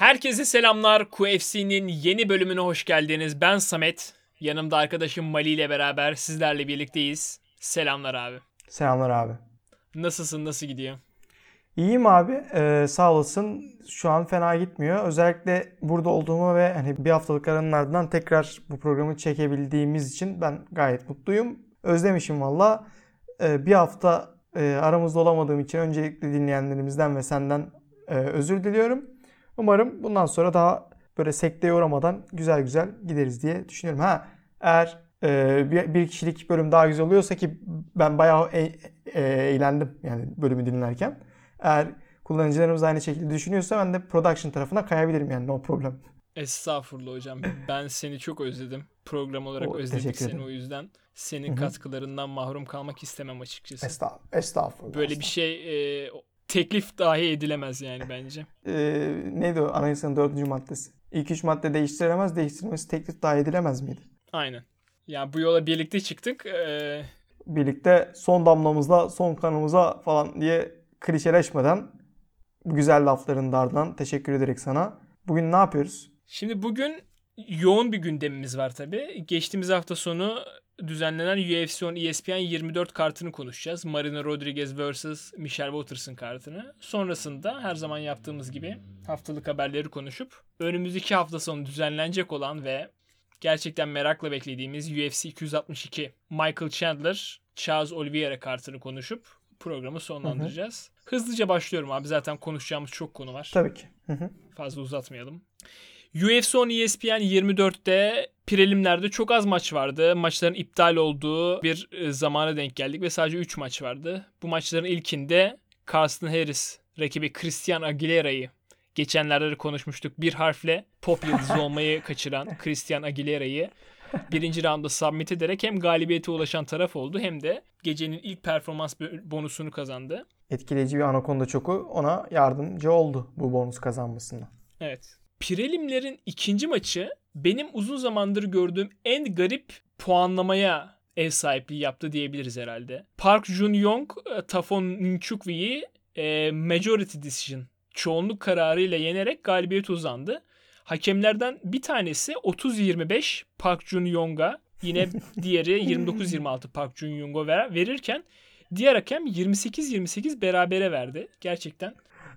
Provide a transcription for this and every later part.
Herkese selamlar. QFC'nin yeni bölümüne hoş geldiniz. Ben Samet. Yanımda arkadaşım Mali ile beraber sizlerle birlikteyiz. Selamlar abi. Selamlar abi. Nasılsın? Nasıl gidiyor? İyiyim abi. Sağ olasın. Şu an fena gitmiyor. Özellikle burada olduğumu ve hani bir haftalık aranın ardından tekrar bu programı çekebildiğimiz için ben gayet mutluyum. Özlemişim valla. Bir hafta aramızda olamadığım için öncelikle dinleyenlerimizden ve senden özür diliyorum. Umarım bundan sonra daha böyle sekteye uğramadan güzel güzel gideriz diye düşünüyorum. Eğer bir kişilik bölüm daha güzel oluyorsa ki ben bayağı eğlendim yani bölümü dinlerken. Eğer kullanıcılarımız aynı şekilde düşünüyorsa ben de production tarafına kayabilirim yani no problem. Estağfurullah hocam. Ben seni çok özledim. Program olarak özledik Teşekkür seni ederim. o yüzden. Senin Hı hı. katkılarından mahrum kalmak istemem açıkçası. Estağfurullah. Böyle bir şey teklif dahi edilemez yani bence. Neydi o anayasanın 4. maddesi? İlk 3 madde değiştirilemez, değiştirilmesi teklif dahi edilemez miydi? Aynen. Yani bu yola birlikte çıktık. Birlikte son damlamızla, son kanımıza falan diye klişeleşmeden bu güzel lafların ardından teşekkür ederek sana. Bugün ne yapıyoruz? Şimdi bugün yoğun bir gündemimiz var tabii. Geçtiğimiz hafta sonu düzenlenen UFC on ESPN 24 kartını konuşacağız. Marina Rodriguez vs. Michelle Waterson kartını. Sonrasında her zaman yaptığımız gibi haftalık haberleri konuşup önümüzdeki hafta sonu düzenlenecek olan ve gerçekten merakla beklediğimiz UFC 262 Michael Chandler, Charles Oliveira kartını konuşup programı sonlandıracağız. Hızlıca başlıyorum abi. Zaten konuşacağımız çok konu var. Tabii ki. Fazla uzatmayalım. UFC on ESPN 24'te preliminlerde çok az maç vardı. Maçların iptal olduğu bir zamana denk geldik ve sadece 3 maç vardı. Bu maçların ilkinde Carson Harris rakibi Christian Aguilera'yı, geçenlerde de konuşmuştuk, bir harfle pop yıldızı olmayı kaçıran Christian Aguilera'yı birinci roundda submit ederek hem galibiyete ulaşan taraf oldu hem de gecenin ilk performans bonusunu kazandı. Etkileyici bir anakonda çoku ona yardımcı oldu bu bonus kazanmasında. Evet. Prelimlerin ikinci maçı benim uzun zamandır gördüğüm en garip puanlamaya ev sahipliği yaptı diyebiliriz herhalde. Park Jun-yong, Tafon Nchukwi'yi majority decision, çoğunluk kararıyla yenerek galibiyete uzandı. Hakemlerden bir tanesi 30-25 Park Jun-yong'a, yine diğeri 29-26 Park Jun-yong'a verirken diğer hakem 28-28 berabere verdi. Gerçekten.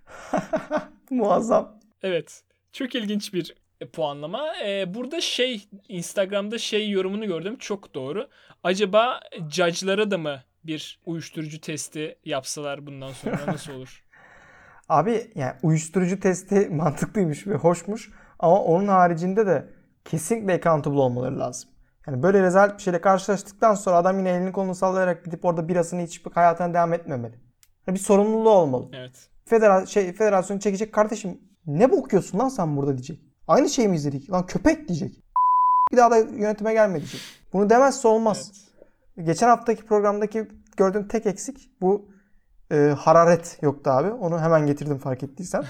Muazzam. Evet. Çok ilginç bir puanlama. Burada Instagram'da yorumunu gördüm. Çok doğru. Acaba judge'lara da mı bir uyuşturucu testi yapsalar bundan sonra nasıl olur? Abi yani uyuşturucu testi mantıklıymış ve hoşmuş ama onun haricinde de kesinlikle accountable olmaları lazım. Yani böyle rezalet bir şeyle karşılaştıktan sonra adam yine elini kolunu sallayarak gidip orada birasını içip hayatına devam etmemeli. Yani bir sorumluluğu olmalı. Evet. Federasyonu çekecek, kardeşim ne bakıyorsun lan sen burada diyecek. Aynı şeyi mi izledik? Lan köpek diyecek. Bir daha da yönetime gelme diyecek. Bunu demezse olmaz. Evet. Geçen haftaki programdaki gördüğüm tek eksik bu hararet yoktu abi. Onu hemen getirdim fark ettiysen.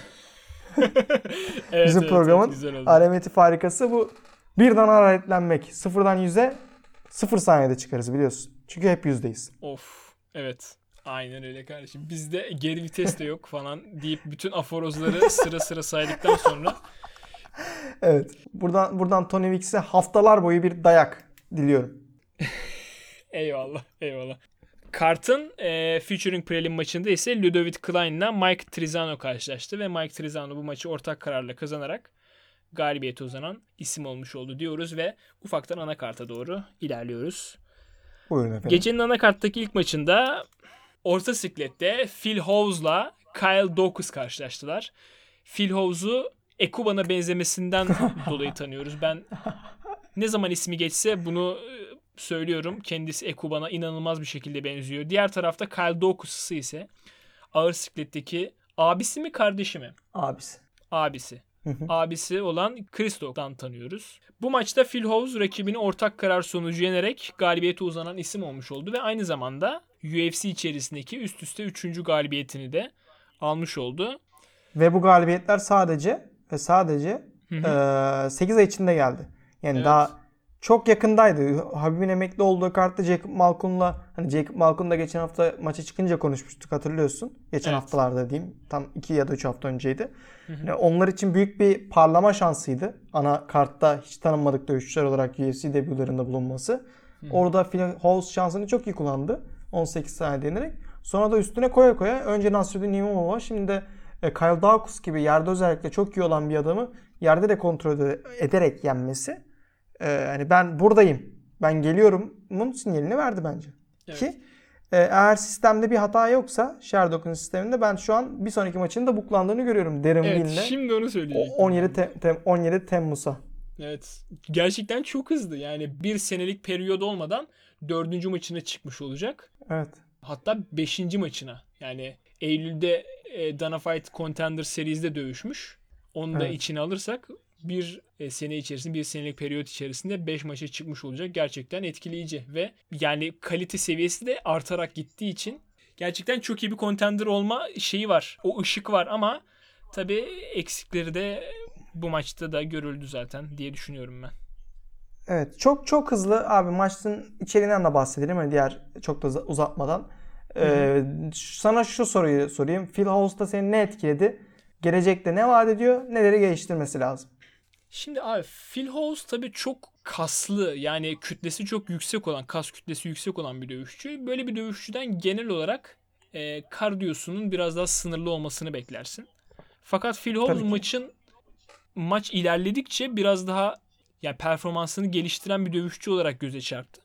Evet, bizim programın alameti farikası bu. Birden hararetlenmek. 0'dan 100'e 0 saniyede çıkarız biliyorsun. Çünkü hep 100'deyiz. Of. Evet. Aynen öyle kardeşim. Bizde geri vites de yok falan deyip bütün aforozları sıra sıra saydıktan sonra. Evet. Buradan Tony Wicks'e haftalar boyu bir dayak diliyorum. Eyvallah. Kart'ın featuring prelim maçında ise Ludovic Klein'la Mike Trizano karşılaştı ve Mike Trizano bu maçı ortak kararla kazanarak galibiyete uzanan isim olmuş oldu diyoruz ve ufaktan anakarta doğru ilerliyoruz. Buyurun efendim. Gecenin anakarttaki ilk maçında orta siklette Phil Hawes'la Kyle Daukaus karşılaştılar. Phil Hawes'u Ekuban'a benzemesinden dolayı tanıyoruz. Ben ne zaman ismi geçse bunu söylüyorum. Kendisi Ekuban'a inanılmaz bir şekilde benziyor. Diğer tarafta Kyle Daukaus'u ise ağır sikletteki abisi mi kardeşi mi? Abisi. Abisi olan Chris Daukaus'tan tanıyoruz. Bu maçta Phil Hawes rakibini ortak karar sonucu yenerek galibiyete uzanan isim olmuş oldu ve aynı zamanda UFC içerisindeki üst üste 3. galibiyetini de almış oldu. Ve bu galibiyetler sadece 8 ay içinde geldi. Yani evet. Daha çok yakındaydı. Habib'in emekli olduğu kartta Jacob Malkoun'la, hani Jacob Malkoun da geçen hafta maça çıkınca konuşmuştuk, hatırlıyorsun. Geçen haftalarda diyeyim. Tam 2 ya da 3 hafta önceydi. Yani onlar için büyük bir parlama şansıydı. Ana kartta hiç tanınmadık dövüşçüler olarak UFC debülerinde bulunması. Orada Phil Howes şansını çok iyi kullandı. 18 saniye denerek. Sonra da üstüne koya koya önce Nasruddin Imavova, şimdi de Kyle Daukaus gibi yerde özellikle çok iyi olan bir adamı yerde de kontrol ederek yenmesi, hani ben buradayım, ben geliyorumun sinyalini verdi bence. Evet. Ki eğer sistemde bir hata yoksa, Sherdog'un sisteminde, ben şu an bir sonraki maçın da buklandığını görüyorum. Darren Will'le. Şimdi onu söyleyecektim. 17 Temmuz'a. Evet. Gerçekten çok hızlı. Yani bir senelik periyod olmadan 4. maçına çıkmış olacak. Evet. Hatta 5. maçına. Yani Eylül'de Dana Fight Contender Series'de dövüşmüş. Onu da içine alırsak bir sene içerisinde, bir senelik periyot içerisinde 5 maça çıkmış olacak. Gerçekten etkileyici ve yani kalite seviyesi de artarak gittiği için gerçekten çok iyi bir contender olma şeyi var. O ışık var ama tabii eksikleri de bu maçta da görüldü zaten diye düşünüyorum ben. Evet, çok çok hızlı abi, maçın içeriğinden de bahsedelim. Yani diğer çok da uzatmadan. Sana şu soruyu sorayım. Phil Howes'ta seni ne etkiledi? Gelecekte ne vaat ediyor? Neleri geliştirmesi lazım? Şimdi abi Phil Howes tabii çok kaslı, yani kütlesi çok yüksek olan, kas kütlesi yüksek olan bir dövüşçü. Böyle bir dövüşçüden genel olarak kardiyosunun biraz daha sınırlı olmasını beklersin. Fakat Phil Howes maç ilerledikçe biraz daha yani performansını geliştiren bir dövüşçü olarak göze çarptı.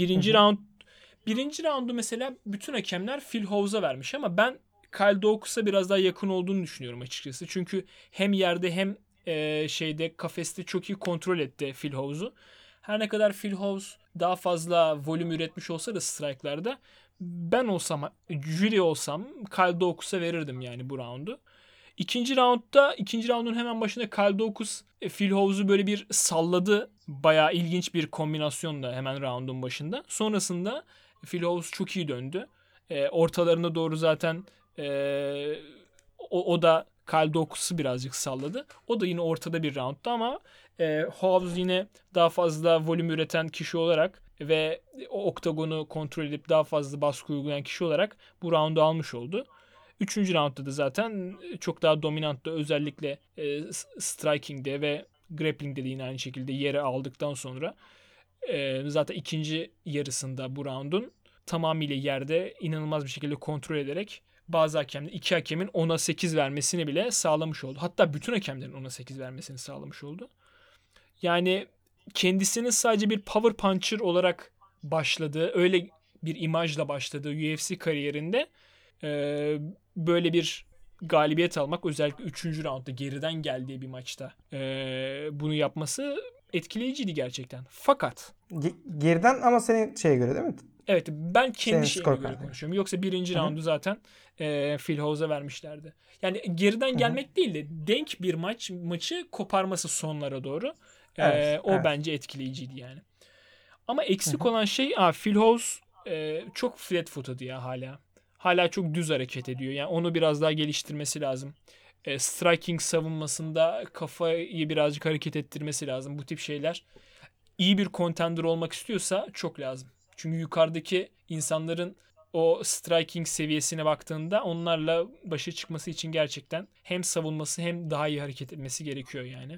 Birinci roundu mesela bütün hakemler Phil Howes'a vermiş ama ben Kyle Daukaus'a biraz daha yakın olduğunu düşünüyorum açıkçası. Çünkü hem yerde hem kafeste çok iyi kontrol etti Phil Howes'u. Her ne kadar Phil Howes daha fazla volüm üretmiş olsa da strike'larda, ben olsam, jüri olsam Kyle Daukaus'a verirdim yani bu roundu. İkinci roundun hemen başında Kyle Daukaus Phil Howes'u böyle bir salladı. Bayağı ilginç bir kombinasyonla hemen roundun başında. Sonrasında Phil Howes çok iyi döndü. Ortalarına doğru zaten o da Kyle Daukaus'u birazcık salladı. O da yine ortada bir roundtu ama Howes yine daha fazla volüm üreten kişi olarak ve o oktagonu kontrol edip daha fazla baskı uygulayan kişi olarak bu roundu almış oldu. Üçüncü roundda da zaten çok daha dominanttı. Özellikle striking'de ve grappling'de de yine aynı şekilde yere aldıktan sonra zaten ikinci yarısında bu roundun tamamıyla yerde inanılmaz bir şekilde kontrol ederek iki hakemin 10'a 8 vermesini bile sağlamış oldu. Hatta bütün hakemlerin 10'a 8 vermesini sağlamış oldu. Yani kendisinin sadece bir power puncher olarak başladığı, öyle bir imajla başladığı UFC kariyerinde böyle bir galibiyet almak, özellikle 3. roundda geriden geldiği bir maçta bunu yapması etkileyiciydi gerçekten. Fakat geriden ama senin şeye göre değil mi? Evet, ben kendi şeyime göre konuşuyorum. Yoksa birinci roundu zaten Phil Howes'a vermişlerdi. Yani geriden gelmek değil de denk bir maçı koparması sonlara doğru. Bence etkileyiciydi yani. Ama eksik olan şey Phil Howes çok flat footed ya hala. Hala çok düz hareket ediyor. Yani onu biraz daha geliştirmesi lazım. Striking savunmasında kafayı birazcık hareket ettirmesi lazım. Bu tip şeyler iyi bir contender olmak istiyorsa çok lazım. Çünkü yukarıdaki insanların o striking seviyesine baktığında onlarla başa çıkması için gerçekten hem savunması hem daha iyi hareket etmesi gerekiyor yani.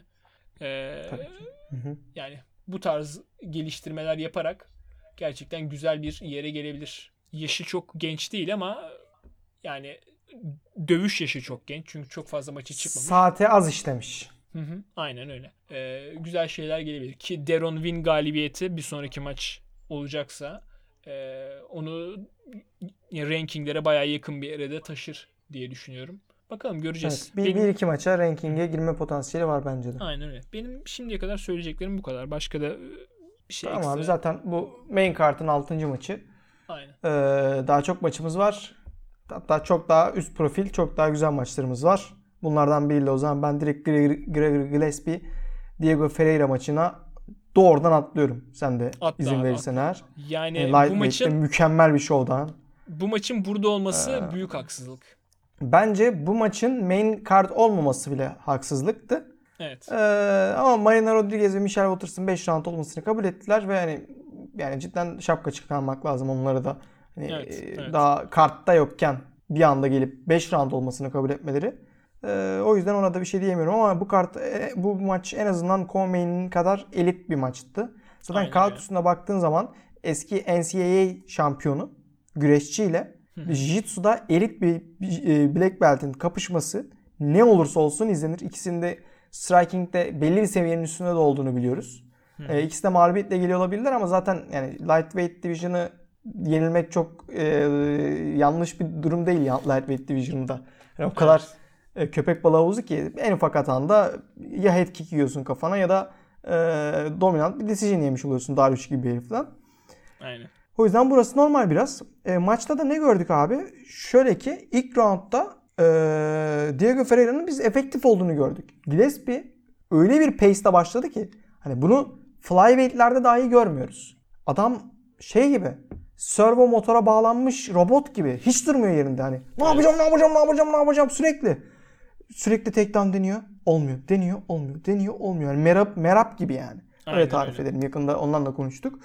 Yani bu tarz geliştirmeler yaparak gerçekten güzel bir yere gelebilir. Yaşı çok genç değil ama yani dövüş yaşı çok genç. Çünkü çok fazla maçı çıkmamış. Saate az işlemiş. Aynen öyle. Güzel şeyler gelebilir. Ki Deron Win galibiyeti bir sonraki maç olacaksa onu rankinglere bayağı yakın bir yere de taşır diye düşünüyorum. Bakalım, göreceğiz. Evet, bir iki maça ranking'e girme potansiyeli var bence de. Aynen öyle. Benim şimdiye kadar söyleyeceklerim bu kadar. Başka da bir şey tamam ekstra. Abi, zaten bu main kartın 6. maçı. Aynen. Daha çok maçımız var. Hatta çok daha üst profil, çok daha güzel maçlarımız var. Bunlardan biriyle o zaman ben direkt Gregory Gillespie, Diego Ferreira maçına doğrudan atlıyorum. Sen de izin verirsen eğer. Yani bu maçın mükemmel bir show'dan. Bu maçın burada olması büyük haksızlık. Bence bu maçın main card olmaması bile haksızlıktı. Evet. Ama Marina Rodriguez ve Michelle Waters'ın 5 round olmasını kabul ettiler ve hani yani cidden şapka çıkarmak lazım onlara da. Hani Evet. daha kartta yokken bir anda gelip 5 round olmasını kabul etmeleri. O yüzden ona da bir şey diyemiyorum ama bu maç en azından co-main'in kadar elit bir maçtı. Zaten kağıt üstüne baktığın zaman eski NCAA şampiyonu güreşçiyle Jiu-Jitsu'da elit bir black belt'in kapışması ne olursa olsun izlenir. İkisinin de striking'de belli bir seviyenin üstünde de olduğunu biliyoruz. İkisi de mağlubiyetle geliyor olabilirler ama zaten yani lightweight division'ı yenilmek çok yanlış bir durum değil ya lightweight division'da. Yani o kadar köpek balığı havuzu ki en ufak hatanda ya head kick yiyorsun kafana ya da dominant bir decision yemiş oluyorsun Dariush gibi bir heriften. Aynen. O yüzden burası normal biraz. Maçta da ne gördük abi? Şöyle ki ilk roundda Diego Ferreira'nın biz efektif olduğunu gördük. Gillespie öyle bir pace'le başladı ki hani bunu flyweight'lerde dahi görmüyoruz. Adam şey gibi servo motora bağlanmış robot gibi hiç durmuyor yerinde hani. Ne yapacağım sürekli takedown deniyor. Olmuyor. Deniyor. Olmuyor. Yani merap gibi yani. Aynen Öyle tarif edelim. Yakında ondan da konuştuk.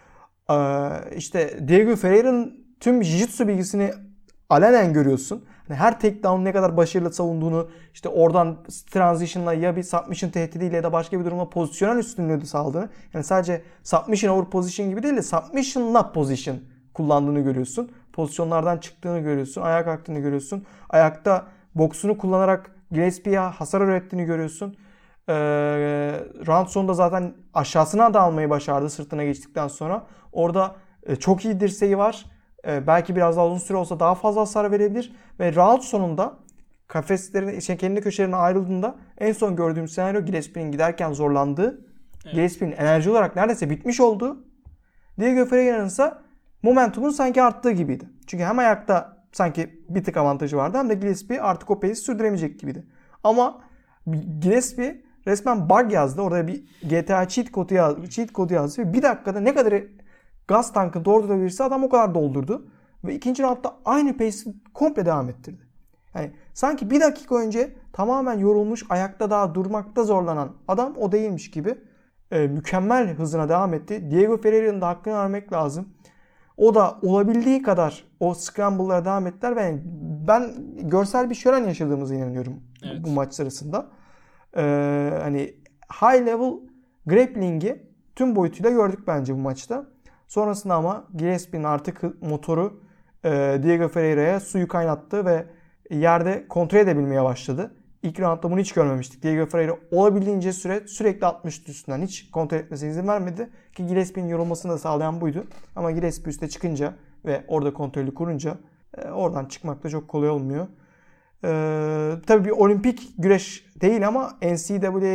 İşte Diego Ferreira'nın tüm jiu-jitsu bilgisini alenen görüyorsun. Yani her takedown ne kadar başarılı savunduğunu, işte oradan transition'la ya bir submission tehdidiyle ya da başka bir durumda pozisyonel üstünlüğü de sağladığını. Yani sadece submission over position gibi değil de submission'la position kullandığını görüyorsun. Pozisyonlardan çıktığını görüyorsun. Ayağa kalktığını görüyorsun. Ayakta boksunu kullanarak Gillespie'ye hasar ürettiğini görüyorsun. Round sonunda zaten aşağısına da almayı başardı sırtına geçtikten sonra. Orada çok iyi dirseği var. Belki biraz daha uzun süre olsa daha fazla hasar verebilir. Ve round sonunda kafeslerin, kendi köşelerine ayrıldığında en son gördüğüm senaryo Gillespie'nin giderken zorlandığı. Evet. Gillespie'nin enerji olarak neredeyse bitmiş olduğu. Diego Ferreira'nın ise momentumun sanki arttığı gibiydi. Çünkü hem ayakta sanki bir tık avantajı vardı hem de Gillespie artık o pace'i sürdüremeyecek gibiydi. Ama Gillespie resmen bug yazdı. Orada bir GTA cheat kodu yazdı. Ve bir dakikada ne kadar gaz tankı doldurabilirse adam o kadar doldurdu. Ve ikinci roundda aynı pace'i komple devam ettirdi. Yani sanki bir dakika önce tamamen yorulmuş, ayakta daha durmakta zorlanan adam o değilmiş gibi mükemmel hızına devam etti. Diego Ferreira'nın da hakkını vermek lazım. O da olabildiği kadar o scramble'lara devam ettiler ve ben görsel bir şölen yaşadığımıza inanıyorum bu maç sırasında. Hani high level grappling'i tüm boyutuyla gördük bence bu maçta. Sonrasında ama Gillespie'nin artık motoru Diego Ferreira'ya suyu kaynattı ve yerde kontrol edebilmeye başladı. İlk roundda bunu hiç görmemiştik. Diego Ferreira olabildiğince sürekli 60 üstünden hiç kontrol etmesine izin vermedi. Ki Gillespie'nin yorulmasını da sağlayan buydu. Ama Gillespie üste çıkınca ve orada kontrolü kurunca oradan çıkmak da çok kolay olmuyor. Tabii bir olimpik güreş değil ama NCAA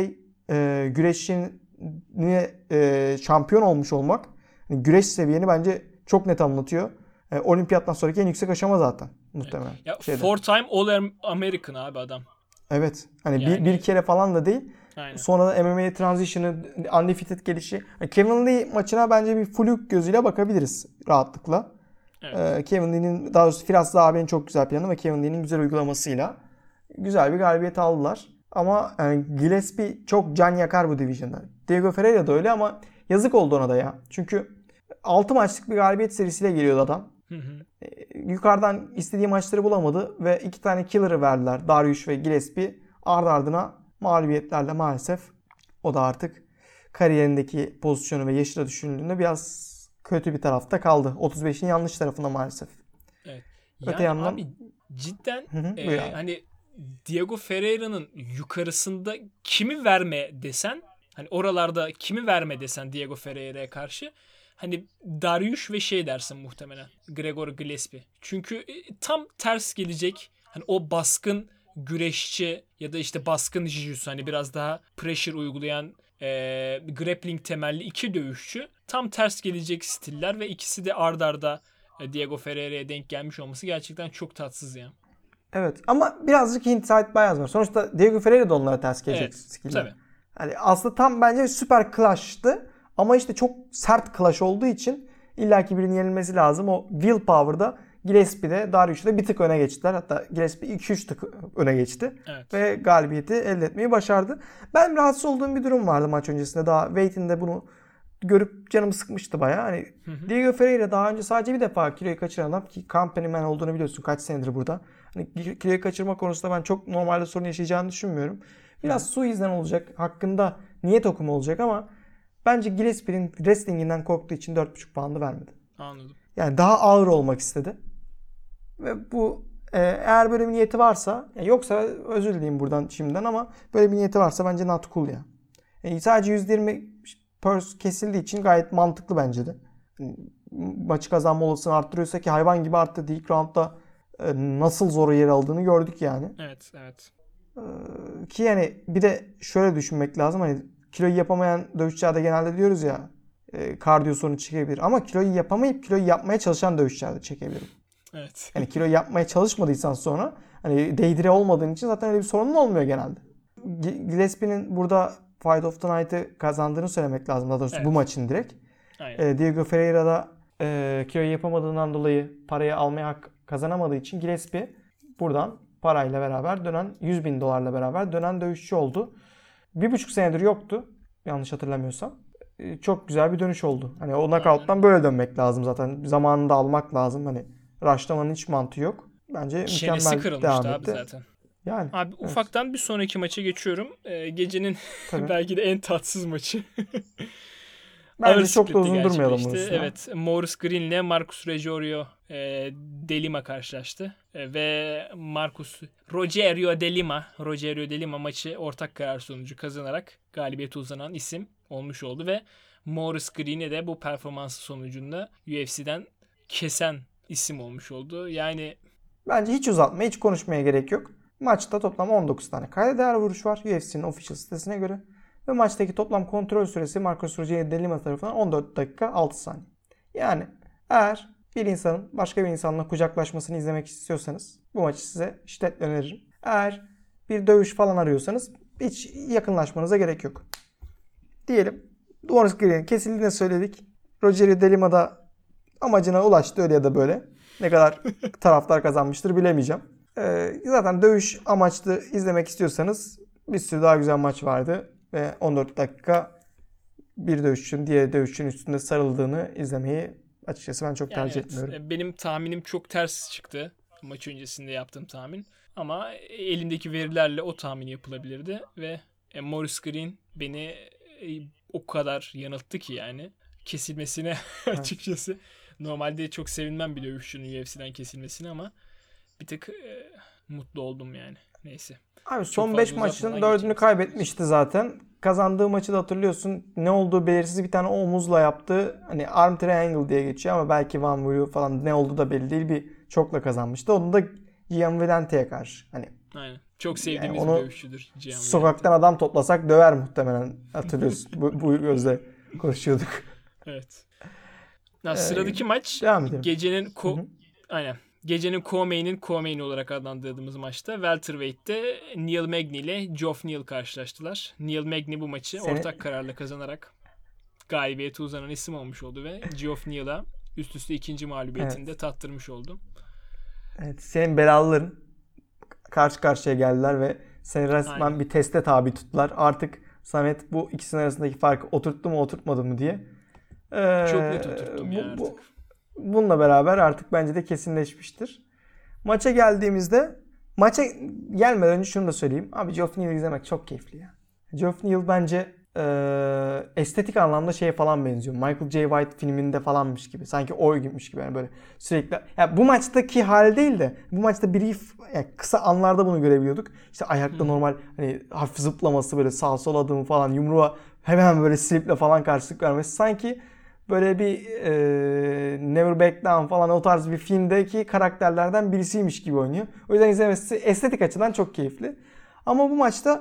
güreşine şampiyon olmuş olmak güreş seviyeni bence çok net anlatıyor. Olimpiyattan sonraki en yüksek aşama zaten muhtemelen. Ya four time All American abi adam. Evet. Hani yani, bir kere falan da değil. Aynen. Sonra da MMA transition'ı, undefeated gelişi. Kevin Lee maçına bence bir fluke gözüyle bakabiliriz rahatlıkla. Evet. Kevin Lee'nin daha doğrusu Firas abinin çok güzel planı ve Kevin Lee'nin güzel uygulamasıyla güzel bir galibiyet aldılar. Ama yani Gillespie çok can yakar bu division'da. Diego Ferreira da öyle ama yazık oldu ona da ya. Çünkü 6 maçlık bir galibiyet serisiyle geliyordu adam. Yukarıdan istediği maçları bulamadı ve 2 tane killer'ı verdiler. Dariush ve Gillespie ardı ardına mağlubiyetlerle maalesef o da artık kariyerindeki pozisyonu ve yaşıyla düşünüldüğünde biraz kötü bir tarafta kaldı. 35'in yanlış tarafında maalesef. Evet. Yani yandan abi cidden hani Diego Ferreira'nın yukarısında kimi verme desen, hani oralarda kimi verme desen Diego Ferreira'ya karşı hani Dariush ve dersin muhtemelen. Gregor Gillespie. Çünkü tam ters gelecek. Hani o baskın güreşçi ya da işte baskın jiu-jitsu, hani biraz daha pressure uygulayan grappling temelli iki dövüşçü. Tam ters gelecek stiller ve ikisi de ard arda Diego Ferreira'ya denk gelmiş olması gerçekten çok tatsız ya. Evet ama birazcık inside bias var. Sonuçta Diego Ferreira da onlara ters gelecek skiller. Tabii. Yani aslında tam bence süper clash'tı. Ama işte çok sert clash olduğu için illaki birinin yenilmesi lazım. O willpower'da Gillespie'de Dariush'ta bir tık öne geçtiler. Hatta Gillespie 2-3 tık öne geçti. Evet. Ve galibiyeti elde etmeyi başardı. Ben rahatsız olduğum bir durum vardı maç öncesinde. Daha Wade de bunu görüp canımı sıkmıştı bayağı. Hani Diego Ferreira daha önce sadece bir defa kiloyu kaçıran adam ki company man olduğunu biliyorsun kaç senedir burada. Hani kiloyu kaçırma konusunda ben çok normalde sorun yaşayacağını düşünmüyorum. Biraz suizan olacak. Hakkında niyet okumu olacak ama bence Gillespie'nin wrestlinginden korktuğu için 4,5 puanı vermedi. Anladım. Yani daha ağır olmak istedi. Ve bu eğer böyle bir niyeti varsa yoksa özür dileyim buradan şimdiden ama böyle bir niyeti varsa bence not cool ya. Sadece %20 purse kesildiği için gayet mantıklı bence de. Maçı kazanma olasılığını arttırıyorsa ki hayvan gibi arttı. İlk roundda nasıl zor yer aldığını gördük yani. Evet, evet. Ki yani bir de şöyle düşünmek lazım. Hani kiloyu yapamayan dövüşçülerde genelde diyoruz ya kardiyo sorunu çekebilir. Ama kiloyu yapamayıp kiloyu yapmaya çalışan dövüşçülerde çekebilir. Evet. Yani kiloyu yapmaya çalışmadıysan sonra hani değdire olmadığın için zaten öyle bir sorunun olmuyor genelde. Gillespie'nin burada Fight of the Night'ı kazandığını söylemek lazım. Daha doğrusu bu maçın direkt. Diego Ferreira da kiloyu yapamadığından dolayı parayı almaya hak kazanamadığı için Gillespie buradan parayla beraber dönen $100,000 beraber dönen dövüşçü oldu. 1,5 senedir yoktu. Yanlış hatırlamıyorsam. Çok güzel bir dönüş oldu. Hani o knockout'tan böyle dönmek lazım zaten. Zamanında almak lazım. Hani rushlamanın hiç mantığı yok. Bence çenesi mükemmel devam kırılmıştı etti. abi zaten. Yani, abi evet. Ufaktan bir sonraki maça geçiyorum. Gecenin Tabii. belki de en tatsız maçı. Bence çok da uzun durmayalım bunun üstüne. Evet, Maurice Green ile Marcus De Lima karşılaştı. Ve Rogerio De Lima maçı ortak karar sonucu kazanarak galibiyete uzanan isim olmuş oldu ve Maurice Green'e de bu performansı sonucunda UFC'den kesen isim olmuş oldu. Yani bence hiç uzatma, hiç konuşmaya gerek yok. Maçta toplam 19 tane kayda değer vuruş var UFC'nin official sitesine göre. Ve maçtaki toplam kontrol süresi Marcus Rogerio De Lima tarafından 14 dakika 6 saniye. Yani eğer bir insanın başka bir insanla kucaklaşmasını izlemek istiyorsanız bu maçı size şiddetle öneririm. Eğer bir dövüş falan arıyorsanız hiç yakınlaşmanıza gerek yok. Diyelim Maurice Green'in kesildiğini söyledik. Rogerio De Lima da amacına ulaştı öyle ya da böyle. Ne kadar taraftar kazanmıştır bilemeyeceğim. Zaten dövüş amaçlı izlemek istiyorsanız bir sürü daha güzel maç vardı. Ve 14 dakika bir dövüşçünün diğer dövüşçünün üstünde sarıldığını izlemeyi açıkçası ben çok tercih etmiyorum. Benim tahminim çok ters çıktı. Maç öncesinde yaptığım tahmin. Ama elimdeki verilerle o tahmin yapılabilirdi. Ve Maurice Green beni o kadar yanılttı ki yani. Kesilmesine açıkçası. Normalde çok sevinmem bir dövüşçünün UFC'den kesilmesine ama bir tık mutlu oldum yani. Neyse. Abi son 5 maçın 4'ünü kaybetmişti zaten. Kazandığı maçı da hatırlıyorsun. Ne olduğu belirsiz bir tane omuzla yaptığı hani arm triangle diye geçiyor ama belki Van vuruyor falan ne olduğu da belli değil bir çokla kazanmıştı. Onu da Gian Villante'ye karşı. Hani aynen. Çok sevdiğimiz bir dövüşçüdür Gian Villante. Sokaktan adam toplasak döver muhtemelen. Hatırlıyorsun. bu gözle konuşuyorduk. Evet. Sıradaki maç gecenin Gecenin co-main'i olarak adlandırdığımız maçta welterweight'te Neil Magny ile Geoff Neal karşılaştılar. Neil Magny bu maçı ortak kararla kazanarak galibiyete uzanan isim olmuş oldu ve Geoff Neal'a üst üste ikinci mağlubiyetini de tattırmış oldu. Evet, senin belalıların karşı karşıya geldiler ve seni resmen bir teste tabi tuttular. Artık Samet bu ikisinin arasındaki farkı oturttu mu oturtmadı mı diye. Çok net oturttum ya artık. Bununla beraber artık bence de kesinleşmiştir. Maça geldiğimizde maça gelmeden önce şunu da söyleyeyim. Abi Geoff Neal'ı izlemek çok keyifli ya. Geoff Neal bence estetik anlamda şeye falan benziyor. Michael J. White filminde falanmış gibi. Sanki oymuş gibi yani böyle sürekli. Ya bu maçtaki hal değil de bu maçta brief yani kısa anlarda bunu görebiliyorduk. İşte ayakta normal hani hafif zıplaması böyle sağ sol adımı falan yumruğa hemen böyle sliple falan karşılık vermesi. Sanki böyle bir Never Back Down falan o tarz bir filmdeki karakterlerden birisiymiş gibi oynuyor. O yüzden izlemesi estetik açıdan çok keyifli. Ama bu maçta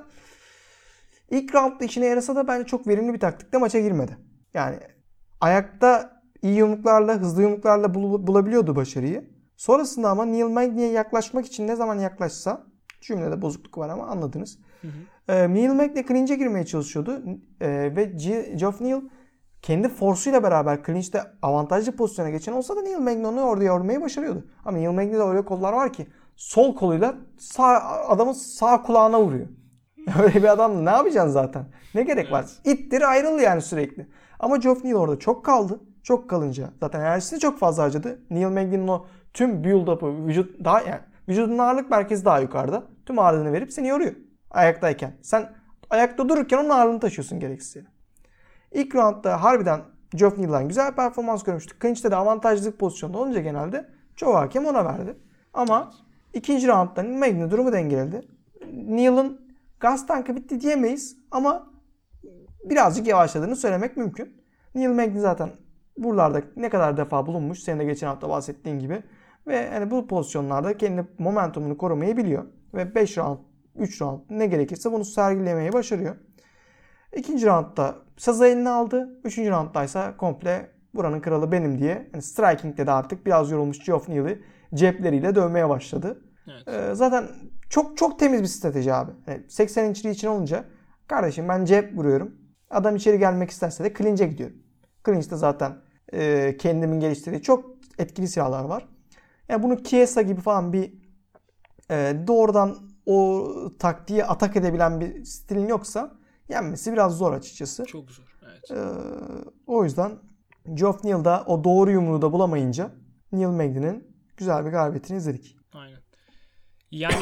ilk roundda işine yarasa da bence çok verimli bir taktikle maça girmedi. Yani ayakta iyi yumruklarla, hızlı yumruklarla bulabiliyordu başarıyı. Sonrasında ama Neil Magny'ye yaklaşmak için ne zaman yaklaşsa cümlede bozukluk var ama anladınız. Neil Magny clinch'e girmeye çalışıyordu ve Geoff Neal kendi force'uyla beraber clinch'te avantajlı pozisyona geçen olsa da Neil Magny onu orada yormayı başarıyordu. Ama Neil Magny'de öyle kollar var ki sol koluyla adamın sağ kulağına vuruyor. Öyle bir adam ne yapacaksın zaten? Ne gerek var? İttir ayrıl yani sürekli. Ama Geoff Neal orada çok kaldı. Çok kalınca zaten enerjisini çok fazla harcadı. Neil Magny'nin o tüm build-up'ı vücudun ağırlık merkezi daha yukarıda. Tüm ağırlığını verip seni yoruyor. Ayaktayken. Sen ayakta dururken onun ağırlığını taşıyorsun gereksiz. İlk roundda harbiden Geoff Neal'dan güzel performans görmüştük. Clinch'te de avantajlı pozisyonda olunca genelde çoğu hakem ona verdi. Ama ikinci roundda Magny durumu dengeledi. Neal'ın gaz tankı bitti diyemeyiz ama birazcık yavaşladığını söylemek mümkün. Neil Magny zaten buralarda ne kadar defa bulunmuş. Senin de geçen hafta bahsettiğin gibi. Ve yani bu pozisyonlarda kendi momentumunu korumayı biliyor. Ve 5 round, 3 round ne gerekirse bunu sergilemeyi başarıyor. İkinci roundda sazı eline aldı. Üçüncü roundda ise komple buranın kralı benim diye. Yani striking'de de artık biraz yorulmuş Geoff Neal'ı cepleriyle dövmeye başladı. Evet. Zaten çok temiz bir strateji abi. Yani 80 inçli için olunca kardeşim ben cep vuruyorum. Adam içeri gelmek isterse de clinch'e gidiyorum. Clinch'te zaten kendimin geliştirdiği çok etkili silahlar var. Yani bunu Chiesa gibi falan bir doğrudan o taktiği atak edebilen bir stilin yoksa yenmesi biraz zor açıkçası. Çok zor. Evet. O yüzden Geoff Neal da o doğru yumruğu da bulamayınca Neil Magny'nin güzel bir galibiyetini izledik. Aynen. Yani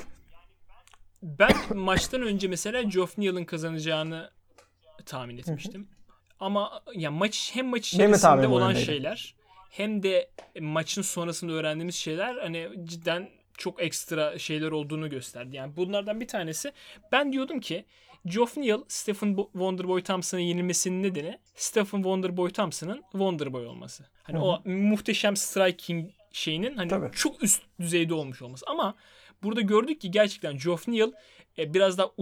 ben maçtan önce mesela Geoff Neal'ın kazanacağını tahmin etmiştim. Ama ya maç içerisinde olan şeyler hem de maçın sonrasında öğrendiğimiz şeyler hani cidden çok ekstra şeyler olduğunu gösterdi. Yani bunlardan bir tanesi ben diyordum ki Geoff Neal Stephen Wonderboy Thompson'a yenilmesinin nedeni Stephen Wonderboy Thompson'ın Wonderboy olması. Hani o muhteşem striking şeyinin hani çok üst düzeyde olmuş olması. Ama burada gördük ki gerçekten Geoff Neal biraz daha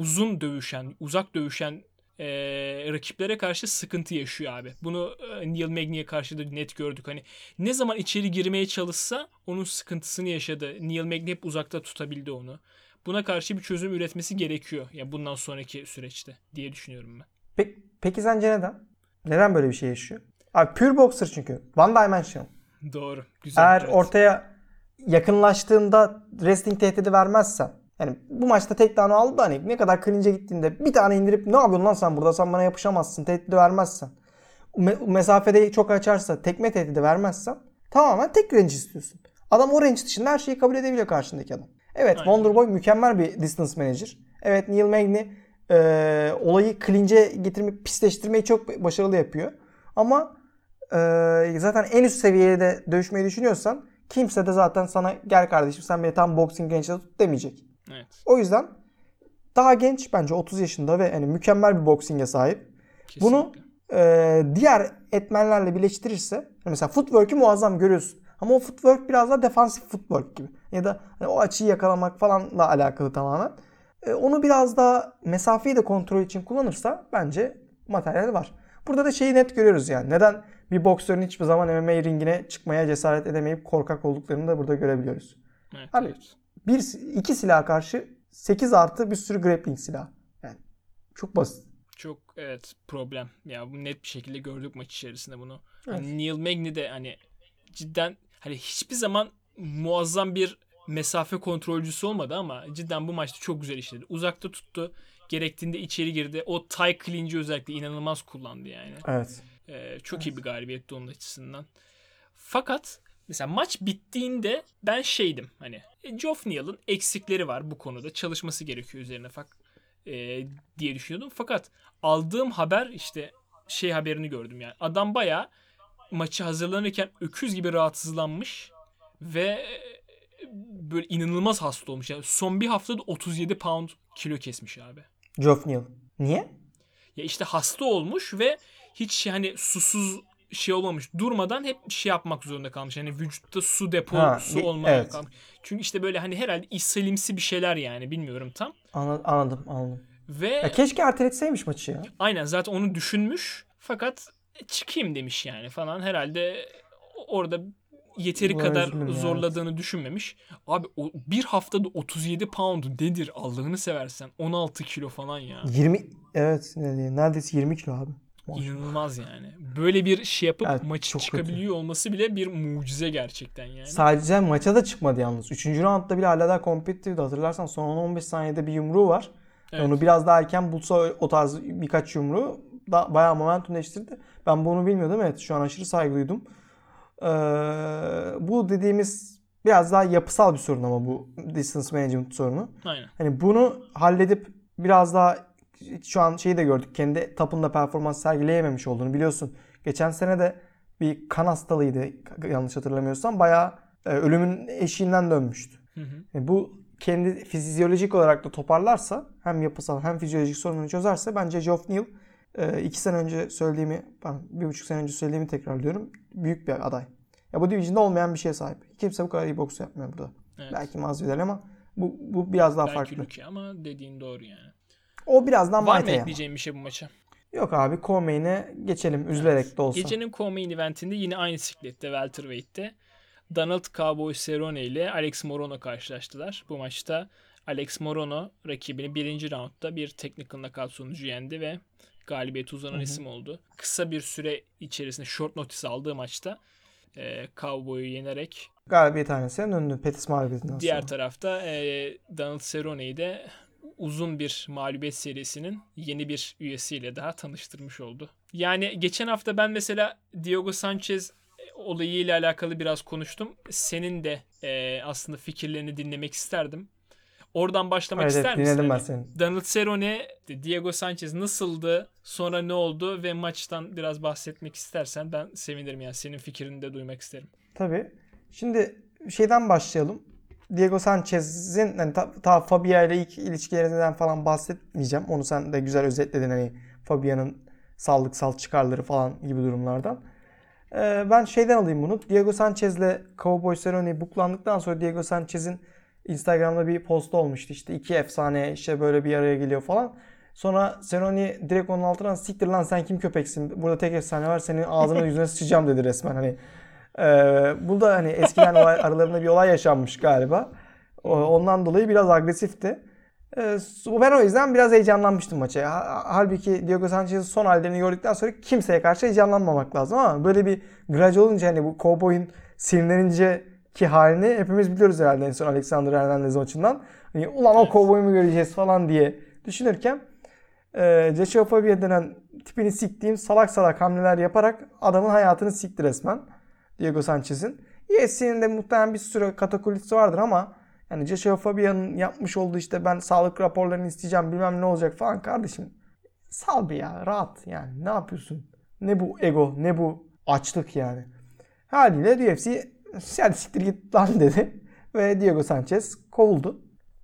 uzak dövüşen rakiplere karşı sıkıntı yaşıyor abi. Bunu Neil Magny'ye karşı da net gördük. Hani ne zaman içeri girmeye çalışsa onun sıkıntısını yaşadı. Neil Magny hep uzakta tutabildi onu. Buna karşı bir çözüm üretmesi gerekiyor. Ya bundan sonraki süreçte diye düşünüyorum ben. Peki sence neden? Neden böyle bir şey yaşıyor? Abi pure boxer çünkü. One dimensional. Doğru. Güzel. Eğer ortaya yakınlaştığında wrestling tehdidi vermezsen yani bu maçta tek tane aldı da hani ne kadar clinch'e gittiğinde bir tane indirip ne yapıyorsun lan sen burada sen bana yapışamazsın tehdidi vermezsen mesafedeyi çok açarsa tekme tehdidi vermezsen tamamen tek range istiyorsun. Adam o range dışında her şeyi kabul edebiliyor karşındaki adam. Evet Wonderboy mükemmel bir distance manager. Evet Neil Magny olayı clinch'e getirmeyi pisleştirmeyi çok başarılı yapıyor. Ama zaten en üst seviyede dövüşmeyi düşünüyorsan kimse de zaten sana gel kardeşim sen beni tam boxing range'de tut demeyecek. Evet. O yüzden daha genç bence 30 yaşında ve yani mükemmel bir boxing'e sahip. Kesinlikle. Bunu diğer etmenlerle birleştirirse mesela footwork'ü muazzam görüyorsun. Ama o footwork biraz daha defansif footwork gibi. Ya da hani o açıyı yakalamak falanla alakalı tamamen. Onu biraz daha mesafeyi de kontrol için kullanırsa bence materyal var. Burada da şeyi net görüyoruz yani. Neden bir boksörün hiçbir zaman MMA ringine çıkmaya cesaret edemeyip korkak olduklarını da burada görebiliyoruz. Evet, hani iki silaha karşı 8 artı bir sürü grappling silah. Yani çok basit. Çok problem. Ya bu net bir şekilde gördük maç içerisinde bunu. Evet. Hani Neil Magny de hani cidden hani hiçbir zaman muazzam bir mesafe kontrolcüsü olmadı ama cidden bu maçta çok güzel işledi. Uzakta tuttu. Gerektiğinde içeri girdi. O tie clinch'i özellikle inanılmaz kullandı yani. Evet. Çok iyi bir galibiyetti onun açısından. Fakat mesela maç bittiğinde ben şeydim hani Geoff Neal'ın eksikleri var bu konuda. Çalışması gerekiyor üzerine diye düşünüyordum. Fakat aldığım haber işte haberini gördüm yani. Adam bayağı maçı hazırlanırken öküz gibi rahatsızlanmış ve böyle inanılmaz hasta olmuş. Yani son bir haftada 37 pound kilo kesmiş abi. Geoff Neal. Niye? Ya işte hasta olmuş ve hiç hani susuz olmamış. Durmadan hep yapmak zorunda kalmış. Hani vücutta su deposu olmaya kalmış. Çünkü işte böyle hani herhalde ishalimsi bir şeyler yani bilmiyorum tam. Anladım. Ve ya keşke erteletseymiş maçı ya. Aynen zaten onu düşünmüş. Fakat çıkayım demiş yani falan. Herhalde orada yeteri kadar zorladığını düşünmemiş. Abi o bir haftada 37 pound nedir Allah'ını seversen. 16 kilo falan ya. 20 evet neredeyse 20 kilo abi. İnanılmaz yani. Böyle bir şey yapıp Evet, maçı çok çıkabiliyor kötü. olması bile bir mucize gerçekten yani. Sadece maça da çıkmadı yalnız. 3. roundda bile hala daha competitive'di. Hatırlarsan son 10-15 saniyede bir yumruğu var. Evet. Onu biraz daha erken bulsa o tarz birkaç yumruğu da bayağı momentum değiştirdi. Ben bunu bilmiyordum. Evet, şu an aşırı saygı duydum. Bu dediğimiz biraz daha yapısal bir sorun ama bu distance management sorunu. Aynen. Hani bunu halledip biraz daha şu an şeyi de gördük. Kendi tapında performans sergileyememiş olduğunu biliyorsun. Geçen sene de bir kan hastalığıydı yanlış hatırlamıyorsam. Bayağı ölümün eşiğinden dönmüştü. Hı hı. Bu kendi fizyolojik olarak da toparlarsa hem yapısal hem fizyolojik sorununu çözerse bence Geoff Neal 2 sene önce söylediğimi, 1,5 sene önce söylediğimi tekrarlıyorum. Büyük bir aday. Ya bu division'da olmayan bir şeye sahip. Kimse bu kadar iyi boks yapmıyor burada. Evet. Belki Masvidal ama bu biraz daha Belki farklı. Luke ama dediğin doğru yani. O birazdan Var mı Muay Thai ekleyeceğim bir şey bu maça? Yok abi, co-main'e geçelim üzülerek de olsa. Gecenin co-main eventinde yine aynı siklette welterweight'te Donald Cowboy Cerrone ile Alex Morono karşılaştılar. Bu maçta Alex Morono rakibini 1. roundda bir technical knockout sonucu yendi ve galibiyete uzanan isim oldu. Kısa bir süre içerisinde short notice aldığı maçta Cowboy'u yenerek Galibiyethanesine döndü Pettis mağlubiyetinden diğer sonra. tarafta Donald Cerrone'yi de uzun bir mağlubiyet serisinin yeni bir üyesiyle daha tanıştırmış oldu. Yani geçen hafta ben mesela Diego Sanchez olayıyla alakalı biraz konuştum. Senin de aslında fikirlerini dinlemek isterdim. Oradan başlamak Evet, ister misin? dinledim ben Hani seni. Donald Cerrone, Diego Sanchez nasıldı? Sonra ne oldu? Ve maçtan biraz bahsetmek istersen ben sevinirim. Yani senin fikrini de duymak isterim. Tabii. Şimdi şeyden başlayalım. Diego Sanchez'in hani ta Fabia ile ilk ilişkilerinden falan bahsetmeyeceğim. Onu sen de güzel özetledin, hani Fabia'nın sağlıksal çıkarları falan gibi durumlardan. Ben şeyden alayım bunu. Diego Sanchez'le Cowboy Cerrone booklandıktan sonra Diego Sanchez'in Instagram'da bir postu olmuştu. İşte iki efsane işte böyle bir araya geliyor falan. Sonra Cerrone direkt onun altından siktir lan sen kim köpeksin? Burada tek efsane var, senin ağzına yüzüne sıçacağım dedi resmen. Hani bu da hani eskiden aralarında bir olay yaşanmış galiba. Ondan dolayı biraz agresifti. Ben o yüzden biraz heyecanlanmıştım maça. Halbuki Diego Sanchez'in son hallerini gördükten sonra kimseye karşı heyecanlanmamak lazım ama böyle bir grudge olunca hani bu Cowboy'un sinirlenince ki halini hepimiz biliyoruz herhalde en son Alexander Hernandez maçından. Hani, ulan o Cowboy'u mu göreceğiz falan diye düşünürken Joshua Fabia denen tipini siktiğim salak salak hamleler yaparak adamın hayatını sikti resmen Diego Sanchez'in. UFC'nin de muhtemelen bir sürü katakulisi vardır ama yani Joshua Fabia'nın yapmış olduğu işte ben sağlık raporlarını isteyeceğim bilmem ne olacak falan, kardeşim sal bir ya, rahat yani, ne yapıyorsun? Ne bu ego, ne bu açlık yani. Haliyle UFC hadi siktir git lan dedi ve Diego Sanchez kovuldu.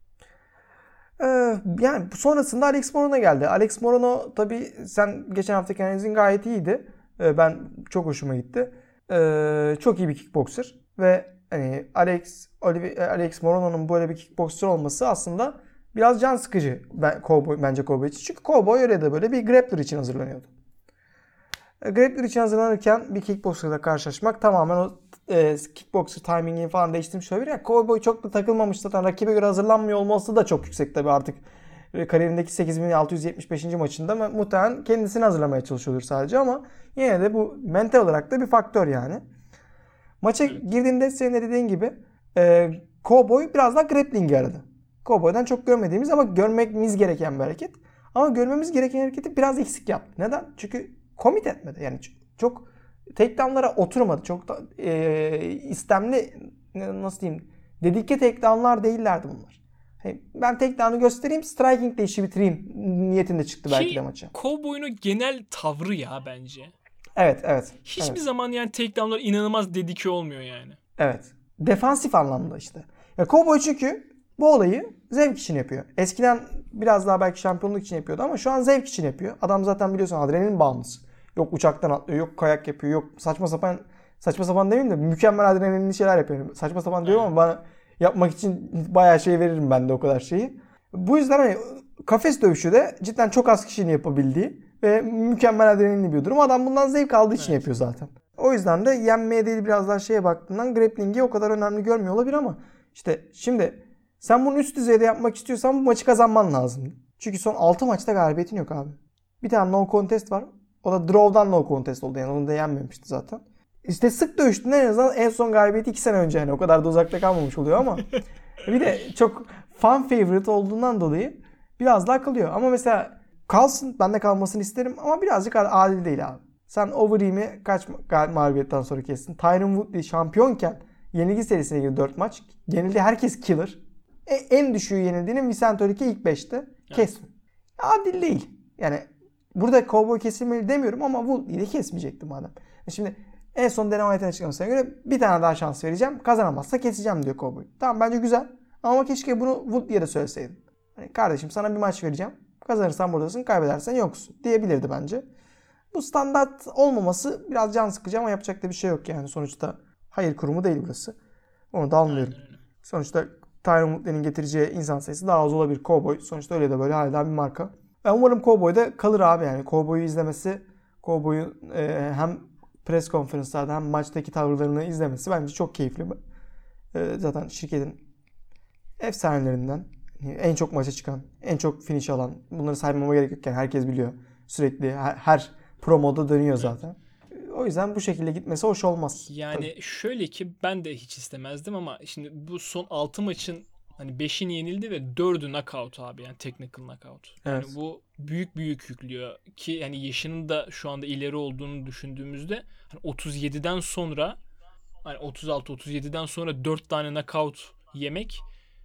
Yani sonrasında Alex Morono geldi. Alex Morono tabii sen geçen haftaki analizin gayet iyiydi. Ben çok hoşuma gitti. Çok iyi bir kickboxer ve hani Alex Morono'nun böyle bir kickboxer olması aslında biraz can sıkıcı bence Cowboy için. Çünkü Cowboy öyle de böyle bir grappler için hazırlanıyordu. Grappler için hazırlanırken bir kickboxer'la karşılaşmak tamamen o kickboxer timingini falan değiştirmiş olabilir. Yani Cowboy çok da takılmamış zaten. Rakibe göre hazırlanmıyor olması da çok yüksek tabii artık. Kariyerindeki 8675. maçında muhtemelen kendisini hazırlamaya çalışıyordur sadece ama yine de bu mental olarak da bir faktör yani. Maça girdiğinde senin de dediğin gibi Cowboy biraz daha grappling'i aradı. Cowboy'dan çok görmediğimiz ama görmemiz gereken bir hareket. Ama görmemiz gereken hareketi biraz eksik yaptı. Neden? Çünkü commit etmedi. Yani çok takedown'lara oturmadı. Çok da istemli, nasıl diyeyim, dedike takedown'lar değillerdi bunlar. Ben takedown'u göstereyim, striking de işi bitireyim niyetinde çıktı belki de maça. Cowboy'un genel tavrı ya bence. Evet. Hiçbir zaman yani takedown'lar inanılmaz dedike olmuyor yani. Evet. Defansif anlamda işte. Ya Cowboy çünkü bu olayı zevk için yapıyor. Eskiden biraz daha belki şampiyonluk için yapıyordu ama şu an zevk için yapıyor. Adam zaten biliyorsun adrenalin bağımlısı. Yok uçaktan atlıyor, yok kayak yapıyor, yok saçma sapan demeyeyim de mükemmel adrenalinli şeyler yapıyor. Saçma sapan diyorum ama bana yapmak için bayağı şey veririm ben de o kadar şeyi. Bu yüzden hani kafes dövüşü de cidden çok az kişinin yapabildiği ve mükemmel adrenalinli bir durum. Adam bundan zevk aldığı için yapıyor zaten. O yüzden de yenmeye değil biraz daha şeye baktığından grappling'i o kadar önemli görmüyor olabilir ama işte şimdi sen bunu üst düzeyde yapmak istiyorsan bu maçı kazanman lazım. Çünkü son 6 maçta galibiyetin yok abi. Bir tane no contest var. O da draw'dan no contest oldu. Yani onu da yenmemişti zaten. İşte sık dövüştüğünde en azından en son galibiyeti 2 sene önce. Yani o kadar da uzakta kalmamış oluyor ama bir de çok fan favorite olduğundan dolayı biraz daha kalıyor. Ama mesela kalsın. Ben de kalmasını isterim ama birazcık adil değil abi. Sen Overeem'i kaç mağlubiyetten sonra kestin? Tyron Woodley şampiyonken yenilgi serisine girdi 4 maç. Yenildi, herkes killer. En düşüğü yenildiğinin Vicente Luque ilk 5'te. Kesme. Adil değil. Yani burada Cowboy kesilmeli demiyorum ama Woodley'i de kesmeyecekti madem. Şimdi en son deneme ayetine çıkmasına göre bir tane daha şans vereceğim. Kazanamazsa keseceğim diyor Cowboy. Tamam, bence güzel. Ama keşke bunu Woodley'e de söyleseydin. Hani kardeşim sana bir maç vereceğim. Kazanırsan buradasın, kaybedersen yoksun diyebilirdi bence. Bu standart olmaması biraz can sıkıcı ama yapacak da bir şey yok yani. Sonuçta hayır kurumu değil burası. Onu da anlıyorum. Sonuçta Tyron Woodley'nin getireceği insan sayısı daha az olabilir. Cowboy sonuçta öyle de böyle hala bir marka. Ben umarım Cowboy da kalır abi yani. Cowboy'u izlemesi, Cowboy'un hem press konferanslarda hem maçtaki tavırlarını izlemesi bence çok keyifli. Zaten şirketin efsanelerinden, en çok maça çıkan, en çok finish alan, bunları saymama gerek yok yani herkes biliyor. Sürekli her promoda dönüyor zaten. O yüzden bu şekilde gitmesi hoş olmaz. Yani tabii. şöyle ki ben de hiç istemezdim ama şimdi bu son 6 maçın hani 5'ini yenildi ve 4'ü knockout abi, yani technical knockout. Yani Evet. bu büyük yüklüyor ki yani yaşının da şu anda ileri olduğunu düşündüğümüzde hani 37'den sonra, hani 36-37'den sonra 4 tane knockout yemek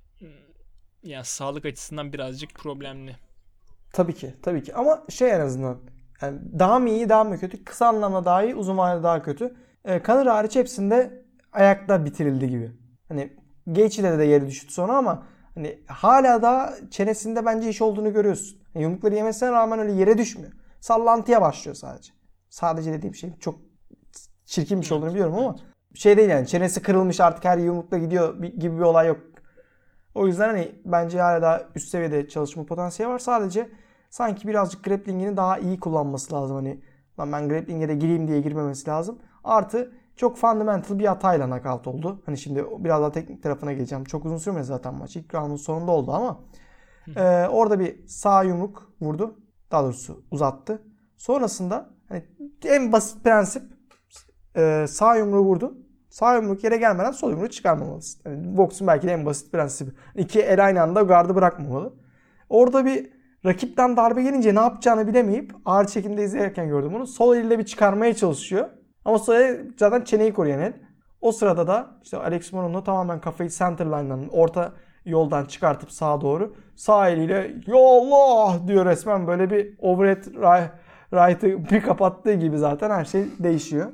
yani sağlık açısından birazcık problemli. Tabii ki. Tabii ki. Ama en azından yani daha mı iyi daha mı kötü? Kısa anlamda daha iyi, uzun vadede daha kötü. Conor hariç hepsinde ayakta bitirildi gibi. Hani Gaethje'de de yeri düştü sonra ama hani hala da çenesinde bence iş olduğunu görüyorsun. Yani yumrukları yemesine rağmen öyle yere düşmüyor. Sallantıya başlıyor sadece. Sadece dediğim şey çok çirkin bir şey olduğunu biliyorum ama şey değil yani, çenesi kırılmış artık her yumrukla gidiyor gibi bir olay yok. O yüzden hani bence hala daha üst seviyede çalışma potansiyeli var. Sadece sanki birazcık grappling'ini daha iyi kullanması lazım. Hani lan ben grappling'e de gireyim diye girmemesi lazım. Artı çok fundamental bir hatayla knockout oldu. Hani şimdi biraz daha teknik tarafına geleceğim. Çok uzun sürmedi zaten maç. İlk roundun sonunda oldu ama orada bir sağ yumruk vurdu. Daha doğrusu uzattı. Sonrasında hani en basit prensip, sağ yumruğu vurdu. Sağ yumruk yere gelmeden sol yumruğu çıkarmamalısın. Yani boksun belki de en basit prensibi. İki el aynı anda gardı bırakmamalı. Orada bir rakipten darbe gelince ne yapacağını bilemeyip ağır çekimde izlerken gördüm onu. Sol eliyle bir çıkarmaya çalışıyor. Ama sol el zaten çeneyi koruyan el. O sırada da işte Alex Morono tamamen kafayı centerline'dan, orta yoldan çıkartıp sağa doğru sağ eliyle "Ya Allah" diyor resmen, böyle bir overhead right'ı bir kapattığı gibi zaten her şey değişiyor.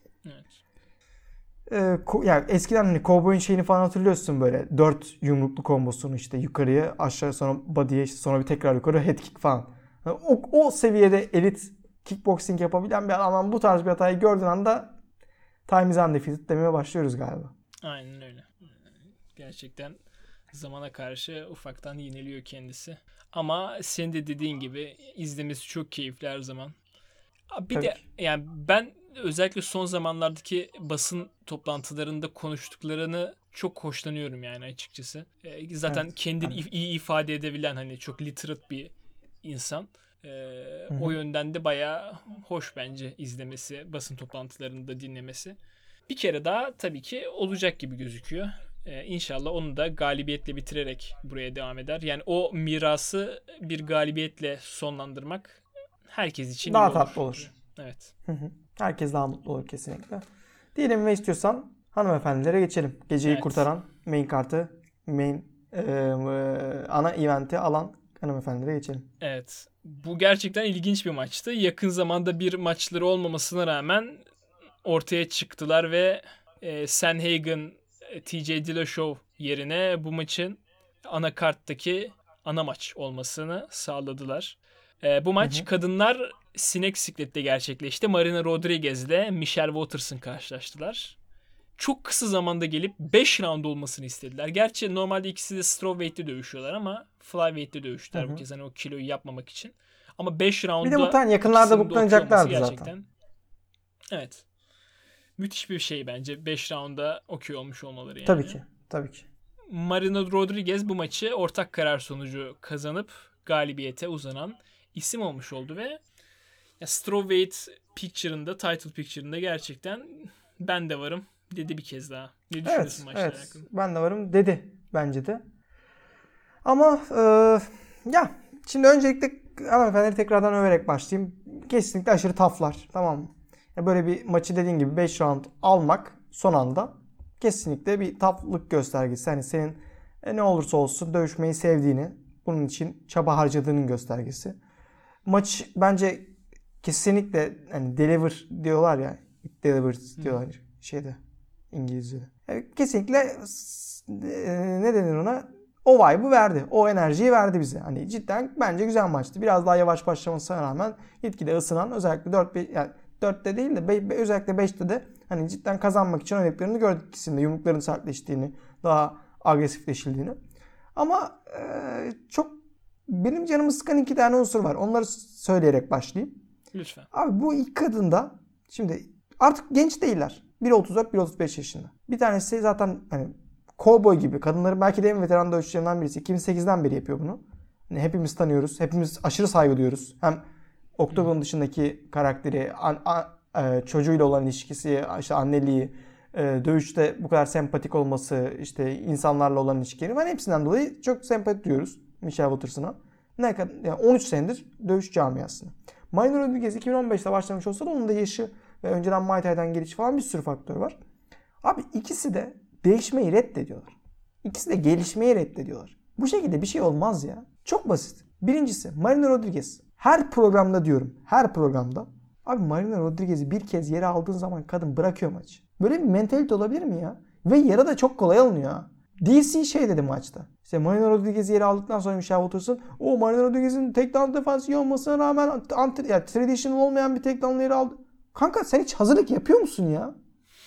Yani eskiden hani Cowboy'un şeyini falan hatırlıyorsun, böyle 4 yumruklu kombosunu, işte yukarıya aşağı sonra body'ye, işte sonra bir tekrar yukarı head kick falan. Yani o seviyede elit kickboxing yapabilen bir adamdan bu tarz bir hatayı gördüğün anda time is undefeated demeye başlıyoruz galiba. Aynen öyle. Gerçekten zamana karşı ufaktan yeniliyor kendisi. Ama senin de dediğin gibi izlemesi çok keyifli her zaman. Bir Tabii de ki. yani ben özellikle son zamanlardaki basın toplantılarında konuştuklarını çok hoşlanıyorum yani açıkçası. Zaten Evet. kendini Ben de. iyi ifade edebilen, hani çok literate bir insan. Hı O hı. yönden de bayağı hoş bence izlemesi, basın toplantılarını da dinlemesi. Bir kere daha tabii ki olacak gibi gözüküyor. İnşallah onu da galibiyetle bitirerek buraya devam eder. Yani o mirası bir galibiyetle sonlandırmak herkes için iyi Daha olur. tatlı olur. Evet. Hı hı. Herkes daha mutlu olur kesinlikle. Diyelim ve istiyorsan hanımefendilere geçelim. Geceyi Evet. kurtaran main kartı, ana eventi alan hanımefendilere geçelim. Evet. Bu gerçekten ilginç bir maçtı. Yakın zamanda bir maçları olmamasına rağmen ortaya çıktılar ve Sanhagen, TJ Dillashaw yerine bu maçın ana karttaki ana maç olmasını sağladılar. Bu Hı maç hı. kadınlar sinek siklette gerçekleşti. Marina Rodriguez ile Michelle Waterson karşılaştılar. Çok kısa zamanda gelip 5 round olmasını istediler. Gerçi normalde ikisi de strawweight'te dövüşüyorlar ama flyweight'te Hı dövüştüler bu hı. kez, hani o kiloyu yapmamak için. Ama 5 Bir de roundda muhtemelen yakınlarda ikisinin de okey olması booklanacaklardı zaten. gerçekten, evet, müthiş bir şey bence. 5 rounda okey olmuş olmaları Tabii yani. ki. Tabii ki. Marina Rodriguez bu maçı ortak karar sonucu kazanıp galibiyete uzanan isim olmuş oldu ve Ya Strawweight Picture'ında, Title Picture'ında gerçekten ben de varım dedi bir kez daha. Ne düşünüyorsun maçla alakalı? Ben de varım dedi bence de. Ama ya şimdi öncelikle hanımefendileri tekrardan överek başlayayım. Kesinlikle aşırı taflar, tamam mı? Ya böyle bir maçı dediğin gibi 5 round almak son anda kesinlikle bir taflık göstergesi. Hani senin ne olursa olsun dövüşmeyi sevdiğini, bunun için çaba harcadığının göstergesi. Maç bence kesinlikle hani deliver diyorlar ya, deliver diyorlar şeyde, İngilizce'de. Yani kesinlikle ne denir ona? O vibe'ı verdi. O enerjiyi verdi bize. Hani cidden bence güzel maçtı. Biraz daha yavaş başlamasına rağmen gitgide ısınan, özellikle 4 yani 4'te değil de özellikle 5'te de hani cidden kazanmak için oynadıklarını gördük ikisinde. Yumrukların sertleştiğini, daha agresifleşildiğini. Ama çok benim canımı sıkan 2 tane unsur var. Onları söyleyerek başlayayım. Lütfen. Abi bu ilk kadında şimdi artık genç değiller. Biri 34, biri 35 yaşında. Bir tanesi zaten hani cowboy gibi. Kadınların belki de en veteran dövüşçülerinden birisi. 2008'den beri yapıyor bunu. Yani hepimiz tanıyoruz. Hepimiz aşırı saygı duyuyoruz. Hem Oktagon dışındaki karakteri, çocuğuyla olan ilişkisi, işte anneliği, dövüşte bu kadar sempatik olması, işte insanlarla olan ilişkileri. Ben hepsinden dolayı çok sempati duyuyoruz Michelle Waterson'a. Ne kadar yani 13 senedir dövüş camiasında. Marina Rodriguez 2015'te başlamış olsa da onun da yaşı ve önceden Muay Thai'den geliş falan bir sürü faktör var. Abi ikisi de değişmeyi reddediyorlar. İkisi de gelişmeyi reddediyorlar. Bu şekilde bir şey olmaz ya. Çok basit. Birincisi Marina Rodriguez. Her programda diyorum. Her programda. Abi Marina Rodriguez'i bir kez yere aldığın zaman kadın bırakıyor maçı. Böyle bir mentalite olabilir mi ya? Ve yara da çok kolay alınıyor ha. DC şey dedi maçta. İşte Marina Rodriguez'i yere aldıktan sonra Michelle Waters'ın o Marina Rodriguez'in takedown defansı iyi olmasına rağmen yani traditional olmayan bir takedown'la yere aldı. Kanka sen hiç hazırlık yapıyor musun ya?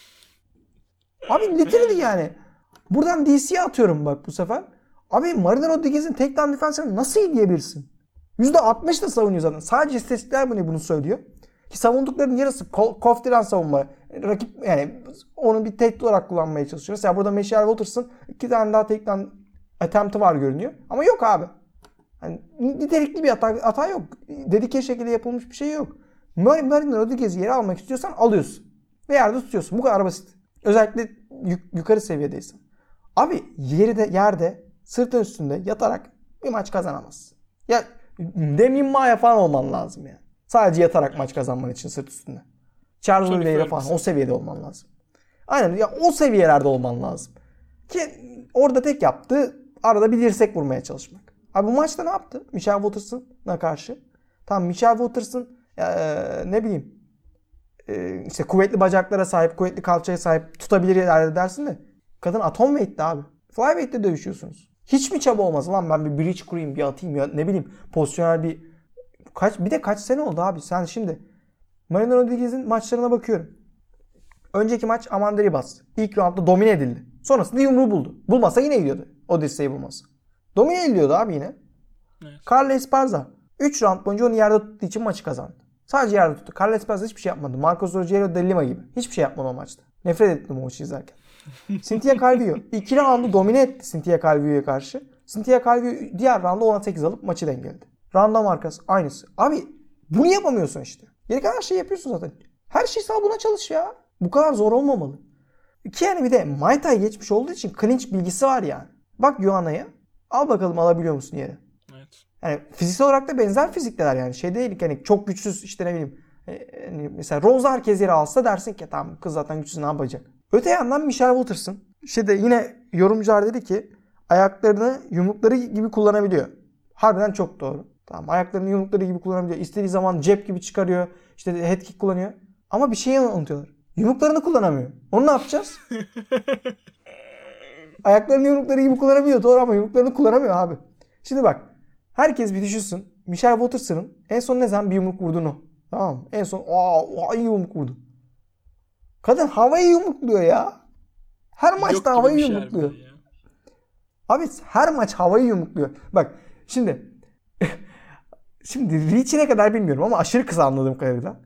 Abi literally yani. Buradan DC'ye atıyorum bak bu sefer. Abi Marina Rodriguez'in takedown defansını nasıl iyi diyebilirsin? %60 da savunuyor zaten. Sadece istatistikler bunu söylüyor. Ki savunduklarının yarısı koftiren savunma. Rakip yani onu bir tehdit olarak kullanmaya çalışıyor. Mesela burada Michelle Waters'ın 2 tane daha takedown attempt'ı var görünüyor. Ama yok abi. Hani nitelikli bir hata yok. Dedike şekilde yapılmış bir şey yok. Marina Rodriguez'i yere almak istiyorsan alıyorsun. Ve yerde tutuyorsun. Bu kadar basit. Özellikle yukarı seviyedeysen. Abi yerde sırtın üstünde yatarak bir maç kazanamazsın. Ya Demian Maia falan olman lazım yani. Sadece yatarak maç kazanman için sırt üstünde. Charles Oliveira falan o seviyede olman lazım. Aynen ya o seviyelerde olman lazım. Ki orada tek yaptığı arada bir dirsek vurmaya çalışmak. Abi bu maçta ne yaptı? Michelle Waterson'a karşı. Tamam Michelle Waterson ne bileyim işte kuvvetli bacaklara sahip, kuvvetli kalçaya sahip tutabilir dersin de kadın atom weight'te abi. Flyweight'te dövüşüyorsunuz. Hiç mi çaba olmaz lan ben bir bridge kurayım, bir atayım ya ne bileyim pozisyonel kaç sene oldu abi sen şimdi Marina Rodriguez'in maçlarına bakıyorum. Önceki maç Amanda Ribas. İlk roundda domine edildi. Sonrasında yumruğu buldu. Bulmasa yine gidiyordu. O dirseği bulmasa. Domine ediliyordu abi yine. Evet. Carla Esparza 3 round boyunca onu yerde tuttuğu için maçı kazandı. Sadece yerde tuttu. Carla Esparza hiçbir şey yapmadı. Marcos Rogerio de Lima gibi. Hiçbir şey yapmadı o maçta. Nefret ettim o maçı izlerken. Cynthia Calvillo. İki roundu domine etti Cynthia Calvillo'ya karşı. Cynthia Calvillo diğer rounda 10-8 alıp maçı dengeledi. Ronda Marcos aynısı. Abi bunu yapamıyorsun işte. Geri kalan her şeyi yapıyorsun zaten. Her şey sana buna çalış ya. Bu kadar zor olmamalı. Ki yani bir de Muay Thai geçmiş olduğu için clinch bilgisi var yani. Bak Joanna'ya. Al bakalım alabiliyor musun yere. Evet. Yani fiziksel olarak da benzer fizikler yani. Şey değil yani çok güçsüz işte ne bileyim. Mesela Rose herkes yere alsa dersin ki tamam kız zaten güçsüz ne yapacak. Öte yandan Michelle Waters'ın yine yorumcular dedi ki ayaklarını yumrukları gibi kullanabiliyor. Harbiden çok doğru. Tamam ayaklarını yumrukları gibi kullanabiliyor. İstediği zaman cep gibi çıkarıyor. İşte head kick kullanıyor. Ama bir şeyi unutuyorlar. Yumruklarını kullanamıyor. Onu ne yapacağız? Ayaklarını yumrukları gibi kullanabiliyor. Doğru ama yumruklarını kullanamıyor abi. Şimdi bak. Herkes bir düşünsün. Michelle Waters'ın en son ne zaman bir yumruk vurduğunu. Tamam mı? En son iyi yumruk vurdu. Kadın havayı yumrukluyor ya. Her maçta havayı yumrukluyor. Abi her maç havayı yumrukluyor. Bak şimdi reach'i ne kadar bilmiyorum ama aşırı kısa anladığım kadarıyla.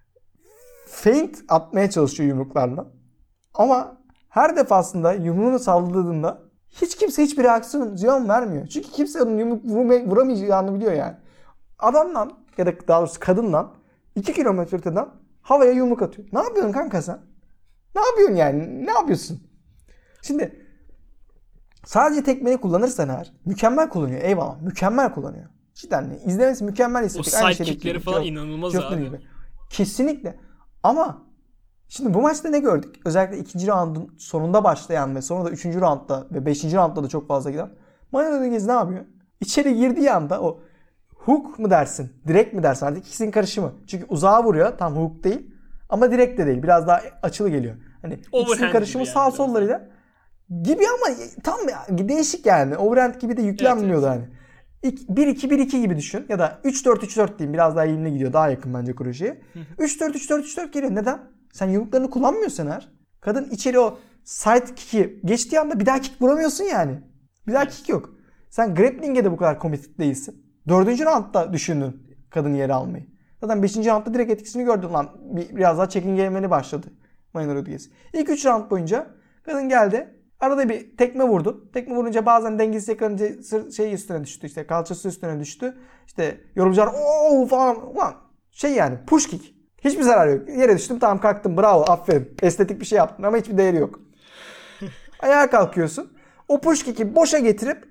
Feint atmaya çalışıyor yumruklarla. Ama her defasında yumruğunu salladığında hiç kimse hiçbir reaksiyon vermiyor. Çünkü kimse onun yumruk vuramayacağını biliyor yani. Adamdan ya da daha doğrusu kadından 2 kilometre öteden havaya yumruk atıyor. Ne yapıyorsun kanka sen? Ne yapıyorsun yani? Ne yapıyorsun? Şimdi sadece tekmeyi kullanırsan eğer mükemmel kullanıyor. Eyvallah. Mükemmel kullanıyor. Cidden izlemesi mükemmel O estetik. side kickleri falan inanılmaz abi. Gibi. Kesinlikle. Ama şimdi bu maçta ne gördük? Özellikle ikinci roundun sonunda başlayan ve sonra da üçüncü roundda ve beşinci roundda da çok fazla giden Mariano Rodriguez ne yapıyor? İçeri girdiği anda o hook mu dersin? Direkt mi dersin? Artık ikisinin karışımı. Çünkü uzağa vuruyor. Tam hook değil. Ama direkt de değil. Biraz daha açılı geliyor. Hani ikisinin karışımı sağ sollarıyla gibi ama tam değişik yani. Overhand gibi de yüklenmiyordu hani. 1-2-1-2 gibi düşün. Ya da 3-4-3-4 diyeyim. Biraz daha eğimli gidiyor. Daha yakın bence Kuroşi'ye. 3-4-3-4-3-4 geliyor. Neden? Sen yumruklarını kullanmıyorsun eğer. Kadın içeri o side kick'i geçtiği anda bir daha kick vuramıyorsun yani. Bir daha kick yok. Sen grappling'e de bu kadar committed değilsin. 4. roundda düşündün kadını yere almayı. Zaten 5. roundda direkt etkisini gördün lan. Biraz daha çekingemeli başladı Mariano Rodriguez. İlk 3 round boyunca kadın geldi. Arada bir tekme vurdu. Tekme vurunca bazen dengesiz yakalanınca şey üstüne düştü. İşte kalçası üstüne düştü. İşte yorumcular ooo falan. Ulan şey yani push kick. Hiçbir zarar yok. Yere düştüm tamam kalktım bravo aferin. Estetik bir şey yaptın ama hiçbir değeri yok. Ayağa kalkıyorsun. O push kick'i boşa getirip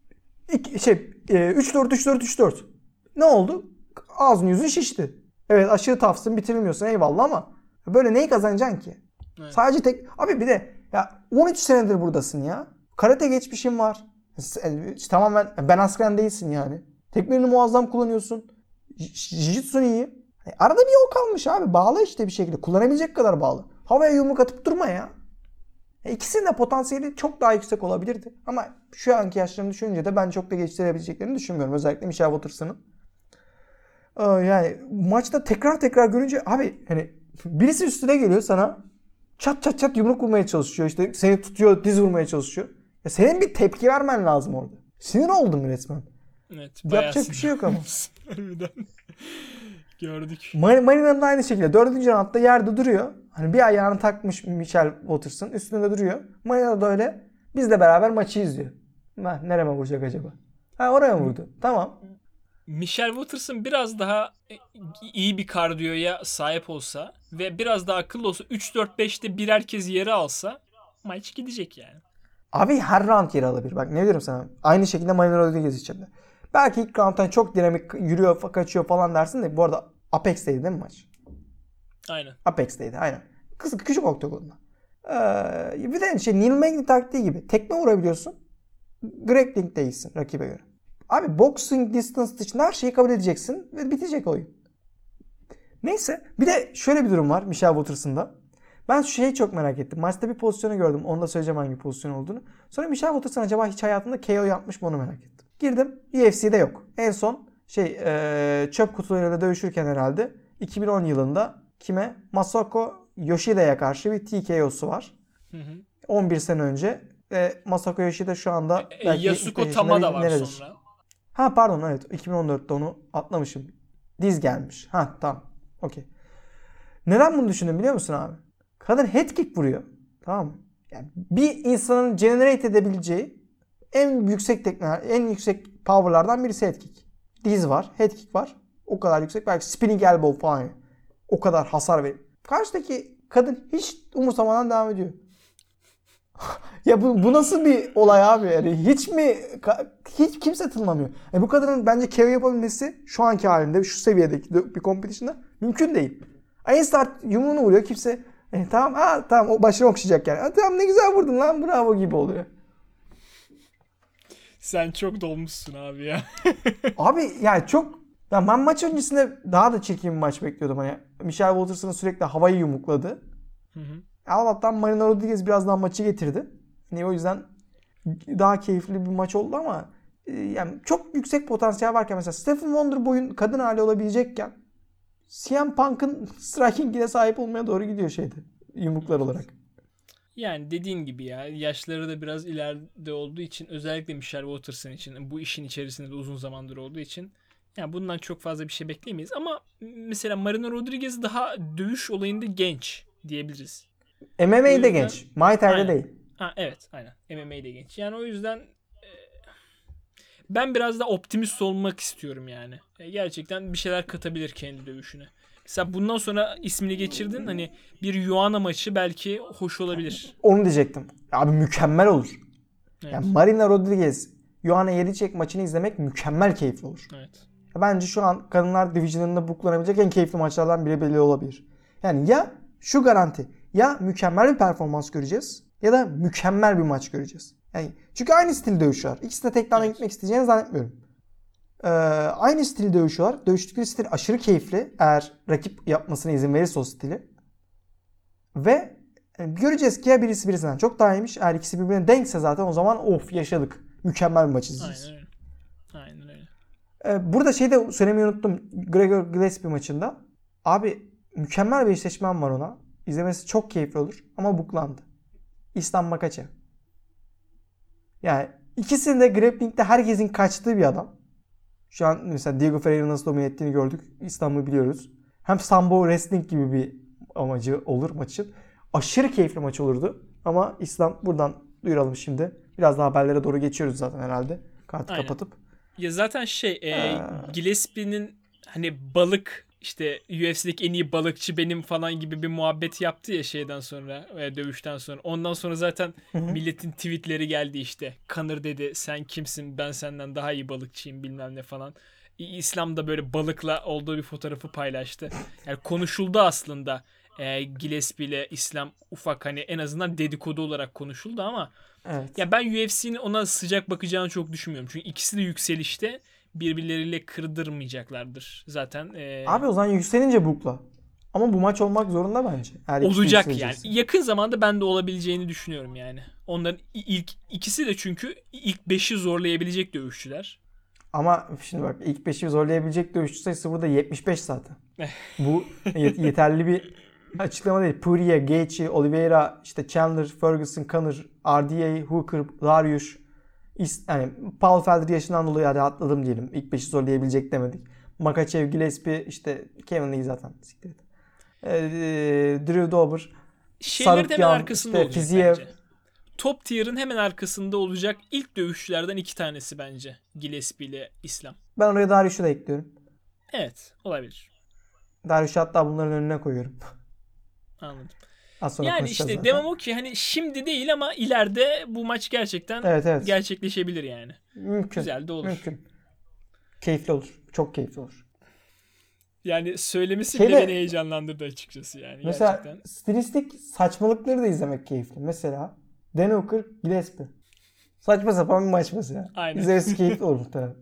3-4-3-4-3-4. Ne oldu? Ağzın yüzün şişti. Evet aşırı tafsın bitirilmiyorsun eyvallah ama böyle neyi kazanacaksın ki? Evet. Sadece tek... Abi bir de ya 13 senedir buradasın ya. Karate geçmişin var. Tamamen Ben Askren değilsin yani. Tekmerini muazzam kullanıyorsun. Jiu-Jitsu'un iyi. Arada bir yol kalmış abi. Bağla işte bir şekilde. Kullanabilecek kadar bağlı. Havaya yumruk atıp durma ya. İkisinin de potansiyeli çok daha yüksek olabilirdi. Ama şu anki yaşlarını düşününce de ben çok da geçtirebileceklerini düşünmüyorum. Özellikle Michelle Waterson'ın. Yani maçta tekrar görünce abi hani birisi üstüne geliyor sana çat çat çat yumruk vurmaya çalışıyor. İşte seni tutuyor diz vurmaya çalışıyor. Ya senin bir tepki vermen lazım orada. Sinir oldum resmen. Evet. Yapacak bir şey yok ama. Gördük. Marina'nın da aynı şekilde 4. roundda yerde duruyor. Hani bir ayağını takmış Michelle Waters'ın üstünde duruyor. Marina da öyle bizle beraber maçı izliyor. Nereme vuracak acaba? Oraya mı vurdu? Tamam. Michelle Waters'ın biraz daha iyi bir kardiyoya sahip olsa ve biraz daha akıllı olsa 3-4-5'te birer kez yere alsa maç gidecek yani. Abi her round yere alabilir. Bak ne diyorum sana. Aynı şekilde Mariano Rodriguez içinde. Belki ilk round'dan çok dinamik yürüyor, kaçıyor falan dersin de bu arada Apex'teydi değil mi maç? Aynen. Apex'teydi aynen. Küçük oktagonda. Bir de Neil Magny taktiği gibi. Tekme vurabiliyorsun. Grappling değilsin rakibe göre. Abi boxing distance için her şeyi kabul edeceksin ve bitecek oyun. Neyse. Bir de şöyle bir durum var Michelle Waters'ın. Ben şu şeyi çok merak ettim. Maçta bir pozisyonu gördüm. Onu da söyleyeceğim hangi pozisyon olduğunu. Sonra Michelle Waterson acaba hiç hayatında KO yapmış mı onu merak ettim. Girdim. UFC'de yok. En son çöp kutularıyla dövüşürken herhalde 2010 yılında kime? Masako Yoshida'ya karşı bir TKO'su var. 11 sene önce. Masako Yoshida şu anda Yasuko Tamada var sonra. Pardon evet. 2014'te onu atlamışım. Diz gelmiş. Tamam. Okey. Neden bunu düşündüm biliyor musun abi? Kadın head kick vuruyor. Tamam mı? Yani bir insanın generate edebileceği en yüksek tekneler, en yüksek powerlardan birisi head kick. Diz var, head kick var. O kadar yüksek. Belki spinning elbow falan. O kadar hasar veriyor. Karşıdaki kadın hiç umursamadan devam ediyor. Ya bu nasıl bir olay abi? Yani hiç kimse tınlamıyor. Bu kadının bence KO yapabilmesi şu anki halinde, şu seviyedeki bir competition'da mümkün değil. Start yumruğunu vuruyor kimse. Tamam o başına okşayacak yani. Tamam ne güzel vurdun lan bravo gibi oluyor. Sen çok dolmuşsun abi ya. Abi yani ben maç öncesinde daha da çirkin bir maç bekliyordum. Hani Michelle Waterson'ın sürekli havayı yumrukladı. Allah'tan Mariano Rodriguez biraz daha maçı getirdi. O yüzden daha keyifli bir maç oldu ama yani çok yüksek potansiyel varken mesela Stephen Wonderboy'un kadın hali olabilecekken CM Punk'ın striking'ine sahip olmaya doğru gidiyor yumruklar olarak. Yani dediğin gibi ya yaşları da biraz ileride olduğu için özellikle Michelle Waterson için bu işin içerisinde de uzun zamandır olduğu için yani bundan çok fazla bir şey bekleyemeyiz ama mesela Mariano Rodriguez daha dövüş olayında genç diyebiliriz. MMA'de genç. Muay Thai'de değil. Evet aynen. MMA'de genç. Yani o yüzden Ben biraz da optimist olmak istiyorum yani. Gerçekten bir şeyler katabilir kendi dövüşüne. Mesela bundan sonra ismini geçirdin. Hani bir Joanna maçı belki hoş olabilir. Onu diyecektim. Abi mükemmel olur. Evet. Yani Marina Rodriguez, Joanna Jędrzejczyk maçını izlemek mükemmel keyifli olur. Evet. Bence şu an kadınlar division'ında buklanabilecek en keyifli maçlardan biri belli olabilir. Yani ya şu garanti, ya mükemmel bir performans göreceğiz ya da mükemmel bir maç göreceğiz. Yani çünkü aynı stil dövüşüyorlar. İkisi de tekrar gitmek isteyeceğini zannetmiyorum. Aynı stil dövüşüyorlar. Dövüştükleri stil aşırı keyifli. Eğer rakip yapmasına izin verirse o stili. Ve göreceğiz ki ya birisi birisinden çok daha iyiymiş. Eğer ikisi birbirine denkse zaten o zaman of yaşadık. Mükemmel bir maç izleyeceğiz. Aynen öyle. Aynen öyle. Burada şeyi de söylemeyi unuttum. Gregor Gillespie maçında. Abi mükemmel bir eşleşmem var ona. İzlemesi çok keyifli olur. Ama buklandı. İslam Makhachev. Yani ikisinin de grappling'de herkesin kaçtığı bir adam. Şu an mesela Diego Ferreira'nın nasıl domine ettiğini gördük. İslam'ı biliyoruz. Hem Sambo Wrestling gibi bir amacı olur maçın. Aşırı keyifli maç olurdu. Ama İslam buradan duyuralım şimdi. Biraz daha haberlere doğru geçiyoruz zaten herhalde. Kartı Aynen. kapatıp. Ya zaten Gillespie'nin hani balık işte UFC'deki en iyi balıkçı benim falan gibi bir muhabbet yaptı ya şeyden sonra dövüşten sonra. Ondan sonra zaten milletin tweetleri geldi işte. Conor dedi sen kimsin ben senden daha iyi balıkçıyım bilmem ne falan. İslam da böyle balıkla olduğu bir fotoğrafı paylaştı. Yani konuşuldu aslında. Gillespie ile İslam ufak hani en azından dedikodu olarak konuşuldu ama Evet. ya ben UFC'nin ona sıcak bakacağını çok düşünmüyorum. Çünkü ikisi de yükselişte birbirleriyle kırdırmayacaklardır zaten. Abi o zaman yükselince bukla. Ama bu maç olmak zorunda bence. Eğer ikisi Olacak yani. yükselecekse. Yakın zamanda ben de olabileceğini düşünüyorum yani. Onların ilk ikisi de çünkü ilk 5'i zorlayabilecek dövüşçüler. Ama şimdi bak ilk 5'i zorlayabilecek dövüşçü sayısı burada 75 zaten. Bu yeterli bir açıklama değil. Poirier, Gaethje, Oliveira, işte Chandler, Ferguson, Conor, RDA, Hooker, Dariush. Yani Paul Felder yaşından dolayı hadi atladım diyelim. İlk 5'i zorlayabilecek demedik. Makhachev, Gillespie, işte Kevin Lee zaten. Drew Dober, Şeylerin hemen Sarukyan, arkasında işte olacak Fiziev. bence. Top tier'ın hemen arkasında olacak ilk dövüşçülerden 2 tanesi bence. Gillespie ile İslam. Ben oraya Dariush'u da ekliyorum. Evet, olabilir. Dariush'u hatta bunların önüne koyuyorum. Anladım. Az sonra Yani işte zaten. demem o ki hani şimdi değil ama ileride bu maç gerçekten Evet. gerçekleşebilir yani. Mümkün. Güzel de olur. Mümkün. Keyifli olur. Çok keyifli olur. Yani söylemesi bile beni heyecanlandırdı açıkçası yani. Mesela gerçekten. stilistik saçmalıkları da izlemek keyifli. Mesela Dan Hooker, Gillespie. Saçma sapan bir maç mesela. Aynen. İzlemesi keyifli olur muhtemelen.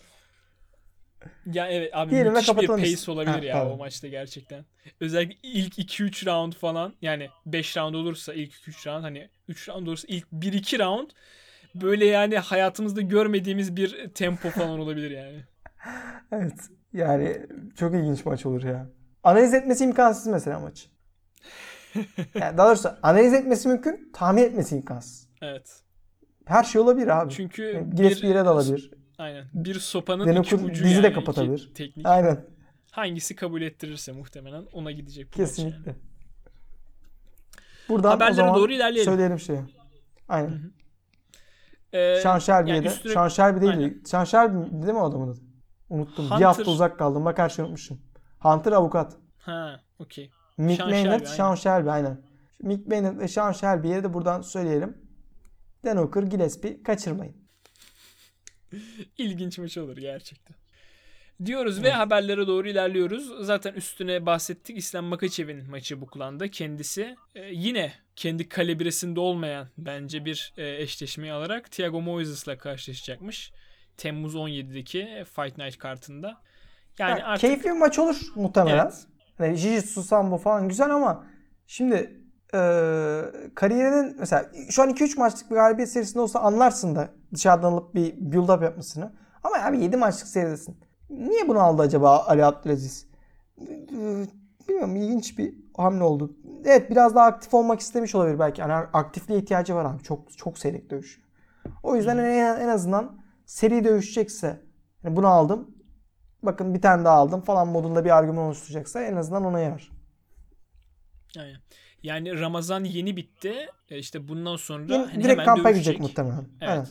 Ya evet abi Diyelim müthiş bir pace işte. olabilir ya pardon. o maçta gerçekten. Özellikle ilk 2-3 round falan yani 5 round olursa ilk 2-3 round hani 3 round olursa ilk 1-2 round böyle yani hayatımızda görmediğimiz bir tempo falan olabilir yani. Evet. Yani çok ilginç maç olur ya. Analiz etmesi imkansız mesela maç. Yani daha doğrusu analiz etmesi mümkün, tahmin etmesi imkansız. Evet. Her şey olabilir abi. Çünkü Gillespie yere de alabilir. Aynen. Bir sopanın Dan iki Hooker ucu dizi yani. de kapatabilir. Teknik. Aynen. Hangisi kabul ettirirse muhtemelen ona gidecek bu Kesinlikle. maç yani. Buradan haberlere o zaman doğru ilerleyelim. Söyleyelim şeyi. Aynen. Hı. Sean Shelby'ye yani de. üstüne... Sean Shelby değil. Aynen. Sean Shelby değil mi o adamın adı? Unuttum. Hunter... Bir hafta uzak kaldım. Bak her şeyi unutmuşum. Hunter avukat. Ha, okey. Mick Sean Maynard, Shelby, Sean Shelby aynen. Mick Maynard ve Sean Shelby'ye de buradan söyleyelim. Dan Hooker, Gillespie kaçırmayın. İlginç maç olur gerçekten. Diyoruz ve haberlere doğru ilerliyoruz. Zaten üstüne bahsettik. İslam Makhachev'in maçı buklandı. Kendisi yine kendi kalibresinde olmayan bence bir eşleşmeyi alarak Thiago Moises'la karşılaşacakmış. Temmuz 17'deki Fight Night kartında. Yani artık... Keyifli bir maç olur muhtemelen. Evet. Yani Jiu-Jitsu, Sambo falan güzel ama şimdi kariyerinin mesela şu an 2-3 maçlık bir galibiyet serisinde olsa anlarsın da dışarıdan alıp bir build-up yapmasını. Ama abi 7 maçlık seridesin. Niye bunu aldı acaba Ali Abdülaziz? Bilmiyorum, ilginç bir hamle oldu. Evet, biraz daha aktif olmak istemiş olabilir belki. Yani aktifliğe ihtiyacı var abi. Çok seyrek dövüşüyor. O yüzden en azından seri dövüşecekse yani bunu aldım. Bakın bir tane daha aldım falan modunda bir argüman oluşturacaksa en azından ona yarar. Aynen. Yani Ramazan yeni bitti. İşte bundan sonra Direkt hemen kampa dövüşecek. gidecek muhtemelen. Evet. Aynen.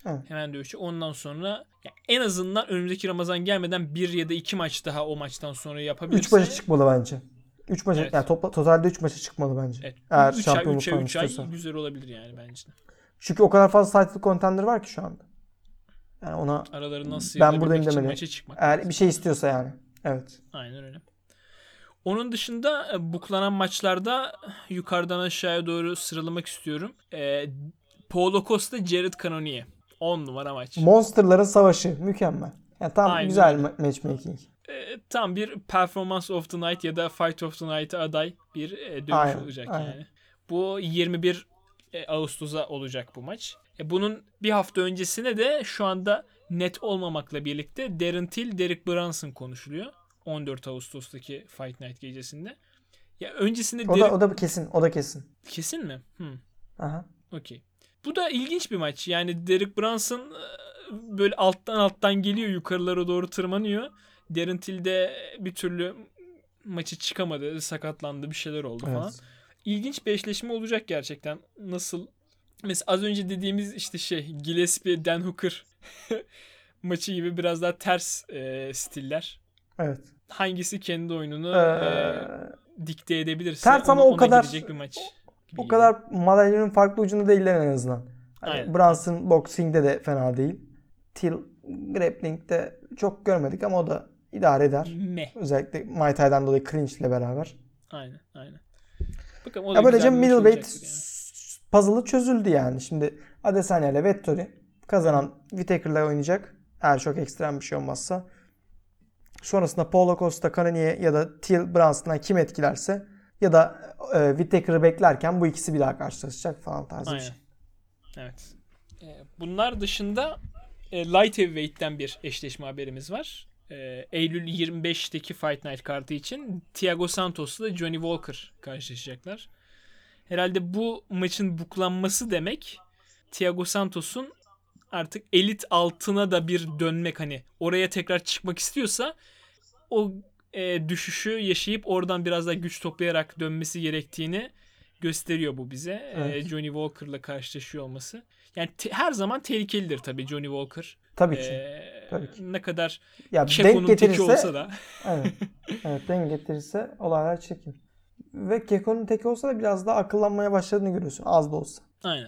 Evet. Hemen dövüşecek. Ondan sonra en azından önümüzdeki Ramazan gelmeden 1 ya da 2 maç daha o maçtan sonra 3 yapabilirse. maça çıkmalı bence. 3 maça, Evet. yani totalde 3 maça çıkmalı bence. Evet. Eğer 3 ay, şampiyonluk 3 ay, falan 3 ay istiyorsa. güzel olabilir yani bence de. Çünkü o kadar fazla title contender var ki şu anda. Yani ona Aralarından ben buradayım sıyrılabilmek için demeli. maça çıkmak Eğer lazım. bir şey istiyorsa yani. Evet. Aynen öyle. Onun dışında buklanan maçlarda yukarıdan aşağıya doğru sıralamak istiyorum. Paulo Costa, Jared Cannonier. 10 numara maç. Monsterların savaşı. Mükemmel. Yani tam Aynen güzel öyle. matchmaking. Tam bir Performance of the Night ya da Fight of the Night'a aday bir dövüş Aynen, olacak aynen. yani. Bu 21 Ağustos'a olacak bu maç. Bunun bir hafta öncesine de şu anda net olmamakla birlikte Darren Till, Derek Brunson konuşuluyor. 14 Ağustos'taki Fight Night gecesinde. Ya öncesinde O da kesin. O da kesin. Kesin mi? Aha. Okey. Bu da ilginç bir maç. Yani Derek Brunson böyle alttan geliyor, yukarılara doğru tırmanıyor. Darren Till de bir türlü maçı çıkamadı. Sakatlandı, bir şeyler oldu falan. Evet. İlginç bir eşleşme olacak gerçekten. Nasıl? Mesela az önce dediğimiz işte Gillespie, Dan Hooker maçı gibi biraz daha ters stiller. Evet. Hangisi kendi oyununu dikte edebilirse ters ama ona girecek bir maç. O kadar madalyonun farklı ucunda değiller en azından. Aynen. Brunson boxing'de de fena değil. Till grappling'de çok görmedik ama o da idare eder. Özellikle Muay Thai'den dolayı clinch ile beraber. Aynen. Bakalım, o da ya böylece güzel bir maç middleweight olacaktır yani. puzzle'ı çözüldü yani. Şimdi Adesanya ile Vettori kazanan Whittaker'la oynayacak. Eğer çok ekstrem bir şey olmazsa. Sonrasında Paulo Costa, Cannonier ya da Till Brunson'dan kim etkilerse ya da Whittaker'ı beklerken bu ikisi bir daha karşılaşacak falan tarzı bir şey. Evet. Bunlar dışında Light Heavyweight'ten bir eşleşme haberimiz var. Eylül 25'teki Fight Night kartı için Thiago Santos'la Johnny Walker karşılaşacaklar. Herhalde bu maçın buklanması demek Thiago Santos'un artık elit altına da bir dönmek, hani oraya tekrar çıkmak istiyorsa o düşüşü yaşayıp oradan biraz daha güç toplayarak dönmesi gerektiğini gösteriyor bu bize. Evet. Johnny Walker'la karşılaşıyor olması. Yani her zaman tehlikelidir tabii Johnny Walker. Tabii ki. Tabii ki. Ne kadar ya Keko'nun teki olsa da. Evet. Evet, denk getirirse olaylar çekim. Ve Keko'nun teki olsa da biraz daha akıllanmaya başladığını görüyorsun. Az da olsa. Aynen.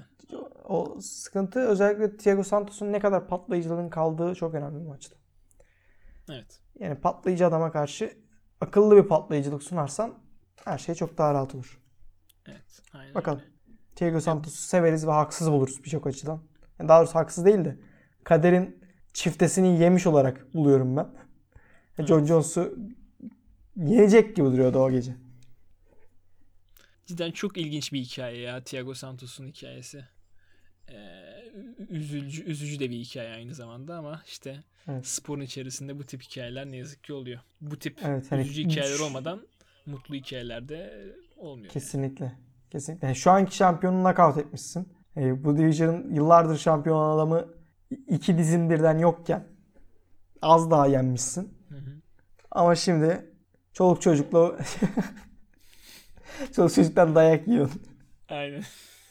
O sıkıntı özellikle Thiago Santos'un ne kadar patlayıcılığın kaldığı çok önemli bir maçta. Evet. Yani patlayıcı adama karşı akıllı bir patlayıcılık sunarsan her şey çok daha rahat olur. Evet. Aynen. Bakalım. Thiago Santos'u severiz ve haksız buluruz birçok açıdan. Yani daha doğrusu haksız değil de kaderin çiftesini yemiş olarak buluyorum ben. Evet. John Jones'u yenecek gibi duruyordu o gece. Cidden çok ilginç bir hikaye ya Thiago Santos'un hikayesi. Üzücü de bir hikaye aynı zamanda ama işte evet. Sporun içerisinde bu tip hikayeler ne yazık ki oluyor. Bu tip hani üzücü hikayeler olmadan mutlu hikayeler de olmuyor. Kesinlikle. Yani. Kesinlikle. Yani şu anki şampiyonu knockout etmişsin. Bu division'ın yıllardır şampiyon olan adamı 2 dizin birden yokken az daha yenmişsin. Ama şimdi çoluk çocukla çoluk çocuktan dayak yiyorsun. Aynen.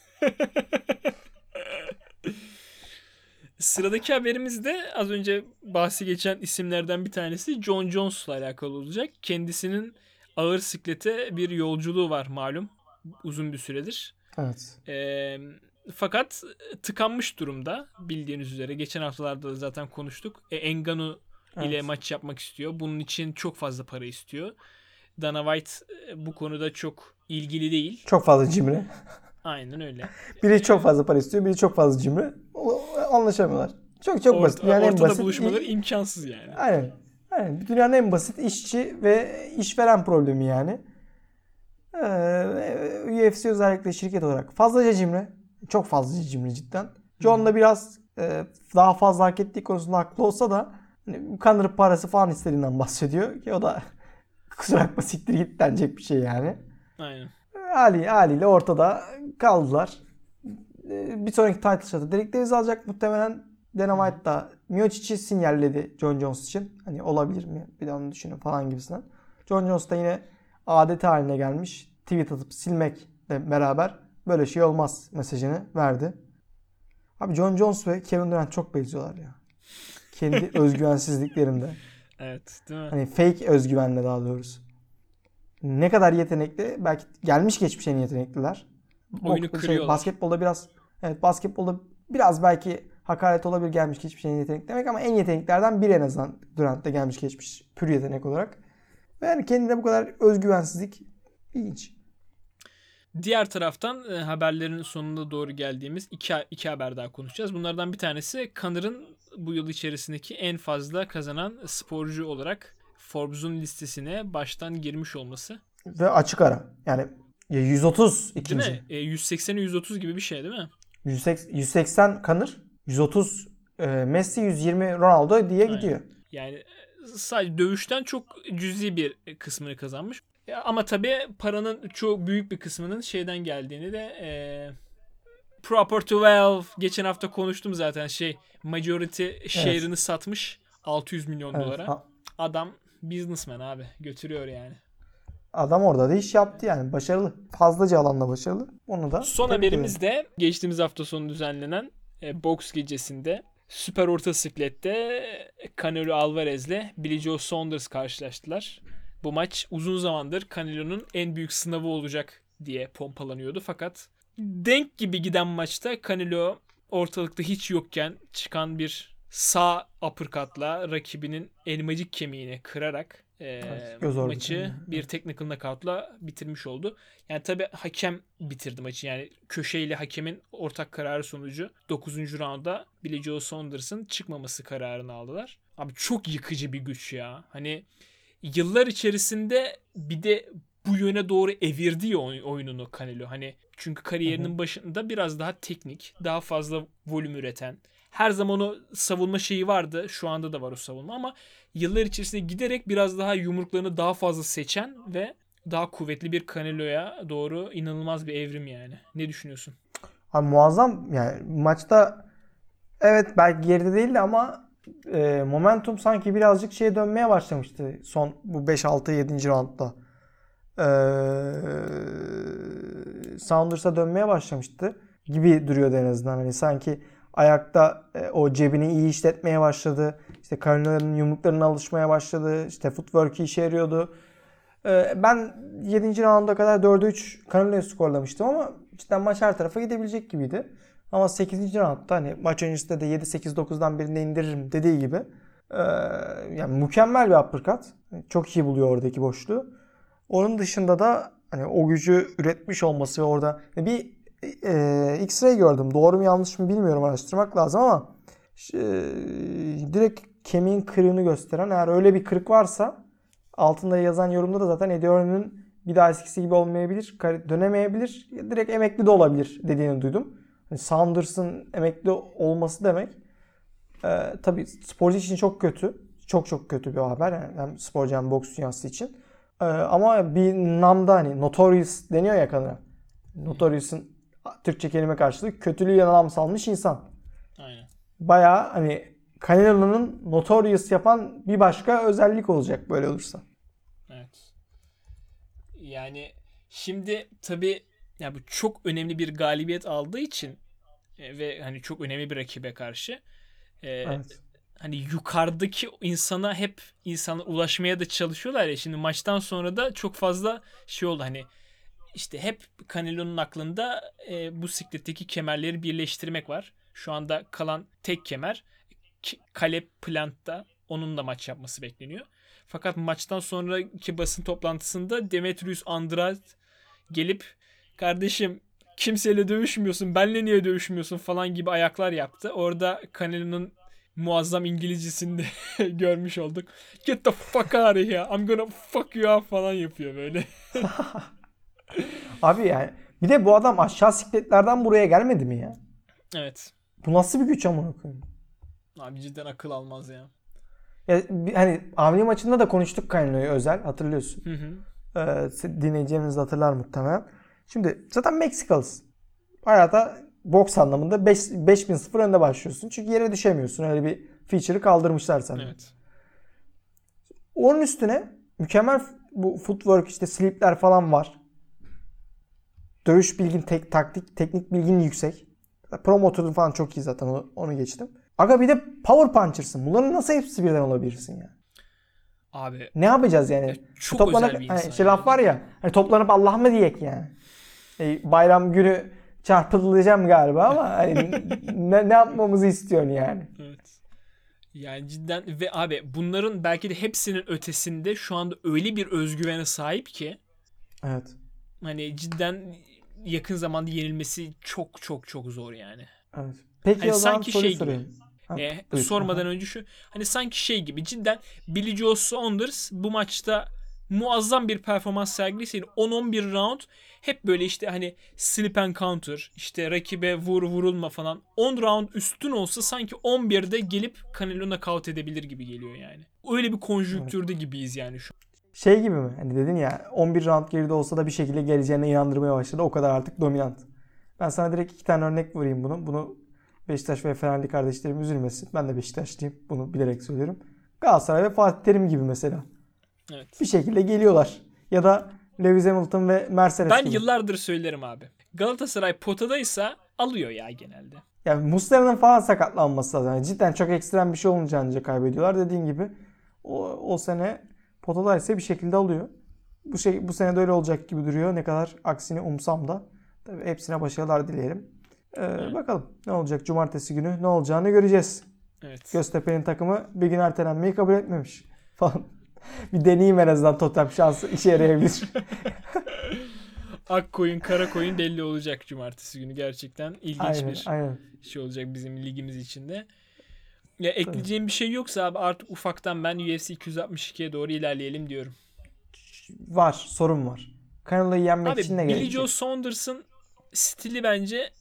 Sıradaki haberimiz de az önce bahsi geçen isimlerden bir tanesi John Jones'la alakalı olacak. Kendisinin ağır siklete bir yolculuğu var malum. Uzun bir süredir. Evet. Fakat tıkanmış durumda bildiğiniz üzere. Geçen haftalarda da zaten konuştuk. Ngannou ile maç yapmak istiyor. Bunun için çok fazla para istiyor. Dana White bu konuda çok ilgili değil. Çok fazla cimri. Aynen öyle. Biri çok fazla para istiyor, biri çok fazla cimri. Anlaşamıyorlar. Çok basit. Yani ortada basit, buluşmaları imkansız yani. Aynen. Dünyanın en basit işçi ve işveren problemi yani. UFC özellikle şirket olarak fazlaca cimri. Çok fazlaca cimri cidden. John da biraz daha fazla hak ettiği konusunda haklı olsa da hani, Conor parası falan istediğinden bahsediyor ki o da kusura bakma siktir git denecek bir şey yani. Aynen. Haliyle ortada kaldılar. Bir sonraki title shot'ı Derek Davis alacak muhtemelen. Dana White da Miocic'i sinyalledi John Jones için. Hani olabilir mi? Bir de onu düşünün falan gibisinden. John Jones da yine adeti haline gelmiş. Tweet atıp silmekle beraber böyle şey olmaz mesajını verdi. Abi John Jones ve Kevin Durant çok benziyorlar ya. Kendi özgüvensizliklerinde. Evet, değil mi? Hani fake özgüvenle daha doğrusu. Ne kadar yetenekli, belki gelmiş geçmiş en yetenekliler. Oyunu kırıyorlar. Basketbolda biraz, evet, basketbolda biraz belki hakaret olabilir gelmiş geçmiş en yetenekli demek, ama en yeteneklerden biri en azından Durant'te gelmiş geçmiş pür yetenek olarak. Ve yani kendine bu kadar özgüvensizlik ilginç. Diğer taraftan haberlerin sonuna doğru geldiğimiz iki haber daha konuşacağız. Bunlardan bir tanesi Connor'ın bu yıl içerisindeki en fazla kazanan sporcu olarak Forbes'un listesine baştan girmiş olması. Ve açık ara. Yani 130 ikinci. Değil mi? 180'e 130 gibi bir şey değil mi? 180 Connor, 130 Messi, 120 Ronaldo diye gidiyor. Aynen. Yani sadece dövüşten çok cüzi bir kısmını kazanmış. Ama tabii paranın çok büyük bir kısmının şeyden geldiğini de Proper 12 geçen hafta konuştum zaten, majority share'ını satmış 600 milyon dolara. Adam businessman abi, götürüyor yani. Adam orada da iş yaptı yani, başarılı. Fazlaca alanda başarılı. Onu da son haberimiz de geçtiğimiz hafta sonu düzenlenen boks gecesinde süper orta siklette Canelo Alvarez'le Billy Joe Saunders karşılaştılar. Bu maç uzun zamandır Canelo'nun en büyük sınavı olacak diye pompalanıyordu. Fakat denk gibi giden maçta Canelo ortalıkta hiç yokken çıkan bir sağ uppercut'la rakibinin elmacık kemiğini kırarak maçı bir technical knockout'la bitirmiş oldu. Yani tabii hakem bitirdi maçı. Yani köşeyle hakemin ortak kararı sonucu 9. roundda Billy Joe Saunders'ın çıkmaması kararını aldılar. Abi çok yıkıcı bir güç ya. Hani yıllar içerisinde bir de bu yöne doğru evirdi ya oyununu Canelo. Hani çünkü kariyerinin başında biraz daha teknik, daha fazla volüm üreten, her zaman o savunma şeyi vardı. Şu anda da var o savunma, ama yıllar içerisinde giderek biraz daha yumruklarını daha fazla seçen ve daha kuvvetli bir Canelo'ya doğru inanılmaz bir evrim yani. Ne düşünüyorsun? Abi muazzam yani maçta, evet belki geride değildi ama momentum sanki birazcık şeye dönmeye başlamıştı son bu 5 6 7. roundda. Saunders'a dönmeye başlamıştı gibi duruyordu en azından. Hani sanki ayakta o cebini iyi işletmeye başladı. İşte Canelo'nun yumruklarına alışmaya başladı. İşte footwork'ü işe yarıyordu. Ben 7. rounda kadar 4'e 3 Canelo'yu skorlamıştım ama cidden maç her tarafa gidebilecek gibiydi. Ama 8. roundda hani maç öncesinde de 7-8-9'dan birinde indiririm dediği gibi yani mükemmel bir uppercut. Çok iyi buluyor oradaki boşluğu. Onun dışında da hani o gücü üretmiş olması ve orada bir X-ray gördüm. Doğru mu yanlış mı bilmiyorum, araştırmak lazım ama direkt kemiğin kırığını gösteren, eğer öyle bir kırık varsa altında yazan yorumda da zaten Eddie Hearn'ın bir daha eskisi gibi olmayabilir, dönemeyebilir, direkt emekli de olabilir dediğini duydum. Yani Saunders'ın emekli olması demek tabii sporcu için çok kötü. Çok çok kötü bir haber. Yani hem sporcu hem boks dünyası için. Ama bir namda hani notorious deniyor ya kadına. Notorious'ın Türkçe kelime karşılığı kötülüğü nam salmış insan. Aynen. Bayağı hani Canelo'nun notorious yapan bir başka özellik olacak böyle olursa. Evet. Yani şimdi tabii ya bu çok önemli bir galibiyet aldığı için ve hani çok önemli bir rakibe karşı Evet. hani yukarıdaki insana hep insanlar ulaşmaya da çalışıyorlar ya. Şimdi maçtan sonra da çok fazla şey oldu, hani işte hep Canelo'nun aklında bu sikletteki kemerleri birleştirmek var. Şu anda kalan tek kemer Caleb Plant'ta, onun da maç yapması bekleniyor. Fakat maçtan sonraki basın toplantısında Demetrius Andrade gelip kardeşim kimseyle dövüşmüyorsun, benle niye dövüşmüyorsun falan gibi ayaklar yaptı. Orada Canelo'nun muazzam İngilizcesini de görmüş olduk. Get the fuck out of here. I'm gonna fuck you up falan yapıyor böyle. Abi yani bir de bu adam aşağı sikletlerden buraya gelmedi mi ya? Evet. Bu nasıl bir güç amına koyayım? Abi cidden akıl almaz ya. Ya, hani Avni maçında da konuştuk Canelo'yu özel, hatırlıyorsun. Hı hı. Dinleyeceğimiz de hatırlar muhtemelen. Şimdi zaten Meksikalısın. Hayata boks anlamında 5000-0 önde başlıyorsun. Çünkü yere düşemiyorsun. Öyle bir feature'ı kaldırmışlar sana. Evet. Onun üstüne mükemmel bu footwork, işte slipler falan var. Dövüş bilgin, teknik bilgin yüksek. Promotörün falan çok iyi zaten, onu geçtim. Aga bir de power puncher'sın. Bunların nasıl hepsi birden olabilirsin ya? Abi Ne yapacağız yani? çok özel bir insan. Hani laf var ya. Hani toplanıp Allah mı diyek yani? Bayram günü çarpıtılacağım galiba ama hani ne yapmamızı istiyorsun yani? Evet. Yani cidden ve abi bunların belki de hepsinin ötesinde şu anda öyle bir özgüvene sahip ki Evet. hani cidden yakın zamanda yenilmesi çok çok çok zor yani. Evet. Peki Hani o zaman sanki soruyu şey gibi. sorayım. Buyur. Sormadan Aha. önce şu hani sanki şey gibi cidden Billy Joe Saunders bu maçta muazzam bir performans sergileseydi 10-11 round hep böyle işte hani slip and counter işte rakibe vurulma falan 10 round üstün olsa sanki 11'de gelip Canelo knockout edebilir gibi geliyor yani. Öyle bir Evet. konjonktürde gibiyiz yani şu an. Şey gibi mi? Hani dedin ya 11 round geride olsa da bir şekilde geleceğine inandırmaya başladı. O kadar artık dominant. Ben sana direkt 2 tane örnek vereyim bunu. Bunu Beşiktaş ve Fenerli kardeşlerim üzülmesin. Ben de Beşiktaşlıyım. Bunu bilerek söylüyorum. Galatasaray ve Fatih Terim gibi mesela. Evet. Bir şekilde geliyorlar. Ya da Lewis Hamilton ve Mercedes Ben gibi. yıllardır söylerim abi. Galatasaray potadaysa alıyor ya genelde. Yani Muslera'nın falan sakatlanması lazım. Yani cidden çok ekstrem bir şey olunca ancak kaybediyorlar. Dediğin gibi o sene potadaysa bir şekilde alıyor. Bu sene de öyle olacak gibi duruyor. Ne kadar aksini umsam da. Tabii hepsine başarılar dileyelim. Evet. Bakalım ne olacak cumartesi günü, ne olacağını göreceğiz. Evet. Göztepe'nin takımı bir gün ertelenmeyi kabul etmemiş falan. Bir deneyeyim en azından, totem şansı işe yarayabilir. Ak koyun kara koyun belli olacak cumartesi günü. Gerçekten ilginç Aynen, bir aynen. şey olacak bizim ligimiz içinde. Ya Tabii. ekleyeceğim bir şey yoksa abi artık ufaktan ben UFC 262'ye doğru ilerleyelim diyorum. Var, sorun var. Canelo'yu yenmek için ne Abi Billy Joe gerekecek? Saunders'ın stili bence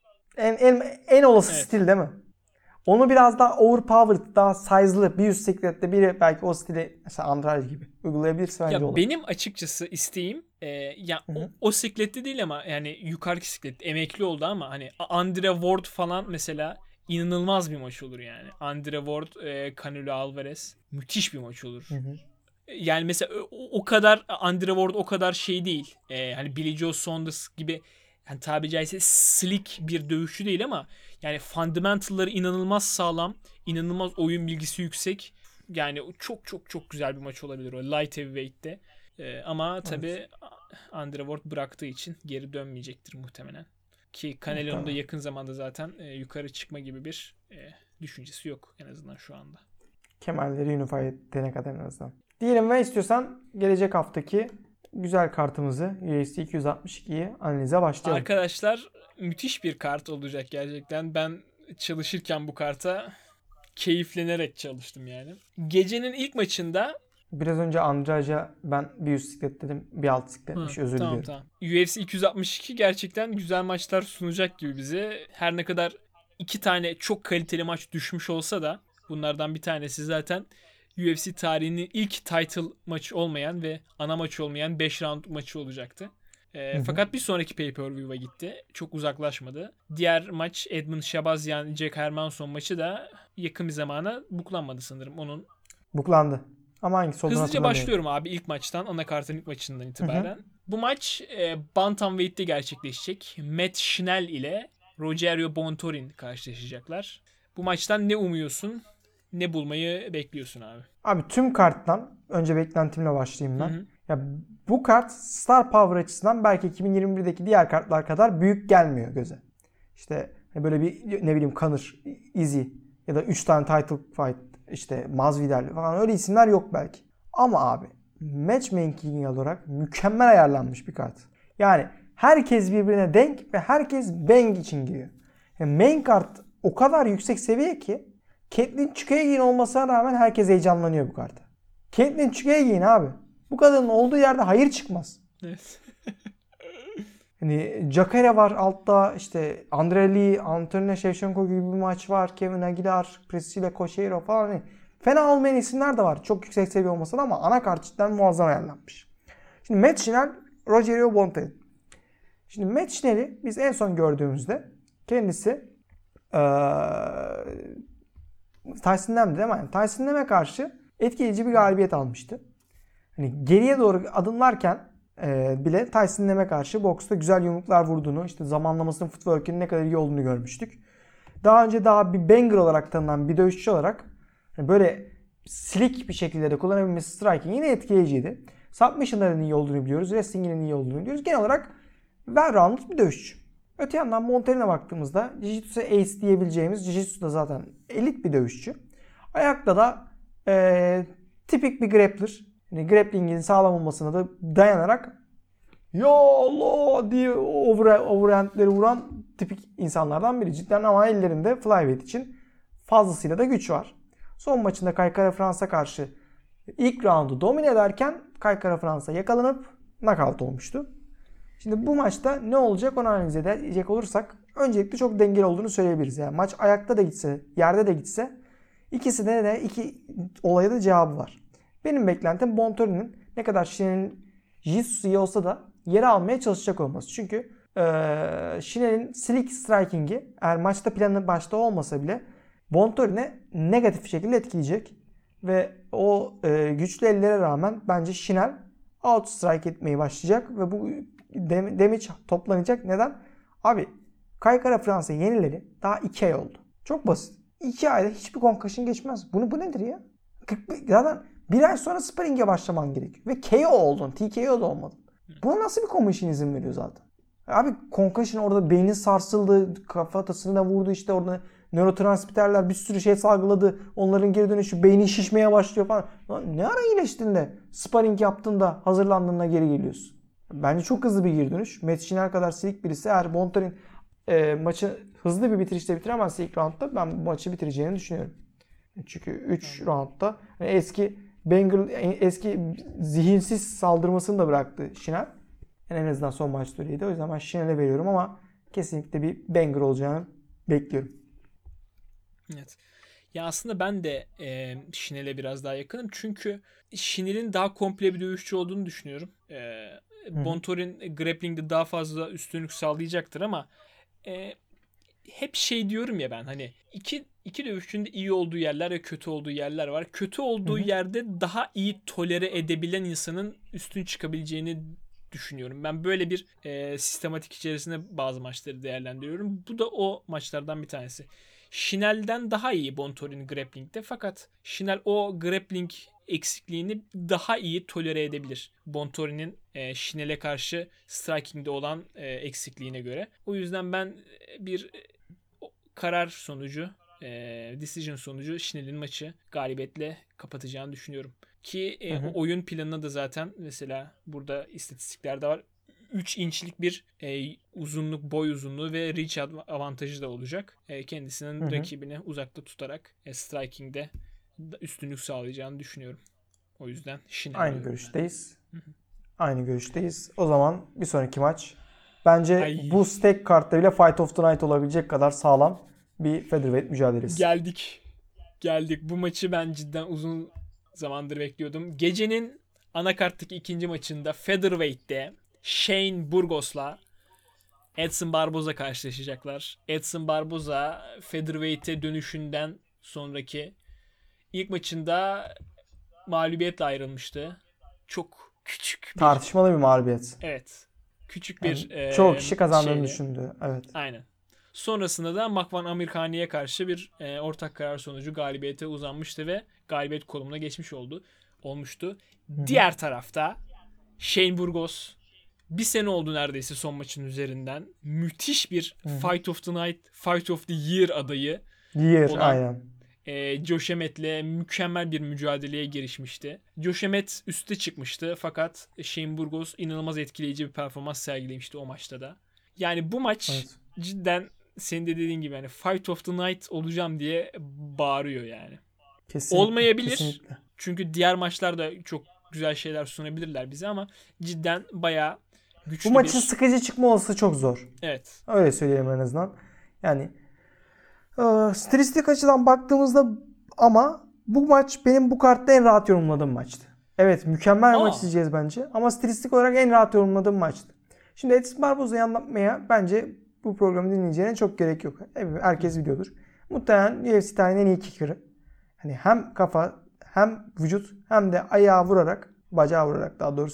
En olası evet. stil değil mi? Onu biraz daha overpowered, daha size'lı bir üst siklette biri belki o stili mesela Andrade gibi uygulayabilirse bence Ya olur. benim açıkçası isteğim ya Hı hı. o siklette değil ama yani yukarıki siklet emekli oldu ama hani Andre Ward falan mesela inanılmaz bir maç olur yani. Andre Ward, Canelo Alvarez müthiş bir maç Hı olur. hı. Yani mesela o kadar Andre Ward o kadar şey değil. Hani Billy Joe Saunders gibi yani tabiri caizse slick bir dövüşçü değil ama yani fundamentalları inanılmaz sağlam, inanılmaz oyun bilgisi yüksek. Yani çok çok çok güzel bir maç olabilir o light heavyweight'te. Ama Evet. tabii Andre Ward bıraktığı için geri dönmeyecektir muhtemelen. Ki Canelo'nun da Muhtemelen. yakın zamanda zaten yukarı çıkma gibi bir düşüncesi yok en azından şu anda. Kemalleri unify edene kadar en azından. Diyelim ve istiyorsan gelecek haftaki güzel kartımızı UFC 262'yi analize başlayalım. Arkadaşlar müthiş bir kart olacak gerçekten. Ben çalışırken bu karta keyiflenerek çalıştım yani. Gecenin ilk maçında Biraz önce Andrade'a ben bir üst siklet dedim. Bir alt sikletmiş. Özür tamam diliyorum. tamam. UFC 262 gerçekten güzel maçlar sunacak gibi bize. Her ne kadar iki tane çok kaliteli maç düşmüş olsa da bunlardan bir tanesi zaten UFC tarihinin ilk title maçı olmayan ve ana maçı olmayan 5 round maçı olacaktı. Hı hı. Fakat bir sonraki pay-per-view'a gitti. Çok uzaklaşmadı. Diğer maç Edmund Shabazian, Jack Hermanson maçı da yakın bir zamana buklanmadı sanırım. Onun Buklandı. Ama hangisi olduğunu hızlıca hatırlamıyorum. başlıyorum abi ilk maçtan. Anakartın ilk maçından Hı hı. itibaren. Bu maç Bantamweight'te gerçekleşecek. Matt Schnell ile Rogerio Bontorin karşılaşacaklar. Bu maçtan ne umuyorsun? Ne bulmayı bekliyorsun abi? Abi tüm karttan önce beklentimle başlayayım Hı ben. hı. Ya bu kart Star Power açısından belki 2021'deki diğer kartlar kadar büyük gelmiyor göze. İşte hani böyle bir ne bileyim Conor, Izzy ya da 3 tane title fight, işte Masvidal falan, öyle isimler yok belki. Ama abi matchmaking olarak mükemmel ayarlanmış bir kart. Yani herkes birbirine denk ve herkes bang için giriyor. Yani main kart o kadar yüksek seviye ki Caitlyn Chukagian olmasına rağmen herkes heyecanlanıyor bu karta. Caitlyn Chukagian abi. Bu kadının olduğu yerde hayır çıkmaz. Evet. Hani Jacare var altta, işte Andre Lee, Antonina Shevchenko gibi bir maç var. Kevin Aguilar, Priscilla Cocheiro falan. Hani fena olmayan isimler de var. Çok yüksek seviye olmasın ama ana kart cidden muazzam ayarlanmış. Şimdi Matt Schnell, Rogerio Bontorin. Şimdi Matt Schnell'i biz en son gördüğümüzde kendisi Tyson Lam'di değil mi? Yani Tyson Lam'e karşı etkileyici bir galibiyet almıştı. Hani geriye doğru adımlarken bile Tyson Lem'e karşı boksta güzel yumruklar vurduğunu, işte zamanlamasının, footwork'ünün ne kadar iyi olduğunu görmüştük. Daha önce daha bir banger olarak tanınan bir dövüşçü olarak böyle slick bir şekilde de kullanabilmesi striking yine etkileyiciydi. Submission'ların iyi olduğunu biliyoruz. Wrestling'in iyi olduğunu biliyoruz. Genel olarak well-rounded bir dövüşçü. Öte yandan Montaigne baktığımızda Jiu-Jitsu'ya ace diyebileceğimiz, Jiu-Jitsu'da zaten elit bir dövüşçü. Ayakta da tipik bir grappler. Yani grappling'in sağlam olmasına da dayanarak ya Allah diye overhandleri vuran tipik insanlardan biri. Cidden ama ellerinde flyweight için fazlasıyla da güç var. Son maçında Kai Kara Fransa karşı ilk roundu domine ederken Kai Kara Fransa yakalanıp knockout olmuştu. Şimdi bu maçta ne olacak onu analiz edecek olursak öncelikle çok dengeli olduğunu söyleyebiliriz. Yani maç ayakta da gitse, yerde de gitse ikisine de iki olaya da cevabı var. Benim beklentim Bontorin'in ne kadar Shinel'in jiu-jitsu'su iyi olsa da yere almaya çalışacak olması. Çünkü Shinel'in slick striking'i eğer maçta planı başta olmasa bile Bontorin'e negatif şekilde etkileyecek. Ve o güçlü ellere rağmen bence Shinel outstrike etmeye başlayacak ve bu damage toplanacak. Neden? Abi Kai Kara Fransa yenileli daha 2 ay oldu. Çok basit. 2 ayda hiçbir concussion geçmez. Bu nedir ya? Zaten bir ay sonra sparring'e başlaman gerekiyor. Ve KO oldun. TKO da olmadın. Buna nasıl bir commission izin veriyor zaten? Abi concussion orada beynin sarsıldı. Kafatasına vurdu işte orada nörotransmitterler bir sürü şey salgıladı. Onların geri dönüşü beynin şişmeye başlıyor falan. Lan ne ara iyileştin de sparring yaptığında hazırlandığında geri geliyorsun. Bence çok hızlı bir geri dönüş. Matt Schnell kadar silik birisi eğer Bontorin maçı hızlı bir bitirişte bitiremezse ilk roundda ben bu maçı bitireceğini düşünüyorum. Çünkü 3 roundda eski zihinsiz saldırmasını da bıraktı Schnell. Yani en azından son maçta öyleydi. O yüzden ben Schnell'e veriyorum ama kesinlikle bir banger olacağını bekliyorum. Evet. Ya aslında ben de Schnell'e biraz daha yakınım. Çünkü Schnell'in daha komple bir dövüşçü olduğunu düşünüyorum. Bontorin grappling'de daha fazla üstünlük sağlayacaktır ama hep şey diyorum ya ben hani iki dövüşçünün de iyi olduğu yerler ve kötü olduğu yerler var. Kötü olduğu yerde daha iyi tolere edebilen insanın üstün çıkabileceğini düşünüyorum. Ben böyle bir sistematik içerisinde bazı maçları değerlendiriyorum. Bu da o maçlardan bir tanesi. Schnell'den daha iyi Bontorin grappling'de fakat Schnell o grappling eksikliğini daha iyi tolere edebilir. Bontorin'in Schnell'e karşı striking'de olan eksikliğine göre. O yüzden ben bir karar sonucu, decision sonucu Schnell'in maçı galibiyetle kapatacağını düşünüyorum. Ki oyun planına da zaten mesela burada istatistiklerde var. 3 inçlik bir uzunluk, boy uzunluğu ve reach avantajı da olacak. Kendisinin rakibini uzakta tutarak striking'de üstünlük sağlayacağını düşünüyorum. O yüzden aynı görüşteyiz. Aynı görüşteyiz. O zaman bir sonraki maç bence bu stack kartta bile Fight of the Night olabilecek kadar sağlam bir featherweight mücadelesi. Geldik. Bu maçı ben cidden uzun zamandır bekliyordum. Gecenin anakarttaki ikinci maçında featherweight'te Shane Burgos'la Edson Barboza karşılaşacaklar. Edson Barboza featherweight'e dönüşünden sonraki ilk maçında mağlubiyetle ayrılmıştı. Çok küçük bir... Tartışmalı bir mağlubiyet. Evet. Küçük bir... çoğu kişi kazandığını düşündü. Evet. Aynen. Sonrasında da Makvan Amirkhani'ye karşı bir ortak karar sonucu galibiyete uzanmıştı ve galibiyet konumuna geçmiş olmuştu. Diğer tarafta Shane Burgos bir sene oldu neredeyse son maçın üzerinden. Müthiş bir Fight of the Night, Fight of the Year adayı olan aynen. Josh Emmett'le mükemmel bir mücadeleye girişmişti. Josh Emmett üste çıkmıştı fakat Shane Burgos inanılmaz etkileyici bir performans sergilemişti o maçta da. Yani bu maç cidden senin de dediğin gibi yani Fight of the Night olacağım diye bağırıyor yani. Kesinlikle, olmayabilir. Kesinlikle. Çünkü diğer maçlarda çok güzel şeyler sunabilirler bize ama cidden bayağı güçlü bu maçın sıkıcı çıkma olasılığı çok zor. Evet. Öyle söyleyeyim en azından. Yani statistik açıdan baktığımızda ama bu maç benim bu kartta en rahat yorumladığım maçtı. Evet mükemmel bir maç izleyeceğiz bence ama statistik olarak en rahat yorumladığım maçtı. Şimdi Edson Barboza'yı anlatmaya bence bu programı dinleyeceğine çok gerek yok. Herkes biliyordur. Muhtemelen UFC tarihinin en iyi kicker'ı. Hani hem kafa hem vücut hem de ayağı vurarak, bacağı vurarak daha doğrusu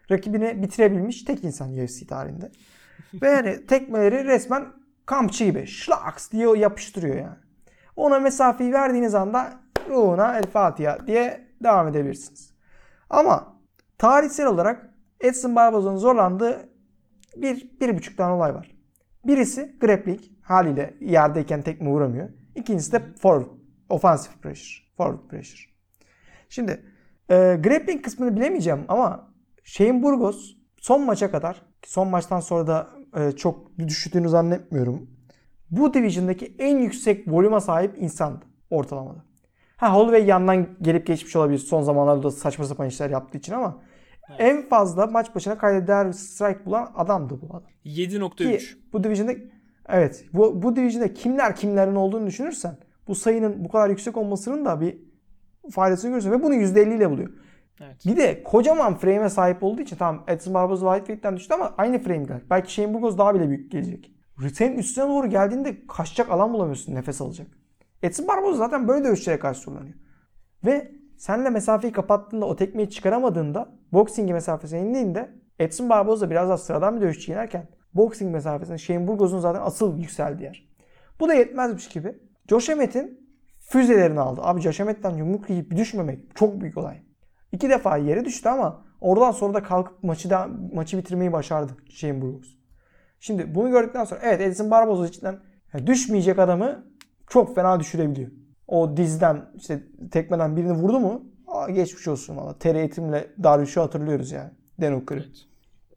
rakibini bitirebilmiş tek insan UFC tarihinde. Ve yani tekmeleri resmen kampçı gibi şlaks diye yapıştırıyor yani. Ona mesafeyi verdiğiniz anda ruhuna El Fatiha diye devam edebilirsiniz. Ama tarihsel olarak Edson Barbosa'nın zorlandığı bir buçuk tane olay var. Birisi grappling. Haliyle yerdeyken tekme vuramıyor. İkincisi de offensive pressure. Forward pressure. Şimdi grappling kısmını bilemeyeceğim ama Shane Burgos son maça kadar, son maçtan sonra da çok düştüğünü zannetmiyorum, bu division'daki en yüksek volüme sahip insandı ortalamada. Holloway yandan gelip geçmiş olabilir son zamanlarda da saçma sapan işler yaptığı için ama evet, en fazla maç başına kaydeder strike bulan adamdı bu adam. 7.3. Bu division'da evet, bu division'da kimlerin olduğunu düşünürsen bu sayının bu kadar yüksek olmasının da bir faydasını görüyorsun ve bunu %50 ile buluyor. Evet. Bir de kocaman frame'e sahip olduğu için tamam Edson Barboza lightweight'ten düştü ama aynı frame'ler. Belki Shane Burgos daha bile büyük gelecek. Senin üstüne doğru geldiğinde kaçacak alan bulamıyorsun, nefes alacak. Edson Barboza zaten böyle dövüşçülere karşı zorlanıyor. Ve senle mesafeyi kapattığında, o tekmeyi çıkaramadığında, boxing mesafesine indiğinde Edson Barboza biraz daha sıradan bir dövüşçü yenerken boxing mesafesinde Shane Burgos'un zaten asıl yükseldiği yer. Bu da yetmezmiş gibi Josh Emmett'in füzelerini aldı. Abi Josh Emmett'ten yumruk yiyip düşmemek çok büyük olay. 2 defa yere düştü ama oradan sonra da kalkıp maçı bitirmeyi başardı Shane Burgos. Şimdi bunu gördükten sonra evet, Edson Barboza içinden düşmeyecek adamı çok fena düşürebiliyor. O dizden işte tekmeden birini vurdu mu geçmiş olsun valla. Terry Etim'le Dariush'u hatırlıyoruz yani. Dan Hooker'ı. Evet.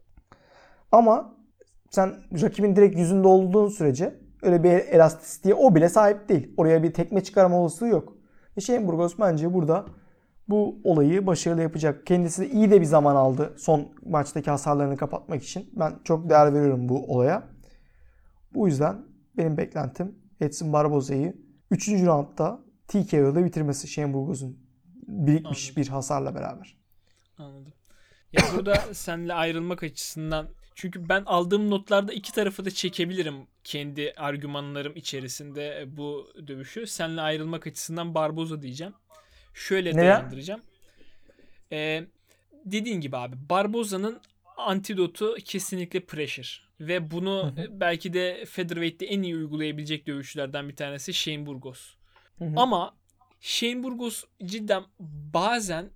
Ama sen rakibin direkt yüzünde olduğun sürece öyle bir elastisiteye o bile sahip değil. Oraya bir tekme çıkarma olasılığı yok. Shane Burgos bence burada bu olayı başarılı yapacak. Kendisi de iyi de bir zaman aldı son maçtaki hasarlarını kapatmak için. Ben çok değer veriyorum bu olaya. Bu yüzden benim beklentim Edson Barbosa'yı 3. roundda TKO'da bitirmesi, Shane Burgos'un birikmiş bir hasarla beraber. Anladım. Ya burada seninle ayrılmak açısından, çünkü ben aldığım notlarda iki tarafı da çekebilirim kendi argümanlarım içerisinde bu dövüşü. Seninle ayrılmak açısından Barboza diyeceğim. Şöyle dayandıracağım. Dediğin gibi abi, Barboza'nın antidotu kesinlikle pressure. Ve bunu belki de featherweight'te en iyi uygulayabilecek dövüşçülerden bir tanesi Shane Burgos. Ama Shane Burgos cidden bazen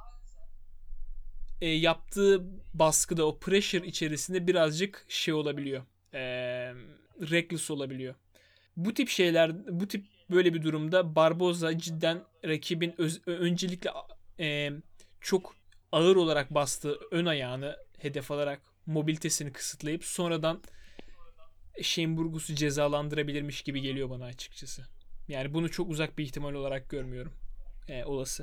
yaptığı baskıda, o pressure içerisinde birazcık şey olabiliyor. Reckless olabiliyor. Bu tip şeyler, bu tip böyle bir durumda Barboza cidden rakibin öncelikle çok ağır olarak bastığı ön ayağını hedef alarak mobilitesini kısıtlayıp sonradan Shane Burgos'u cezalandırabilirmiş gibi geliyor bana açıkçası. Yani bunu çok uzak bir ihtimal olarak görmüyorum. Olası.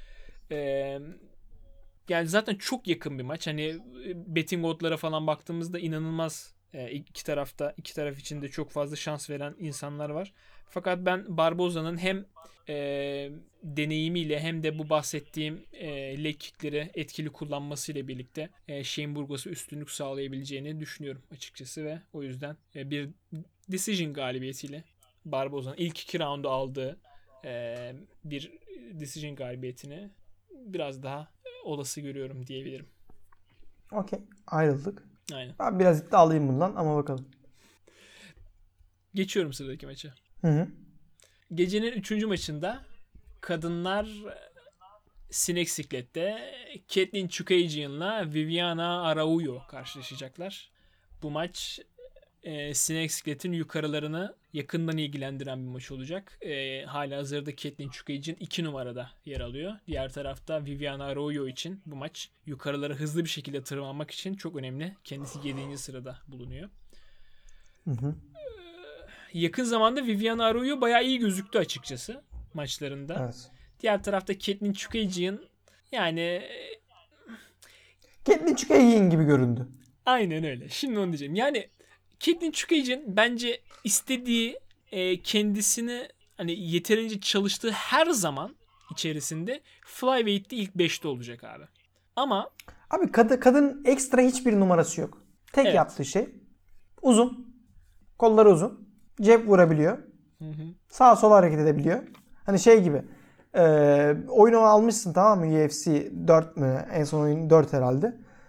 Yani zaten çok yakın bir maç. Hani betting odd'lara falan baktığımızda inanılmaz, iki taraf için de çok fazla şans veren insanlar var. Fakat ben Barboza'nın hem deneyimiyle hem de bu bahsettiğim leg kickleri etkili kullanmasıyla birlikte Shane Burgos'a üstünlük sağlayabileceğini düşünüyorum açıkçası ve o yüzden bir decision galibiyetiyle Barboza'nın ilk 2 roundu aldığı bir decision galibiyetini biraz daha olası görüyorum diyebilirim. Okey. Ayrıldık. Aynen. Ben biraz iddialıyım bundan ama bakalım. Geçiyorum sıradaki maça. Hı. Gecenin 3. maçında kadınlar sinek siklette Katlyn Chookagian'la Viviana Araújo karşılaşacaklar. Bu maç sinek sikletin yukarılarını yakından ilgilendiren bir maç olacak. Halihazırda Katlyn Chookagian 2 numarada yer alıyor. Diğer tarafta Viviana Araújo için bu maç yukarıları hızlı bir şekilde tırmanmak için çok önemli. Kendisi 7. sırada bulunuyor. Hı. Yakın zamanda Viviana Araújo bayağı iyi gözüktü açıkçası maçlarında. Evet. Diğer tarafta Katlyn Chookagian yani Katlyn Chookagian gibi göründü. Aynen öyle. Şimdi onu diyeceğim. Yani Katlyn Chookagian bence istediği, kendisini hani yeterince çalıştığı her zaman içerisinde Flyweight'te ilk 5'te olacak abi. Ama abi kadın ekstra hiçbir numarası yok. Tek yaptığı şey uzun. Kolları uzun. Cep vurabiliyor. Sağa sola hareket edebiliyor. Hani şey gibi. Oyunu almışsın, tamam mı? UFC 4 mü? En son oyun 4 herhalde.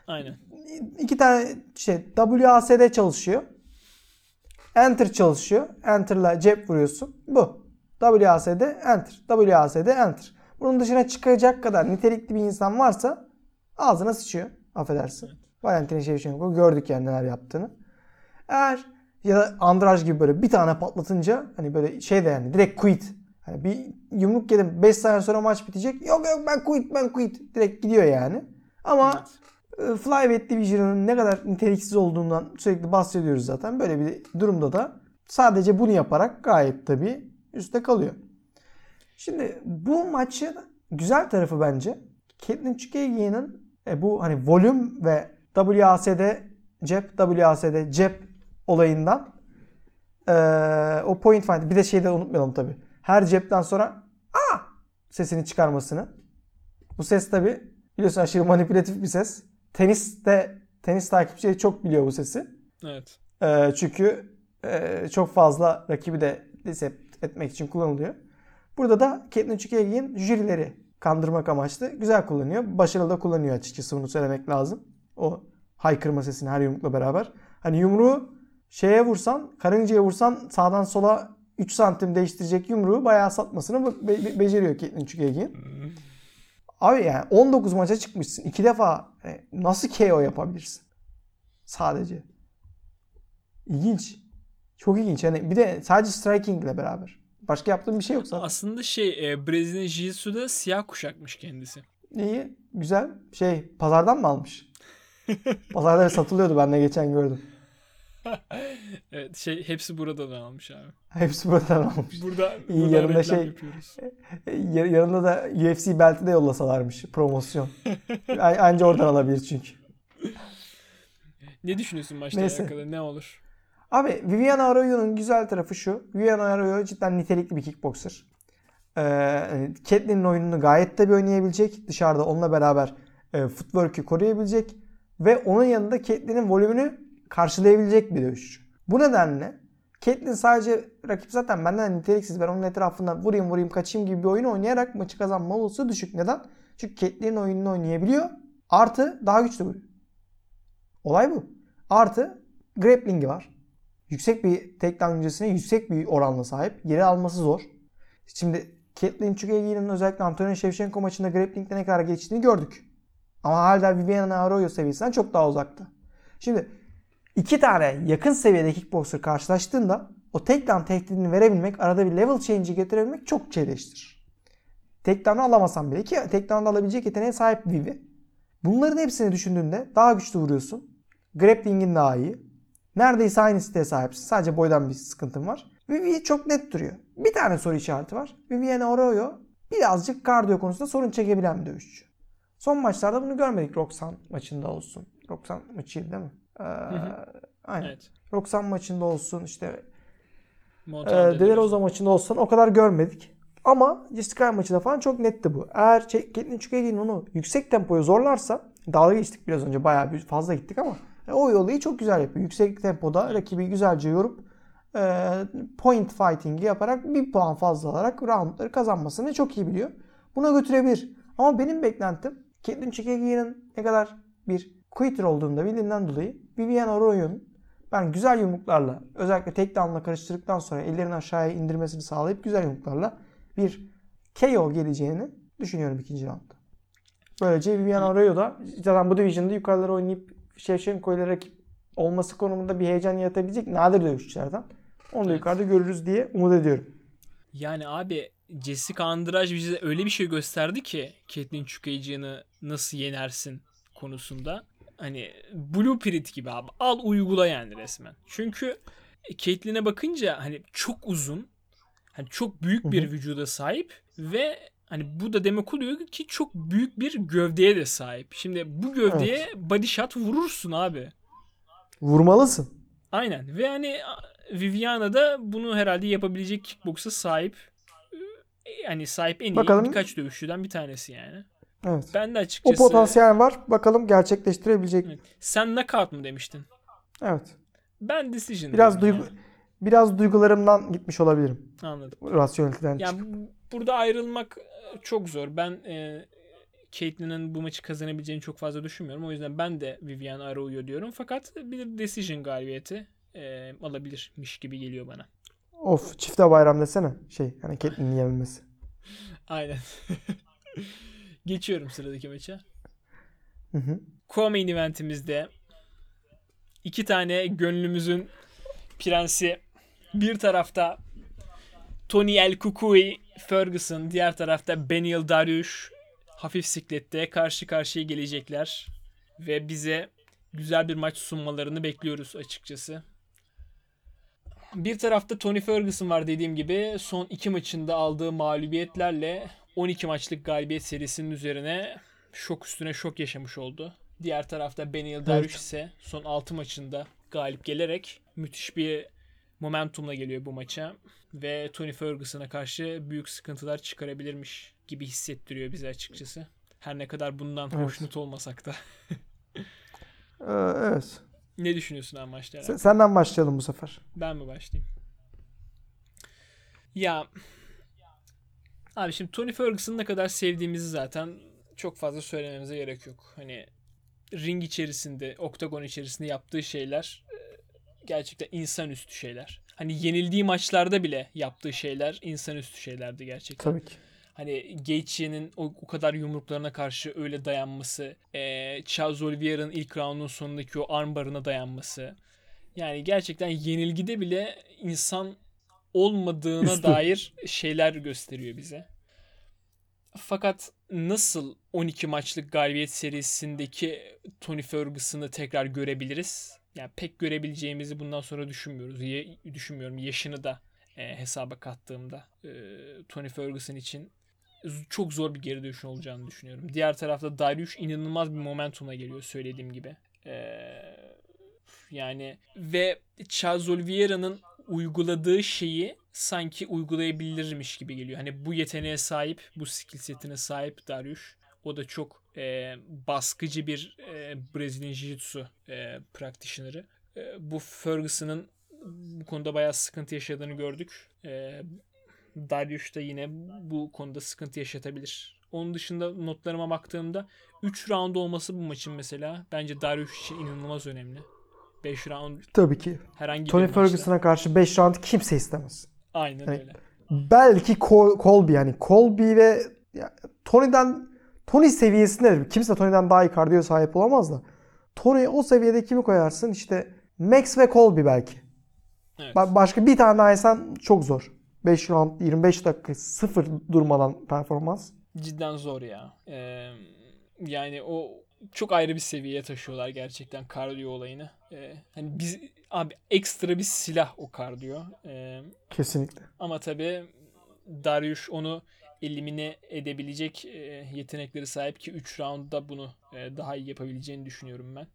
Aynen. İki tane WASD çalışıyor. Enter çalışıyor. Enter'la cep vuruyorsun. Bu. WASD Enter. WASD Enter. Bunun dışına çıkacak kadar nitelikli bir insan varsa ağzına sıçıyor. Affedersin. Evet. Valentin Shevchenko gördük yani neler yaptığını. Eğer ya da Andraj gibi böyle bir tane patlatınca hani böyle şey de yani direkt quit. Hani bir yumruk yedim 5 saniye sonra maç bitecek. Yok ben quit. Direkt gidiyor yani. Ama Flyweight Division'ın ne kadar niteliksiz olduğundan sürekli bahsediyoruz zaten. Böyle bir durumda da sadece bunu yaparak gayet tabii üstte kalıyor. Şimdi bu maçın güzel tarafı bence Katlyn Chookagian'ın bu hani volüm ve WASD cep olayından o point find bir de şeyi de unutmayalım tabii. Her cepten sonra sesini çıkarmasını. Bu ses tabii biliyorsun aşırı manipülatif bir ses. Tenis takipçileri çok biliyor bu sesi. Evet. Çünkü çok fazla rakibi de decept etmek için kullanılıyor. Burada da Katlyn Chookagian jürileri kandırmak amaçlı güzel kullanıyor. Başarılı da kullanıyor açıkçası, bunu söylemek lazım. O haykırma sesini her yumrukla beraber. Hani yumruğu şeye vursan, karıncaya vursan sağdan sola 3 santim değiştirecek yumruğu bayağı satmasını beceriyor Katlyn Chookagian. Abi yani 19 maça çıkmışsın. 2 defa nasıl KO yapabilirsin? Sadece. İlginç. Çok ilginç. Yani bir de sadece striking ile beraber. Başka yaptığım bir şey yok zaten. Aslında Brezilya Jiu-Jitsu'da siyah kuşakmış kendisi. İyi. Güzel. Pazardan mı almış? Pazarda satılıyordu, ben de geçen gördüm. Evet, hepsi buradan almış abi. Hepsi buradan almış. Burada yanında yapıyoruz. Yanında da UFC belti de yollasalarmış, promosyon. Anca oradan alabilir çünkü. Ne düşünüyorsun maçla alakalı? Ne olur? Abi Viviane Araújo'nun güzel tarafı şu. Viviane Araújo cidden nitelikli bir kickboxer. Katlyn'in oyununu gayet tabii oynayabilecek. Dışarıda onunla beraber footwork'ü koruyabilecek. Ve onun yanında Katlyn'in volümünü karşılayabilecek bir dövüşçü. Bu nedenle Katlyn sadece rakip zaten benden niteliksiz, ben onun etrafından vurayım kaçayım gibi bir oyun oynayarak maçı kazanma olasılığı düşük. Neden? Çünkü Katlyn'in oyununu oynayabiliyor. Artı daha güçlü vuruyor. Olay bu. Artı grappling'i var. Yüksek bir takedown yüzdesine yüksek bir oranla sahip. Geri alması zor. Şimdi Katlyn Chookagian'ın özellikle Antonio Shevchenko maçında grappling'de ne kadar geçtiğini gördük. Ama hala Viviane Araújo seviyesinden çok daha uzakta. Şimdi iki tane yakın seviyede kickboxer karşılaştığında o takedown tehdidini verebilmek, arada bir level change'i getirebilmek çok çeliştirir. Takedown'u alamasan bile, ki takedown'u alabilecek yeteneğe sahip Vivi. Bunların hepsini düşündüğünde daha güçlü vuruyorsun. Grappling'in daha iyi. Neredeyse aynı siteye sahipsin. Sadece boydan bir sıkıntın var. Vivi çok net duruyor. Bir tane soru işareti var. Viviane Araújo birazcık kardiyo konusunda sorun çekebilen bir dövüşçü. Son maçlarda bunu görmedik. Roxanne maçında olsun. Roxanne maçıydı değil mi? Aynen. Evet. Roxanne maçında olsun, De La Rosa maçında olsun, o kadar görmedik. Ama Jessica maçında falan çok netti bu. Eğer Katlyn Chookagian onu yüksek tempoyu zorlarsa, dalga geçtik biraz önce, bayağı fazla gittik ama o yolu çok güzel yapıyor. Yüksek tempoda rakibi güzelce yorup point fighting'i yaparak bir puan fazla alarak roundları kazanmasını çok iyi biliyor. Buna götürebilir. Ama benim beklentim Katlyn Chookagian'ın ne kadar bir quitter olduğunu da bildiğinden dolayı Viviane Araújo'nun ben güzel yumruklarla, özellikle takedown'la karıştırdıktan sonra ellerini aşağıya indirmesini sağlayıp güzel yumruklarla bir KO geleceğini düşünüyorum ikinci roundda. Böylece Viviane Araújo da zaten bu division'da yukarılara oynayıp Shevchenko ile rakip olması konumunda bir heyecan yaratabilecek nadir dövüşçülerden. Onu da yukarıda görürüz diye umut ediyorum. Yani abi Jessica Andrade bize öyle bir şey gösterdi ki Katlyn Chookagian'ı nasıl yenersin konusunda. Hani blueprint gibi abi. Al uygula yani resmen. Çünkü Katlyn'e bakınca hani çok uzun, hani çok büyük bir vücuda sahip ve hani bu da demek oluyor ki çok büyük bir gövdeye de sahip. Şimdi bu gövdeye body shot vurursun abi. Vurmalısın. Aynen. Ve hani Viviane da bunu herhalde yapabilecek kickbox'a sahip. Yani sahip en iyi birkaç dövüşçüden bir tanesi yani. Evet. Ben de açıkçası... O potansiyel var. Bakalım gerçekleştirebilecek mi? Evet. Sen knockout mu demiştin? Evet. Ben decision biraz duygularımdan gitmiş olabilirim. Anladım. Rasyoneliteden yani burada ayrılmak çok zor. Ben Caitlyn'in bu maçı kazanabileceğini çok fazla düşünmüyorum. O yüzden ben de Viviane Araújo diyorum. Fakat bir decision galibiyeti alabilirmiş gibi geliyor bana. Of, çifte bayram desene. Hani Caitlyn'in yenilmesi. Aynen. Geçiyorum sıradaki maça. Hı hı. Co-main eventimizde 2 tane gönlümüzün prensi, bir tarafta Tony El Kukui Ferguson, diğer tarafta Beneil Dariush hafif siklette karşı karşıya gelecekler ve bize güzel bir maç sunmalarını bekliyoruz açıkçası. Bir tarafta Tony Ferguson var, dediğim gibi son 2 maçında aldığı mağlubiyetlerle 12 maçlık galibiyet serisinin üzerine şok üstüne şok yaşamış oldu. Diğer tarafta Beneil Dariush ise son 6 maçında galip gelerek müthiş bir momentumla geliyor bu maça ve Tony Ferguson'a karşı büyük sıkıntılar çıkarabilirmiş gibi hissettiriyor bize açıkçası. Her ne kadar bundan hoşnut olmasak da. Evet. Ne düşünüyorsun abi maçlara? Senden başlayalım bu sefer. Ben mi başlayayım? Ya abi şimdi Tony Ferguson'ı ne kadar sevdiğimizi zaten çok fazla söylememize gerek yok. Hani ring içerisinde, oktagon içerisinde yaptığı şeyler gerçekten insanüstü şeyler. Hani yenildiği maçlarda bile yaptığı şeyler insanüstü şeylerdi gerçekten. Tabii ki. Hani Gaethje'nin o kadar yumruklarına karşı öyle dayanması, Charles Oliveira'nın ilk roundun sonundaki o armbarına dayanması. Yani gerçekten yenilgide bile insan olmadığına dair şeyler gösteriyor bize. Fakat nasıl 12 maçlık galibiyet serisindeki Tony Ferguson'ı tekrar görebiliriz? Yani pek görebileceğimizi bundan sonra düşünmüyorum. Yaşını da hesaba kattığımda Tony Ferguson için çok zor bir geri dönüş olacağını düşünüyorum. Diğer tarafta Dariush inanılmaz bir momentumla geliyor, söylediğim gibi. Yani ve Charles Oliveira'nın uyguladığı şeyi sanki uygulayabilirmiş gibi geliyor. Hani bu yeteneğe sahip, bu skill setine sahip Dariush. O da çok baskıcı bir Brezilya Jiu-Jitsu practitioner'ı. Bu Ferguson'ın bu konuda bayağı sıkıntı yaşadığını gördük. Dariush da yine bu konuda sıkıntı yaşatabilir. Onun dışında notlarıma baktığımda 3 round olması bu maçın mesela bence Dariush için inanılmaz önemli. 5 round tabii ki. Herhangi Tony bir maçta. Ferguson'a karşı 5 round kimse istemez. Aynen yani, öyle. Belki Colby, yani Colby ve Tony seviyesinde, kimse Tony'den daha iyi kardiyo sahip olamaz da. Tony o seviyede kimi koyarsın? İşte Max ve Colby belki. Evet. Başka bir tane daha insan çok zor. 5 round 25 dakika sıfır durmadan performans. Cidden zor ya. Yani o çok ayrı bir seviyeye taşıyorlar gerçekten kardiyo olayını. Hani biz abi ekstra bir silah o kardiyo. Kesinlikle. Ama tabii Dariush onu elimine edebilecek yetenekleri sahip ki 3 roundda bunu daha iyi yapabileceğini düşünüyorum ben.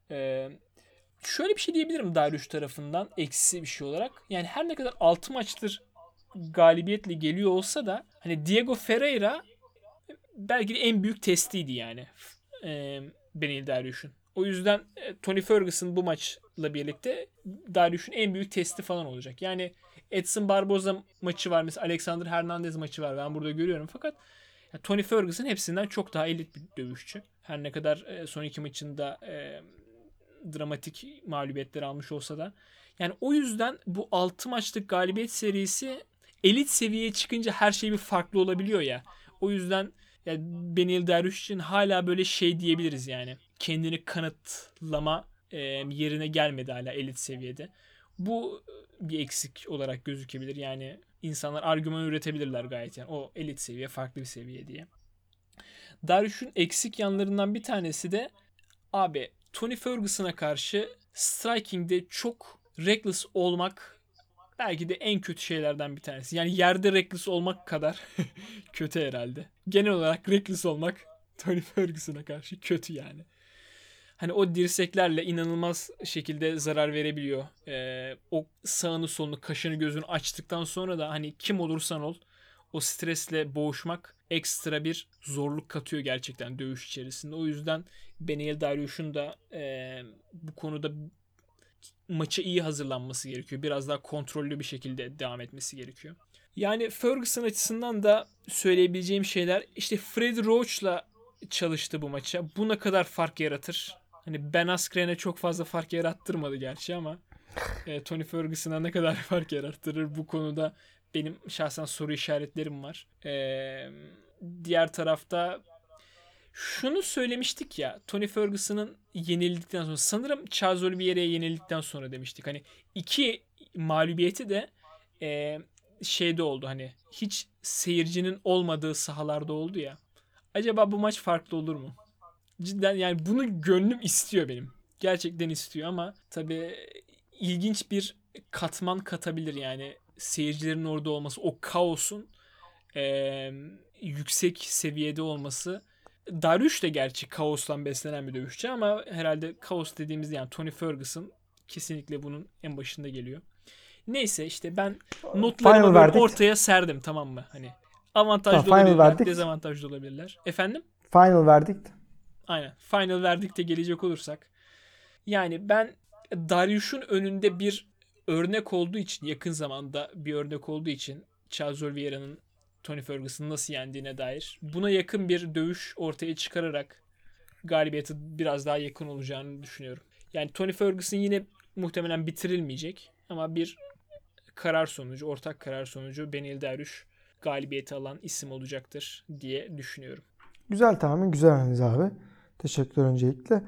Şöyle bir şey diyebilirim Dariush tarafından eksi bir şey olarak. Yani her ne kadar 6 maçtır galibiyetle geliyor olsa da hani Diego Ferreira belki de en büyük testiydi yani Beneil Dariush'un. O yüzden Tony Ferguson bu maçla birlikte Dariush'un en büyük testi falan olacak. Yani Edson Barboza maçı var. Mesela Alexander Hernandez maçı var. Ben burada görüyorum. Fakat Tony Ferguson hepsinden çok daha elit bir dövüşçü. Her ne kadar son 2 maçında dramatik mağlubiyetler almış olsa da. Yani o yüzden bu 6 maçlık galibiyet serisi elit seviyeye çıkınca her şey bir farklı olabiliyor ya. O yüzden yani Beneil Dariush için hala böyle şey diyebiliriz yani. Kendini kanıtlama yerine gelmedi hala elit seviyede. Bu bir eksik olarak gözükebilir. Yani insanlar argüman üretebilirler gayet yani. O elit seviye farklı bir seviye diye. Dariush'un eksik yanlarından bir tanesi de abi Tony Ferguson'a karşı striking'de çok reckless olmak belki de en kötü şeylerden bir tanesi. Yani yerde reckless olmak kadar kötü herhalde. Genel olarak reckless olmak Tony Ferguson'a karşı kötü yani. Hani o dirseklerle inanılmaz şekilde zarar verebiliyor. O sağını solunu, kaşını gözünü açtıktan sonra da hani kim olursan ol o stresle boğuşmak ekstra bir zorluk katıyor gerçekten dövüş içerisinde. O yüzden Beneil Dariush'un da bu konuda maça iyi hazırlanması gerekiyor. Biraz daha kontrollü bir şekilde devam etmesi gerekiyor. Yani Ferguson açısından da söyleyebileceğim şeyler işte Freddie Roach'la çalıştı bu maça. Bu ne kadar fark yaratır? Hani Ben Askren'e çok fazla fark yarattırmadı gerçi ama Tony Ferguson'a ne kadar fark yarattırır bu konuda benim şahsen soru işaretlerim var. Diğer tarafta şunu söylemiştik ya, Tony Ferguson'ın yenildikten sonra, sanırım Charles Oliveira'ya yenildikten sonra demiştik. Hani iki mağlubiyeti de şeyde oldu, hani hiç seyircinin olmadığı sahalarda oldu ya. Acaba bu maç farklı olur mu? Cidden yani bunu gönlüm istiyor benim. Gerçekten istiyor ama tabii ilginç bir katman katabilir yani. Seyircilerin orada olması, o kaosun yüksek seviyede olması. Dariush da gerçi kaostan beslenen bir dövüşçü ama herhalde kaos dediğimizde yani Tony Ferguson kesinlikle bunun en başında geliyor. Neyse işte ben notlarımı böyle ortaya serdim, tamam mı? Hani avantajlı olabilirler, dezavantajlı olabilirler. Efendim? Final verdict. Aynen. Final verdict'e gelecek olursak. Yani ben Dariush'un önünde bir örnek olduğu için, yakın zamanda bir örnek olduğu için Charles Oliveira'nın Tony Ferguson'ı nasıl yendiğine dair buna yakın bir dövüş ortaya çıkararak galibiyete biraz daha yakın olacağını düşünüyorum. Yani Tony Ferguson yine muhtemelen bitirilmeyecek ama bir karar sonucu, ortak karar sonucu Beneil Dariush galibiyeti alan isim olacaktır diye düşünüyorum. Güzel tahmin, güzel analiz abi. Teşekkürler öncelikle.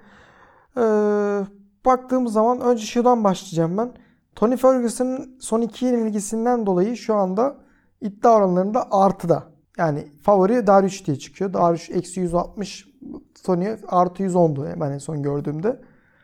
Baktığımız zaman önce şuradan başlayacağım ben. Tony Ferguson'ın son 2 yenilgisinden dolayı şu anda iddia oranlarında artıda. Yani favori Dariush diye çıkıyor. Dariush eksi 160, Tony artı 110'du ben en son gördüğümde.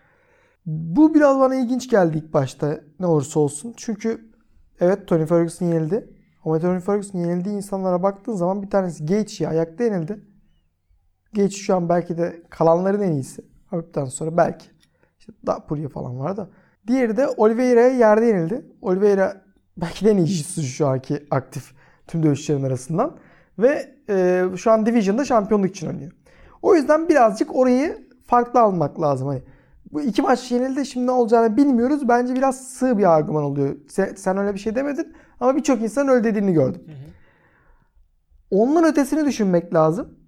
Bu biraz bana ilginç geldi ilk başta ne olursa olsun. Çünkü evet Tony Ferguson yenildi. Ama Tony Ferguson yenildiği insanlara baktığın zaman bir tanesi Gaethje ayakta yenildi. Gaethje şu an belki de kalanların en iyisi. Hafiften sonra belki. İşte Purya falan var da. Diğeri de Oliveira'ya yerde yenildi. Oliveira belki de en iyi jiu-jitsu şu anki aktif tüm dövüşçülerin arasından. Ve şu an Division'da şampiyonluk için oynuyor. O yüzden birazcık orayı farklı almak lazım. Hani bu 2 maç yenildi, şimdi ne olacağını bilmiyoruz. Bence biraz sığ bir argüman oluyor. Sen öyle bir şey demedin ama birçok insan öyle dediğini gördüm. Onun ötesini düşünmek lazım.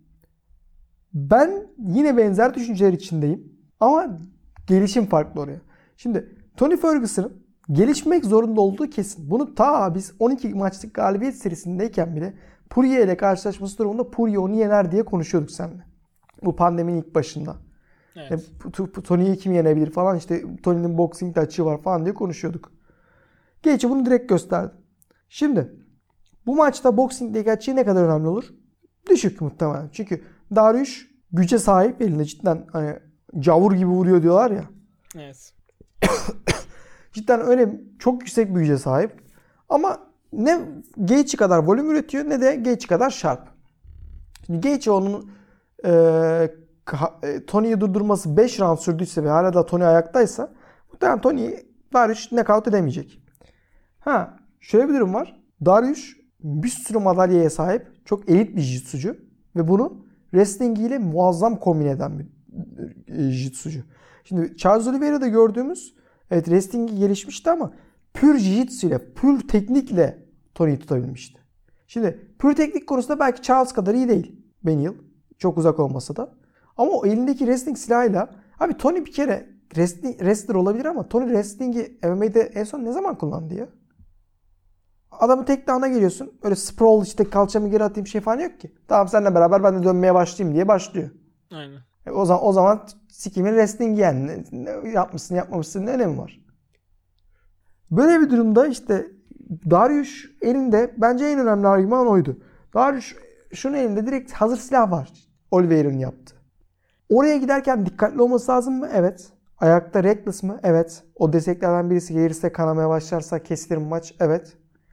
Ben yine benzer düşünceler içindeyim. Ama gelişim farklı oraya. Şimdi Tony Ferguson'ın gelişmek zorunda olduğu kesin. Bunu ta biz 12 maçlık galibiyet serisindeyken bile Purya ile karşılaşması durumunda Purya onu yener diye konuşuyorduk seninle. Bu pandeminin ilk başında. Evet. Tony'yi kim yenebilir falan, işte Tony'nin boxing açığı var falan diye konuşuyorduk. Gaethje bunu direkt gösterdi. Şimdi bu maçta boxing'deki açığı ne kadar önemli olur? Düşük muhtemelen. Çünkü Dariush güce sahip, elinde cidden hani cavur gibi vuruyor diyorlar ya. Evet. Cidden öyle çok yüksek bir güce sahip. Ama ne Gaethje kadar volüm üretiyor ne de Gaethje kadar sharp. Şimdi Gaethje onun Tony'yi durdurması 5 round sürdüyse ve hala da Tony ayaktaysa muhtemelen Tony'yi Dariush knockout edemeyecek. Şöyle bir durum var. Dariush bir sürü madalyaya sahip. Çok elit bir jiu-jitsucu. Ve bunu wrestling ile muazzam kombin eden bir jiu-jitsucu. Şimdi Charles Oliveira'da gördüğümüz, evet wrestling'i gelişmişti ama pür jiu-jitsu ile, pür teknikle Tony'yi tutabilmişti. Şimdi pür teknik konusunda belki Charles kadar iyi değil Beneil. Çok uzak olmasa da. Ama o elindeki wrestling silahıyla, abi Tony bir kere wrestler olabilir ama Tony wrestling'i MMA'de en son ne zaman kullandı ya? Adamı tek down'a geliyorsun. Öyle sprawl, işte kalçamı geri atayım şey falan yok ki. Tamam seninle beraber ben de dönmeye başlayayım diye başlıyor. Aynen. O zaman sikimin wrestling yani. Yapmışsın yapmamışsın ne önemi var? Böyle bir durumda işte Dariush elinde, bence en önemli argüman oydu. Dariush şunun elinde direkt hazır silah var. Oliveira'nın yaptığı. Oraya giderken dikkatli olması lazım mı? Evet. Ayakta reckless mı? Evet. O desteklerden birisi gelirse, kanamaya başlarsa kesilir mi maç? Evet.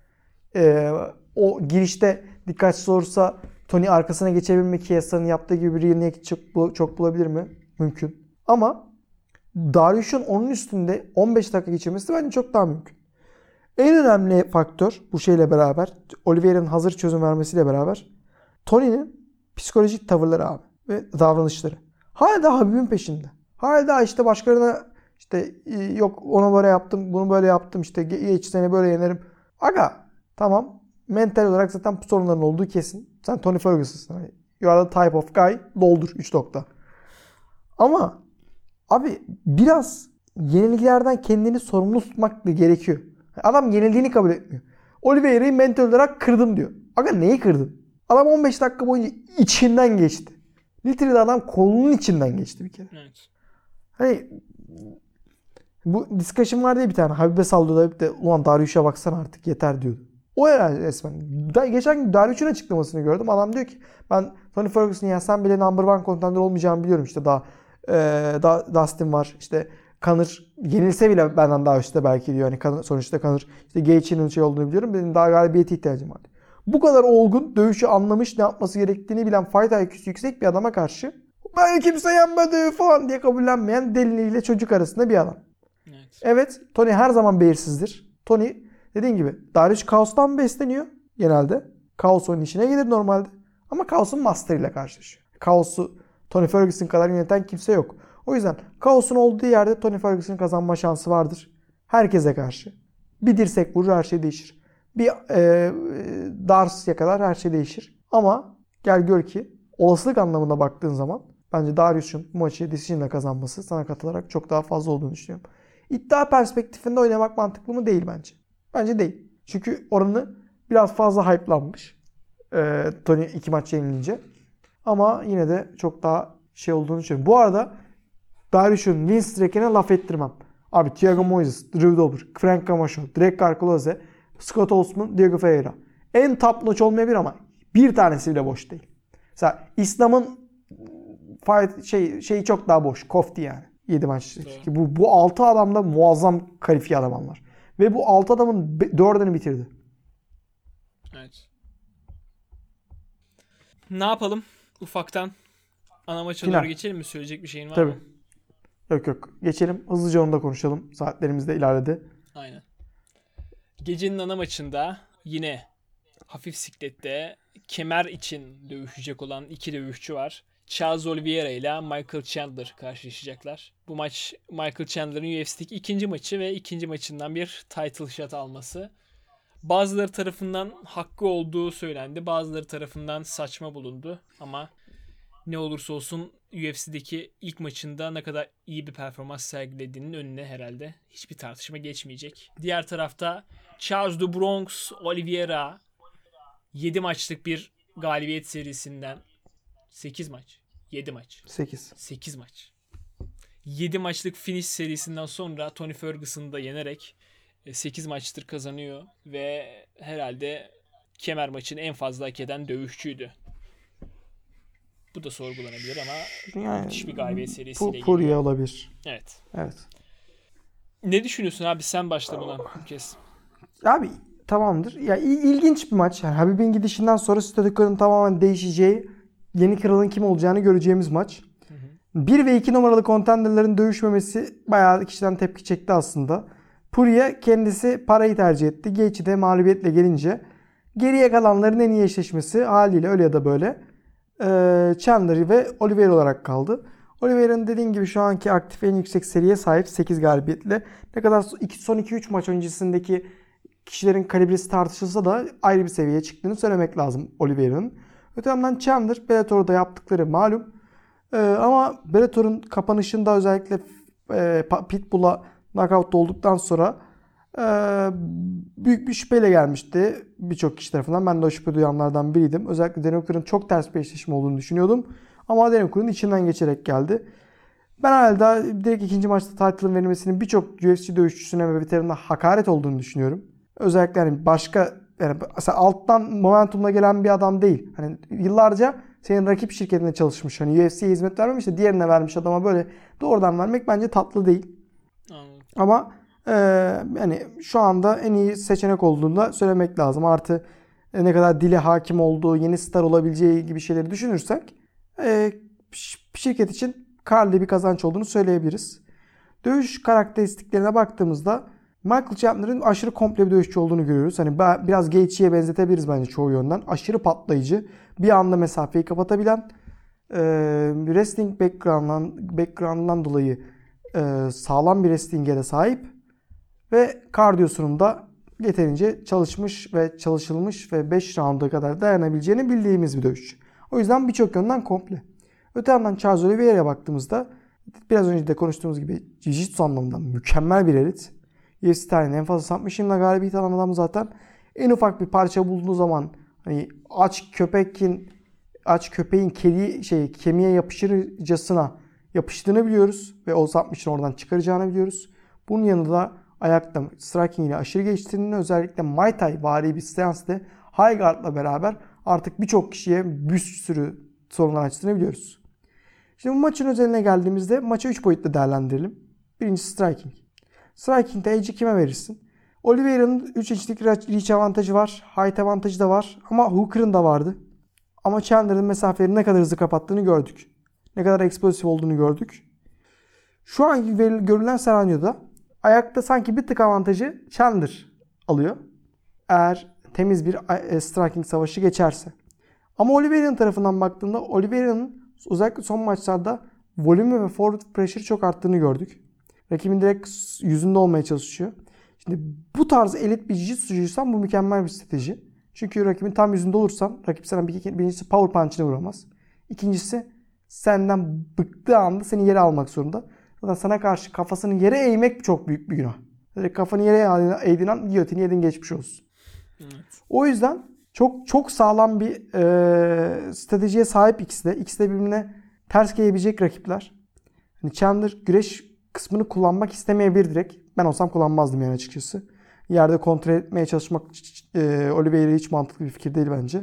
O girişte dikkatsiz olursa Tony arkasına geçebilmek, Chiesa'nın yaptığı gibi bir yılını çok bulabilir mi? Mümkün. Ama Dariush'un onun üstünde 15 dakika geçirmesi bence çok daha mümkün. En önemli faktör bu şeyle beraber, Oliveira'nın hazır çözüm vermesiyle beraber, Tony'nin psikolojik tavırları abi ve davranışları. Hala daha Habib'in peşinde. Hala daha işte başkalarına işte yok onu böyle yaptım, bunu böyle yaptım, işte geç seni böyle yenerim. Aga tamam, mental olarak zaten sorunların olduğu kesin. Sen Tony Ferguson'sın. You are the type of guy. Doldur 3 nokta. Ama abi biraz yenilgilerden kendini sorumlu tutmak da gerekiyor. Adam yenildiğini kabul etmiyor. Oliveira'yı mental olarak kırdım diyor. Aga neyi kırdın? Adam 15 dakika boyunca içinden geçti. Literally adam kolunun içinden geçti bir kere. Evet. Hani bu discussion var diye bir tane. Habib'e sallıyordu de ulan Darius'a baksana artık yeter diyordu. O herhalde resmen. Geçen gün Darius'un açıklamasını gördüm. Adam diyor ki ben Tony Ferguson'ı yensem bile number one contender olmayacağımı biliyorum. İşte daha Dustin var. İşte Conor yenilse bile benden daha üstte belki diyor. Hani sonuçta Conor işte Gaethje'nin şey olduğunu biliyorum. Benim daha galibiyete ihtiyacım var. Bu kadar olgun, dövüşü anlamış, ne yapması gerektiğini bilen, fight IQ'su yüksek bir adama karşı ben kimse yenmedi falan diye kabullenmeyen deliliyle çocuk arasında bir adam. Evet, Tony her zaman beyirsizdir. Tony dediğin gibi Darius kaostan besleniyor genelde. Kaos onun işine gelir normalde. Ama kaosun master'ıyla karşılaşıyor. Kaosu Tony Ferguson kadar yöneten kimse yok. O yüzden kaosun olduğu yerde Tony Ferguson'ın kazanma şansı vardır. Herkese karşı. Bir dirsek vurur her şey değişir. Bir Darcy'ye kadar her şey değişir. Ama gel gör ki olasılık anlamında baktığın zaman bence Darius'un bu maçı decision'la kazanması sana katılarak çok daha fazla olduğunu düşünüyorum. İddia perspektifinde oynamak mantıklı mı? Değil bence. Bence değil. Çünkü oranı biraz fazla hype'lanmış. Tony 2 maç yenilince. Ama yine de çok daha şey olduğunu düşünüyorum. Bu arada Darius'un win streak'ine laf ettirmem. Abi Thiago Moises, Drew Dober, Frank Camacho, Drake Carclose, Scott Osman, Diego Ferreira. En top notch olmayabilir ama bir tanesi bile boş değil. Mesela İslam'ın fight şeyi çok daha boş. Kofti yani. 7 maç. Bu 6 adamda muazzam kalifiye adamlar. Ve bu 6 adamın 4'ünü bitirdi. Evet. Ne yapalım? Ufaktan ana maça doğru geçelim mi? Söyleyecek bir şeyin var mı? Yok. Geçelim. Hızlıca onu da konuşalım. Saatlerimiz de ilerledi. Aynen. Gecenin ana maçında yine hafif siklette kemer için dövüşecek olan 2 dövüşçü var. Charles Oliveira ile Michael Chandler karşılaşacaklar. Bu maç Michael Chandler'ın UFC'deki ikinci maçı ve ikinci maçından bir title shot alması. Bazıları tarafından hakkı olduğu söylendi. Bazıları tarafından saçma bulundu. Ama ne olursa olsun UFC'deki ilk maçında ne kadar iyi bir performans sergilediğinin önüne herhalde hiçbir tartışma geçmeyecek. Diğer tarafta Charles the Bronx Oliveira 7 maçlık bir galibiyet serisinden 8 maç. 7 maç. 8 maç. 7 maçlık finish serisinden sonra Tony Ferguson'ı da yenerek 8 maçtır kazanıyor ve herhalde kemer maçını en fazla hak eden dövüşçüydü. Bu da sorgulanabilir ama yani, müthiş bir galibiyet serisiyle geliyor. Purya olabilir. Evet. Evet. Ne düşünüyorsun abi? Sen başla buna bir kez. Abi tamamdır. Ya ilginç bir maç. Yani Habib'in gidişinden sonra statükonun tamamen değişeceği, yeni kralın kim olacağını göreceğimiz maç. 1 ve 2 numaralı contenderların dövüşmemesi bayağı kişiden tepki çekti aslında. Purya kendisi parayı tercih etti. Gaethje de mağlubiyetle gelince geriye kalanların en iyi eşleşmesi haliyle öyle ya da böyle Chandler ve Oliveira olarak kaldı. Oliveira'nın dediğin gibi şu anki aktif en yüksek seriye sahip 8 galibiyetle. Ne kadar son 2-3 maç öncesindeki kişilerin kalibresi tartışılsa da ayrı bir seviyeye çıktığını söylemek lazım Oliveira'nın. Öte yandan Chandler Bellator'da yaptıkları malum. Ama Bellator'un kapanışında özellikle Pitbull'a knockout olduktan sonra büyük bir şüpheyle gelmişti birçok kişi tarafından. Ben de o şüphe duyanlardan biriydim. Özellikle Daniel Cormier'in çok ters bir eşleşme olduğunu düşünüyordum. Ama Daniel Cormier'in içinden geçerek geldi. Ben hala direkt ikinci maçta title'ın verilmesinin birçok UFC dövüşçüsüne ve veteranına hakaret olduğunu düşünüyorum. Özellikle hani başka yani mesela alttan momentumla gelen bir adam değil. Hani yıllarca senin rakip şirketinde çalışmış. Hani UFC'ye hizmet vermemiş de diğerine vermiş adama böyle doğrudan vermek bence tatlı değil. Anladım. Ama yani şu anda en iyi seçenek olduğunu da söylemek lazım. Artı ne kadar dile hakim olduğu, yeni star olabileceği gibi şeyleri düşünürsek şirket için karlı bir kazanç olduğunu söyleyebiliriz. Dövüş karakteristiklerine baktığımızda Michael Chandler'ın aşırı komple bir dövüşçü olduğunu görüyoruz. Hani biraz Gaethje'ye benzetebiliriz bence çoğu yönden. Aşırı patlayıcı, bir anda mesafeyi kapatabilen, wrestling background'dan dolayı sağlam bir wrestling'e de sahip ve kardiyosunun da yeterince çalışmış ve çalışılmış ve 5 rounda kadar dayanabileceğini bildiğimiz bir dövüşçü. O yüzden birçok yönden komple. Öte yandan Charles Oliveira'ya baktığımızda biraz önce de konuştuğumuz gibi Jiu-Jitsu anlamında mükemmel bir elit. UFC tarihinin en fazla submission'la galibiyet alan adam zaten. En ufak bir parça bulduğu zaman hani aç köpeğin kemiğe yapışırcasına yapıştığını biliyoruz ve o submission oradan çıkaracağını biliyoruz. Bunun yanında ayakta striking ile aşırı geçtiğini, özellikle Muay Thai vari bir stance'de high guard'la beraber artık birçok kişiye bir sürü sorunlar açtığını biliyoruz. Şimdi bu maçın özeline geldiğimizde maçı 3 boyutlu değerlendirelim. Birincisi striking. Striking'de edge'i kime verirsin? Oliveira'nın 3 inçlik reach avantajı var. Height avantajı da var. Ama Hooker'ın da vardı. Ama Chandler'ın mesafeleri ne kadar hızlı kapattığını gördük. Ne kadar eksplosif olduğunu gördük. Şu an görülen senaryoda ayakta sanki bir tık avantajı Chandler alıyor. Eğer temiz bir striking savaşı geçerse. Ama Oliveira'nın tarafından baktığında Oliveira'nın özellikle son maçlarda volümü ve forward pressure çok arttığını gördük. Rakibin direkt yüzünde olmaya çalışıyor. Şimdi bu tarz elit bir jiu-jitsucuysan bu mükemmel bir strateji. Çünkü rakibin tam yüzünde olursan rakip sana birincisi power punch'ını vuramaz. İkincisi senden bıktığı anda seni yere almak zorunda. Zaten sana karşı kafasını yere eğmek çok büyük bir günah. Direkt kafanı yere eğdiğin an giyotini yedin geçmiş olsun. Evet. O yüzden çok sağlam bir stratejiye sahip ikisi de. İkisi de birbirine ters gelebilecek rakipler. Hani Chandler güreş kısmını kullanmak istemeyebilir direkt. Ben olsam kullanmazdım yani açıkçası. Yerde kontrol etmeye çalışmak Oliveira hiç mantıklı bir fikir değil bence.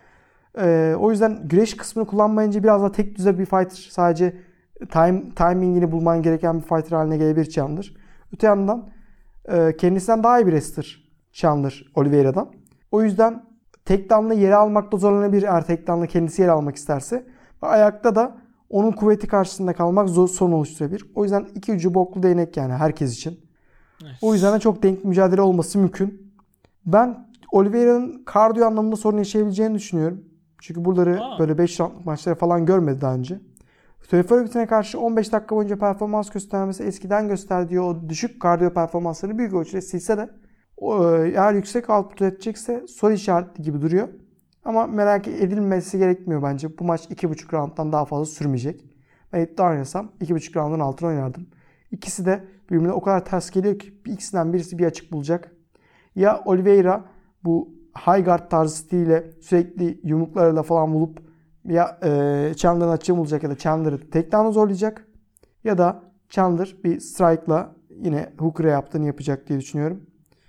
O yüzden güreş kısmını kullanmayınca biraz daha tek düze bir fighter. Sadece timingini bulman gereken bir fighter haline gelebilir Chandler. Öte yandan kendisinden daha iyi bir wrestler Chandler Oliveira'dan. O yüzden takedown'la yere almakta zorlanabilir eğer takedown'la kendisi yere almak isterse. Ve ayakta da onun kuvveti karşısında kalmak zor sorun oluşturabilir. O yüzden iki ucu boklu değnek yani herkes için. Evet. O yüzden de çok denk mücadele olması mümkün. Ben Oliveira'nın kardiyo anlamında sorun yaşayabileceğini düşünüyorum. Çünkü buraları böyle 5 roundluk maçları falan görmedi daha önce. Tony Ferguson'a karşı 15 dakika boyunca performans göstermesi eskiden gösterdiği o düşük kardiyo performanslarını büyük ölçüde silse de eğer yüksek output edecekse soru işaretli gibi duruyor. Ama merak edilmesi gerekmiyor bence. Bu maç 2,5 rounddan daha fazla sürmeyecek. Ben iddia oynasam 2,5 roundun altına oynardım. İkisi de birbirine o kadar ters geliyor ki ikisinden birisi bir açık bulacak. Ya Oliveira bu high guard tarzı stiliyle sürekli yumruklarıyla falan bulup ya Chandler'ın açığı bulacak ya da Chandler'ı takedown'u zorlayacak. Ya da Chandler bir strike'la yine Hooker'a yaptığını yapacak diye düşünüyorum.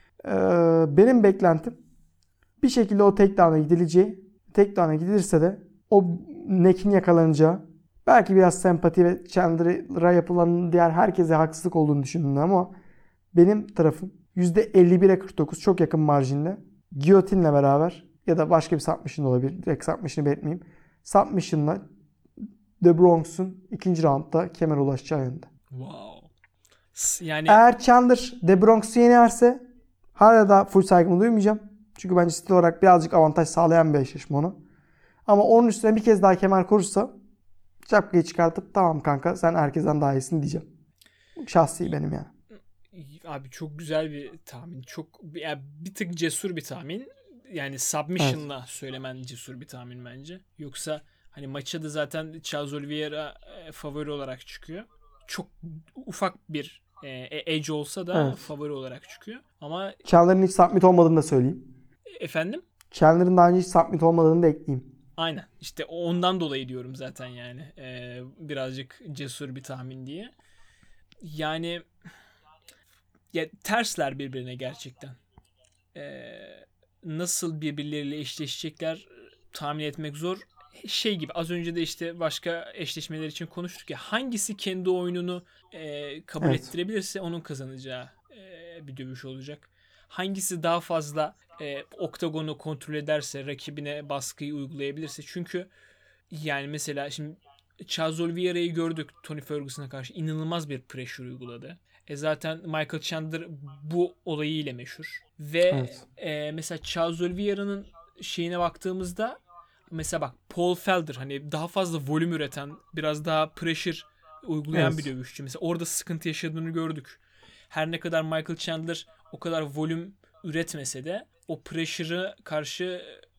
Benim beklentim bir şekilde o takedown'a gidileceği. Takedown'a gidilirse de o neck'in yakalanacağı, belki biraz sempati ve Chandler'a yapılan diğer herkese haksızlık olduğunu düşündüm ama benim tarafım %51'e 49 çok yakın marjinle giyotinle beraber ya da başka bir submission olabilir. Direkt submission'ı belirtmeyeyim. Submission'la The Bronx'un ikinci roundda kemer ulaşacağı yönde. Wow. Yani eğer Chandler The Bronx'u yenerse hala da full saygımı duymayacağım. Çünkü bence stil olarak birazcık avantaj sağlayan bir eşleşme onu. Ama onun üstüne bir kez daha kemer korursa şapkayı çıkartıp tamam kanka sen herkesten daha iyisin diyeceğim. Şahsi benim yani. Abi çok güzel bir tahmin. Çok yani bir tık cesur bir tahmin. Yani submission'la söylemen cesur bir tahmin bence. Yoksa hani maçta da zaten Charles Oliveira favori olarak çıkıyor. Çok ufak bir edge olsa da favori olarak çıkıyor. Ama Chandler'ın hiç submit olmadığını da söyleyeyim. Efendim? Chandler'ın daha önce hiç submit olmadığını da ekleyeyim. Aynen. İşte ondan dolayı diyorum zaten yani. Birazcık cesur bir tahmin diye. Yani ya tersler birbirine gerçekten. Nasıl birbirleriyle eşleşecekler tahmin etmek zor. Şey gibi az önce de işte başka eşleşmeler için konuştuk ya, hangisi kendi oyununu kabul ettirebilirse onun kazanacağı bir dövüş olacak. Hangisi daha fazla oktagonu kontrol ederse, rakibine baskıyı uygulayabilirse. Çünkü yani mesela şimdi Charles Oliveira'yı gördük, Tony Ferguson'a karşı inanılmaz bir pressure uyguladı. Zaten Michael Chandler bu olayıyla meşhur. Ve mesela Charles Oliveira'nın şeyine baktığımızda mesela bak Paul Felder hani daha fazla volüm üreten, biraz daha pressure uygulayan bir dövüşçü. Mesela orada sıkıntı yaşadığını gördük. Her ne kadar Michael Chandler o kadar volüm üretmese de o pressure'ı karşı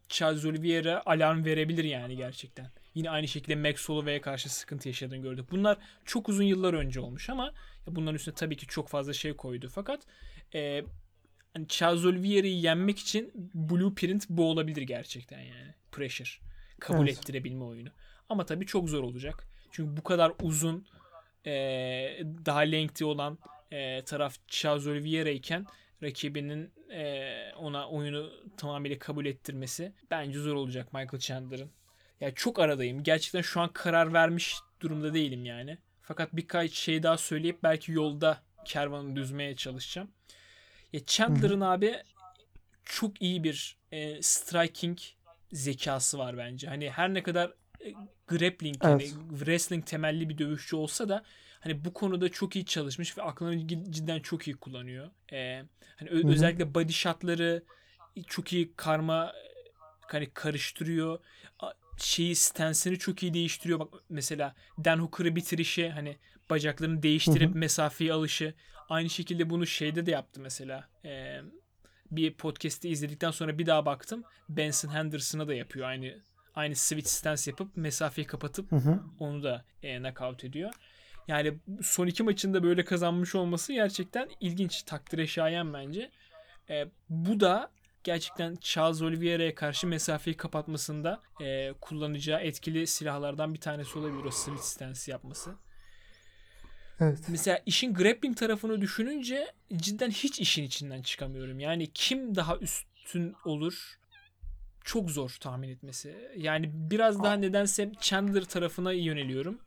Charles Oliveira alarm verebilir yani gerçekten. Yine aynı şekilde Max Holloway'e karşı sıkıntı yaşadığını gördük. Bunlar çok uzun yıllar önce olmuş ama bunların üstüne tabii ki çok fazla şey koydu. Fakat hani Charles Oliveira'yı yenmek için blueprint bu olabilir gerçekten yani. Pressure. Kabul ettirebilme oyunu. Ama tabii çok zor olacak. Çünkü bu kadar uzun daha lengthy olan taraf Charles Oliveira iken rakibinin ona oyunu tamamıyla kabul ettirmesi bence zor olacak Michael Chandler'ın. Yani çok aradayım. Gerçekten şu an karar vermiş durumda değilim yani. Fakat birkaç şey daha söyleyip belki yolda kervanı düzmeye çalışacağım. Ya Chandler'ın abi çok iyi bir striking zekası var bence. Hani her ne kadar grappling yani wrestling temelli bir dövüşçü olsa da hani bu konuda çok iyi çalışmış ve aklını cidden çok iyi kullanıyor. Hani özellikle body shotları çok iyi hani karıştırıyor. Stance'ini çok iyi değiştiriyor. Bak mesela Dan Hooker'ı bitirişi, hani bacaklarını değiştirip mesafeyi alışı. Aynı şekilde bunu şeyde de yaptı mesela. Bir podcast'i izledikten sonra bir daha baktım. Benson Henderson'a da yapıyor. Aynı switch stance yapıp mesafeyi kapatıp onu da knockout ediyor. Yani son 2 maçında böyle kazanmış olması gerçekten ilginç. Takdire şayan bence. Bu da gerçekten Charles Oliveira'ya karşı mesafeyi kapatmasında kullanacağı etkili silahlardan bir tanesi olabilir, o switch stance yapması. Evet. Mesela işin grappling tarafını düşününce cidden hiç işin içinden çıkamıyorum. Yani kim daha üstün olur çok zor tahmin etmesi. Yani biraz daha nedense Chandler tarafına yöneliyorum.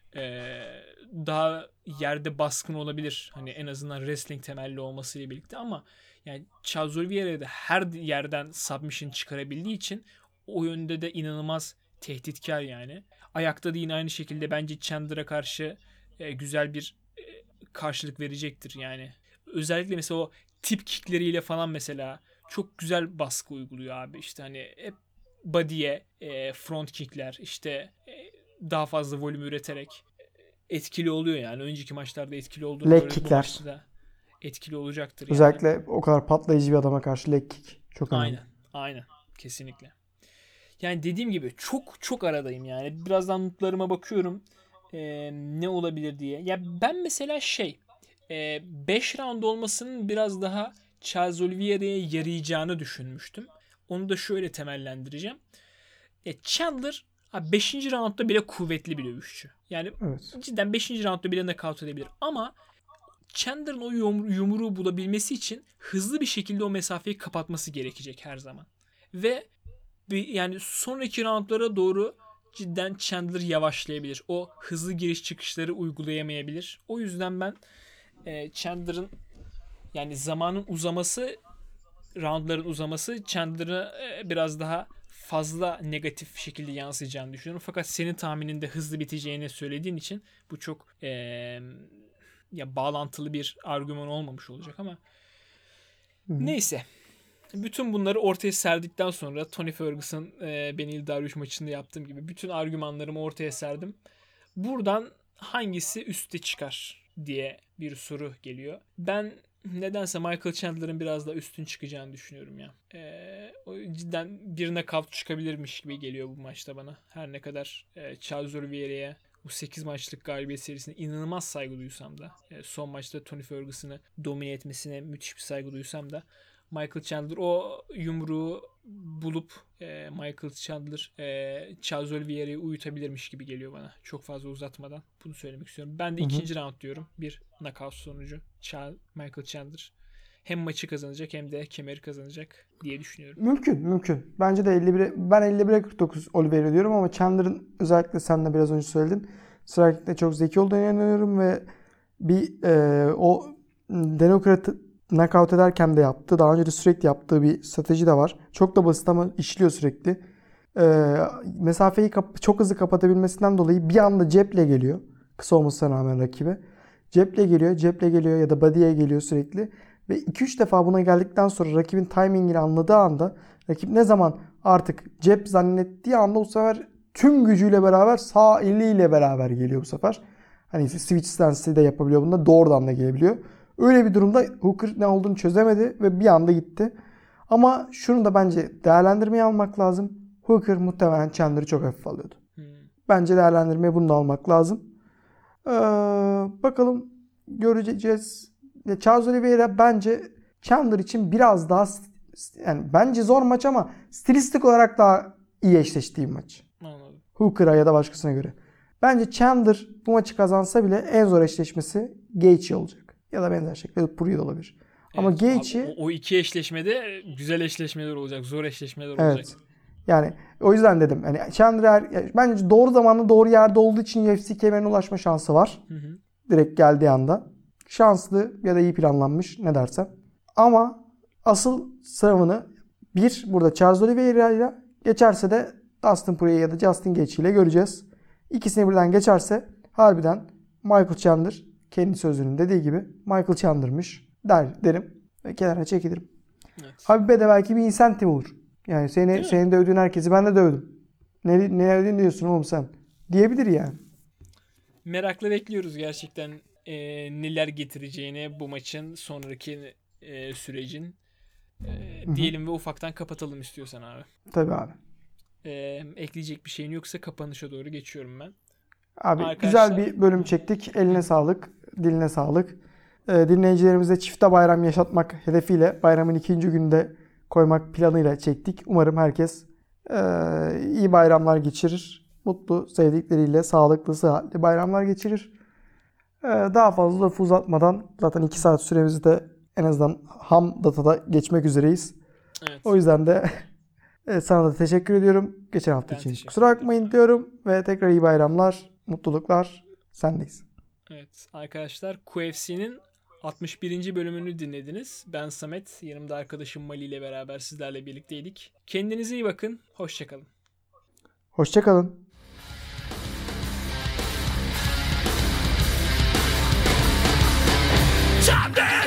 Daha yerde baskın olabilir. Hani en azından wrestling temelli olmasıyla birlikte ama yani Charles Oliveira'ya da her yerden submission çıkarabildiği için o yönde de inanılmaz tehditkar yani. Ayakta da yine aynı şekilde bence Chandler'a karşı güzel bir karşılık verecektir yani. Özellikle mesela o tip kickleriyle falan mesela çok güzel baskı uyguluyor abi. İşte hani hep body'ye front kickler, işte daha fazla volüm üreterek etkili oluyor yani. Önceki maçlarda etkili olduğunu leg gördük. Bu kickler. maçta da etkili olacaktır yani. Özellikle o kadar patlayıcı bir adama karşı leg kick çok önemli. Aynen. Kesinlikle. Yani dediğim gibi çok çok aradayım yani. Birazdan notlarıma bakıyorum. Ne olabilir diye. Ya ben mesela 5 round olmasının biraz daha Charles Oliveira'ya yarayacağını düşünmüştüm. Onu da şöyle temellendireceğim. Chandler 5. roundda bile kuvvetli bir dövüşçü. Yani cidden 5. roundda bile knockout edebilir. Ama Chandler'ın o yumruğu bulabilmesi için hızlı bir şekilde o mesafeyi kapatması gerekecek her zaman. Ve yani sonraki roundlara doğru cidden Chandler yavaşlayabilir. O hızlı giriş çıkışları uygulayamayabilir. O yüzden ben Chandler'ın yani zamanın uzaması, roundların uzaması Chandler'a biraz daha fazla negatif şekilde yansıyacağını düşünüyorum. Fakat senin tahmininde hızlı biteceğini söylediğin için bu çok ya bağlantılı bir argüman olmamış olacak ama neyse. Bütün bunları ortaya serdikten sonra Tony Ferguson Benil Dariush maçında yaptığım gibi bütün argümanlarımı ortaya serdim. Buradan hangisi üste çıkar diye bir soru geliyor. Ben nedense Michael Chandler'ın biraz daha üstün çıkacağını düşünüyorum ya. O cidden bir knockout çıkabilirmiş gibi geliyor bu maçta bana. Her ne kadar Charles Oliveira'ya bu 8 maçlık galibiyet serisine inanılmaz saygı duysam da son maçta Tony Ferguson'ı domine etmesine müthiş bir saygı duysam da Michael Chandler o yumruğu bulup Michael Chandler Charles Oliveira'yı uyutabilirmiş gibi geliyor bana. Çok fazla uzatmadan bunu söylemek istiyorum. Ben de ikinci round diyorum. Bir knockout sonucu Michael Chandler hem maçı kazanacak hem de kemeri kazanacak diye düşünüyorum. Mümkün. Bence de 51'e 49 Oliveira diyorum ama Chandler'ın özellikle sen de biraz önce söyledin. Striker'de çok zeki olduğunu inanıyorum ve o demokratı knockout ederken de yaptığı, daha önce de sürekli yaptığı bir strateji de var. Çok da basit ama işliyor sürekli. Mesafeyi çok hızlı kapatabilmesinden dolayı bir anda ceple geliyor. Kısa olmasına rağmen rakibe. Ceple geliyor ya da body'ye geliyor sürekli. Ve 2-3 defa buna geldikten sonra rakibin timingini anladığı anda, rakip ne zaman artık cep zannettiği anda bu sefer tüm gücüyle beraber sağ eliyle beraber geliyor bu sefer. Hani switch stance'i de yapabiliyor bunda. Doğrudan da gelebiliyor. Öyle bir durumda Hooker ne olduğunu çözemedi ve bir anda gitti. Ama şunu da bence değerlendirmeye almak lazım. Hooker muhtemelen Chandler'ı çok hafif alıyordu. Bence değerlendirmeye bunu da almak lazım. Bakalım göreceğiz. Charles Oliveira bence Chandler için biraz daha yani bence zor maç ama stilistik olarak daha iyi eşleştiği maç. Anladım. Hooker'a ya da başkasına göre. Bence Chandler bu maçı kazansa bile en zor eşleşmesi Gaethje olacak. Ya da benzer şekilde Poirier olabilir. Evet, ama Gaethje... O iki eşleşmede güzel eşleşmeler olacak. Zor eşleşmeler olacak. Evet. Yani o yüzden dedim. Yani Chandler bence doğru zamanda doğru yerde olduğu için UFC kemerine ulaşma şansı var. Hı. Direkt geldiği anda. Şanslı ya da iyi planlanmış ne dersen. Ama asıl sınavını burada Charles Oliveira ile geçerse de Dustin Poirier ya da Justin Gaethje ile göreceğiz. İkisini birden geçerse harbiden Michael Chandler kendi sözünün dediği gibi Michael Chandler'mış derim ve kenara çekilirim. Evet. Habib'e de belki bir insentif olur. Yani senin dövdüğün herkesi ben de dövdüm. Ne övdün diyorsun oğlum sen? Diyebilir yani. Merakla bekliyoruz gerçekten neler getireceğini bu maçın sonraki sürecin. Diyelim ve ufaktan kapatalım istiyorsan abi. Tabii abi. Ekleyecek bir şeyin yoksa kapanışa doğru geçiyorum ben. Abi Arkadaşlar, güzel bir bölüm çektik. Eline sağlık, diline sağlık. Dinleyicilerimize çifte bayram yaşatmak hedefiyle bayramın 2. günde koymak planıyla çektik. Umarım herkes iyi bayramlar geçirir. Mutlu, sevdikleriyle sağlıklı, sıhhatli bayramlar geçirir. Daha fazla lafı uzatmadan zaten 2 saat süremizi de en azından ham datada geçmek üzereyiz. Evet. O yüzden de sana da teşekkür ediyorum. Geçen hafta için kusura bakmayın diyorum ve tekrar iyi bayramlar, mutluluklar. Sendeyiz. Evet arkadaşlar, QFC'nin 61. bölümünü dinlediniz. Ben Samet, yanımda arkadaşım Mali ile beraber sizlerle birlikteydik. Kendinize iyi bakın, hoşçakalın. Hoşçakalın. Champion!